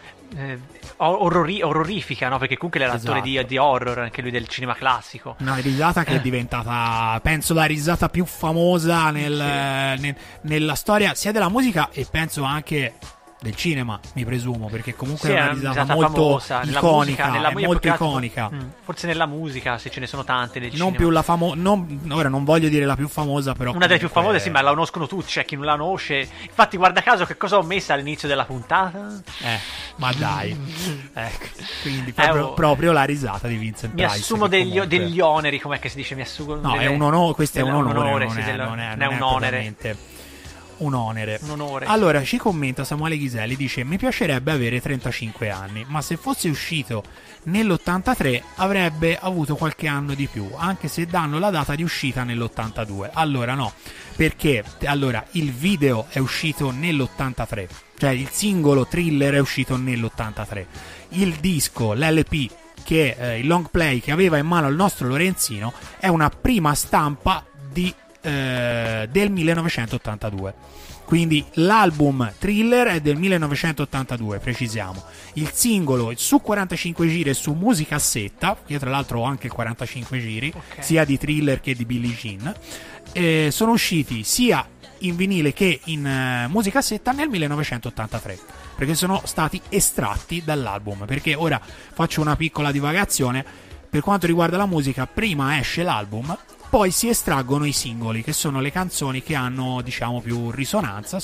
orrorifica, no? Perché comunque era l'attore di horror, anche lui del cinema classico. Una risata che è diventata, penso, la risata più famosa nella storia sia della musica e penso anche del cinema, mi presumo, perché comunque è una risata molto famosa, iconica, è molto iconica. Forse nella musica, se ce ne sono tante del non cinema. Più la ora non voglio dire la più famosa, però una delle più famose, sì, ma la conoscono tutti, c'è chi non la conosce. Infatti, guarda caso, che cosa ho messo all'inizio della puntata? Ma dai. Ecco. Quindi proprio la risata di Vincent Price. Mi assumo degli oneri, com'è che si dice? Mi assumo no, è un onore, questo è un onore, non è un onere. Un onere. Allora ci commenta Samuele Ghiselli, dice: mi piacerebbe avere 35 anni, ma se fosse uscito nell'83 avrebbe avuto qualche anno di più, anche se danno la data di uscita nell'82. Allora no, perché allora il video è uscito nell'83, cioè il singolo Thriller è uscito nell'83, il disco, l'LP, che è il long play che aveva in mano il nostro Lorenzino, è una prima stampa del 1982. Quindi l'album Thriller è del 1982, precisiamo. Il singolo su 45 giri e su musicassetta, io tra l'altro ho anche il 45 giri, sia di Thriller che di Billie Jean, sono usciti sia in vinile che in musicassetta nel 1983, perché sono stati estratti dall'album. Perché ora faccio una piccola divagazione. Per quanto riguarda la musica, prima esce l'album, poi si estraggono i singoli, che sono le canzoni che hanno, diciamo, più risonanza,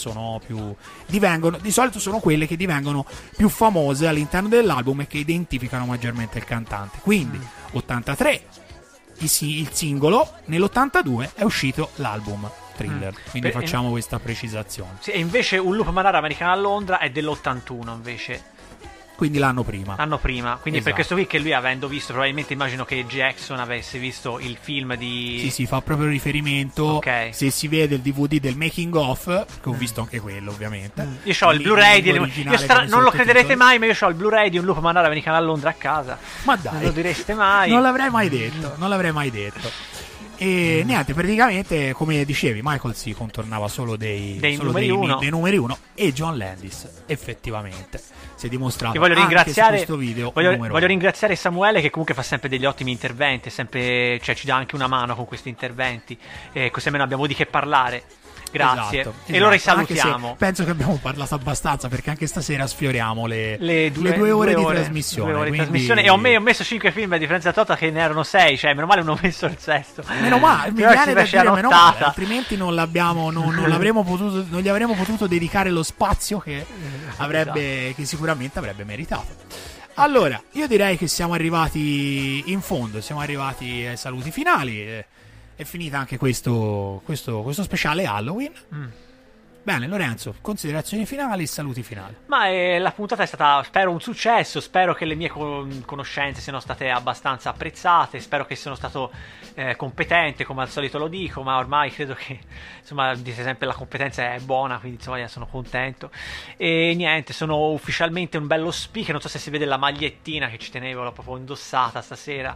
di solito sono quelle che divengono più famose all'interno dell'album e che identificano maggiormente il cantante. Quindi 83 il singolo, nell'82 è uscito l'album Thriller, quindi facciamo questa precisazione. Sì, e invece Un lupo mannaro americano a Londra è dell'81 invece. Quindi l'anno prima. Quindi esatto. Per questo qui, che lui, avendo visto, probabilmente immagino che Jackson avesse visto il film di... Sì, fa proprio riferimento. Se si vede il DVD del making of, che ho visto anche quello ovviamente. Io ho il Blu-ray non lo crederete mai, ma io ho il Blu-ray di Un lupo mannaro americano a Londra a casa. Ma dai, non lo direste mai. Non l'avrei mai detto. E niente, praticamente, come dicevi, Michael si contornava solo dei numeri 1 e John Landis effettivamente si è dimostrato. Io voglio ringraziare questo video voglio ringraziare Samuele, che comunque fa sempre degli ottimi interventi, sempre, cioè ci dà anche una mano con questi interventi, così almeno abbiamo di che parlare. Grazie. Esatto. E lo risalutiamo. Penso che abbiamo parlato abbastanza, perché anche stasera sfioriamo le 2 ore di trasmissione. 2 ore di trasmissione. E ho messo 5 film a differenza da Tota, che ne erano 6. Cioè, meno male non ho messo il sesto. Meno male, mi viene da dire meno male, altrimenti non gli avremmo potuto dedicare lo spazio che che sicuramente avrebbe meritato. Allora, io direi che siamo arrivati in fondo, siamo arrivati ai saluti finali. È finita anche questo speciale Halloween. Bene, Lorenzo, considerazioni finali, saluti finali. Ma la puntata è stata, spero, un successo. Spero che le mie conoscenze siano state abbastanza apprezzate. Spero che sono stato competente, come al solito lo dico. Ma ormai credo che, insomma, dite sempre la competenza è buona, quindi insomma sono contento. E niente, sono ufficialmente un bello speaker. Non so se si vede la magliettina che ci tenevo, l'ho proprio indossata stasera.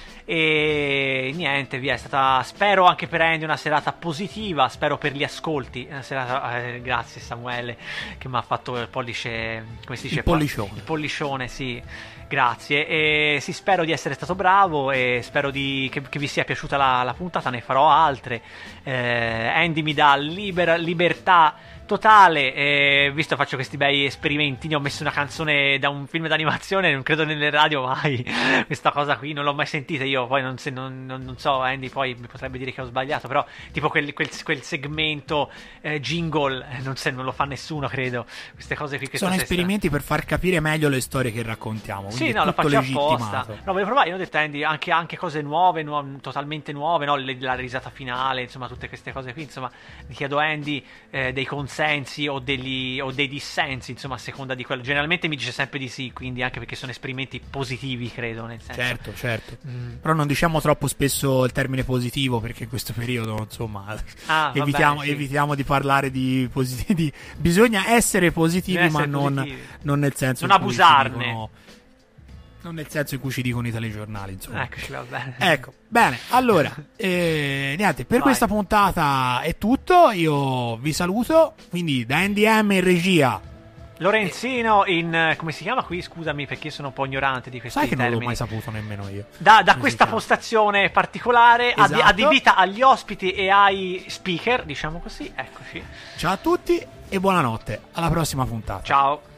E niente, via, è stata, spero anche per Andy, una serata positiva. Spero per gli ascolti una serata, grazie Samuele che mi ha fatto il pollice, come si dice, il pollicione, sì, grazie. E sì, spero di essere stato bravo e spero che vi sia piaciuta la puntata. Ne farò altre. Andy mi dà libertà totale, visto faccio questi bei esperimentini. Ho messo una canzone da un film d'animazione, non credo nelle radio mai questa cosa qui, non l'ho mai sentita io. Poi non so, Andy poi mi potrebbe dire che ho sbagliato, però tipo quel segmento jingle, non lo fa nessuno, credo. Queste cose qui che sono esperimenti per far capire meglio le storie che raccontiamo. Sì, no, lo faccio apposta. No, voglio provare, io ho detto Andy, anche cose nuove, totalmente nuove, no? La risata finale, insomma, tutte queste cose qui, insomma, mi chiedo a Andy dei consensi o dei dissensi, insomma, a seconda di quello. Generalmente mi dice sempre di sì, quindi anche perché sono esperimenti positivi, credo, nel senso. Certo. Però non diciamo troppo spesso il termine positivo, perché in questo periodo, insomma, evitiamo di parlare di positivi. Bisogna essere positivi, ma non nel senso non abusarne. Non nel senso in cui ci dicono i telegiornali, insomma. Eccoci, va bene. Ecco, bene, allora, niente, per questa puntata è tutto. Io vi saluto, quindi da NDM in regia Lorenzino in, come si chiama qui? Scusami, perché io sono un po' ignorante di questi termini. Sai che non l'ho mai saputo nemmeno io. Da questa postazione particolare, esatto, adibita agli ospiti e ai speaker, diciamo così. Eccoci. Ciao a tutti e buonanotte, alla prossima puntata. Ciao.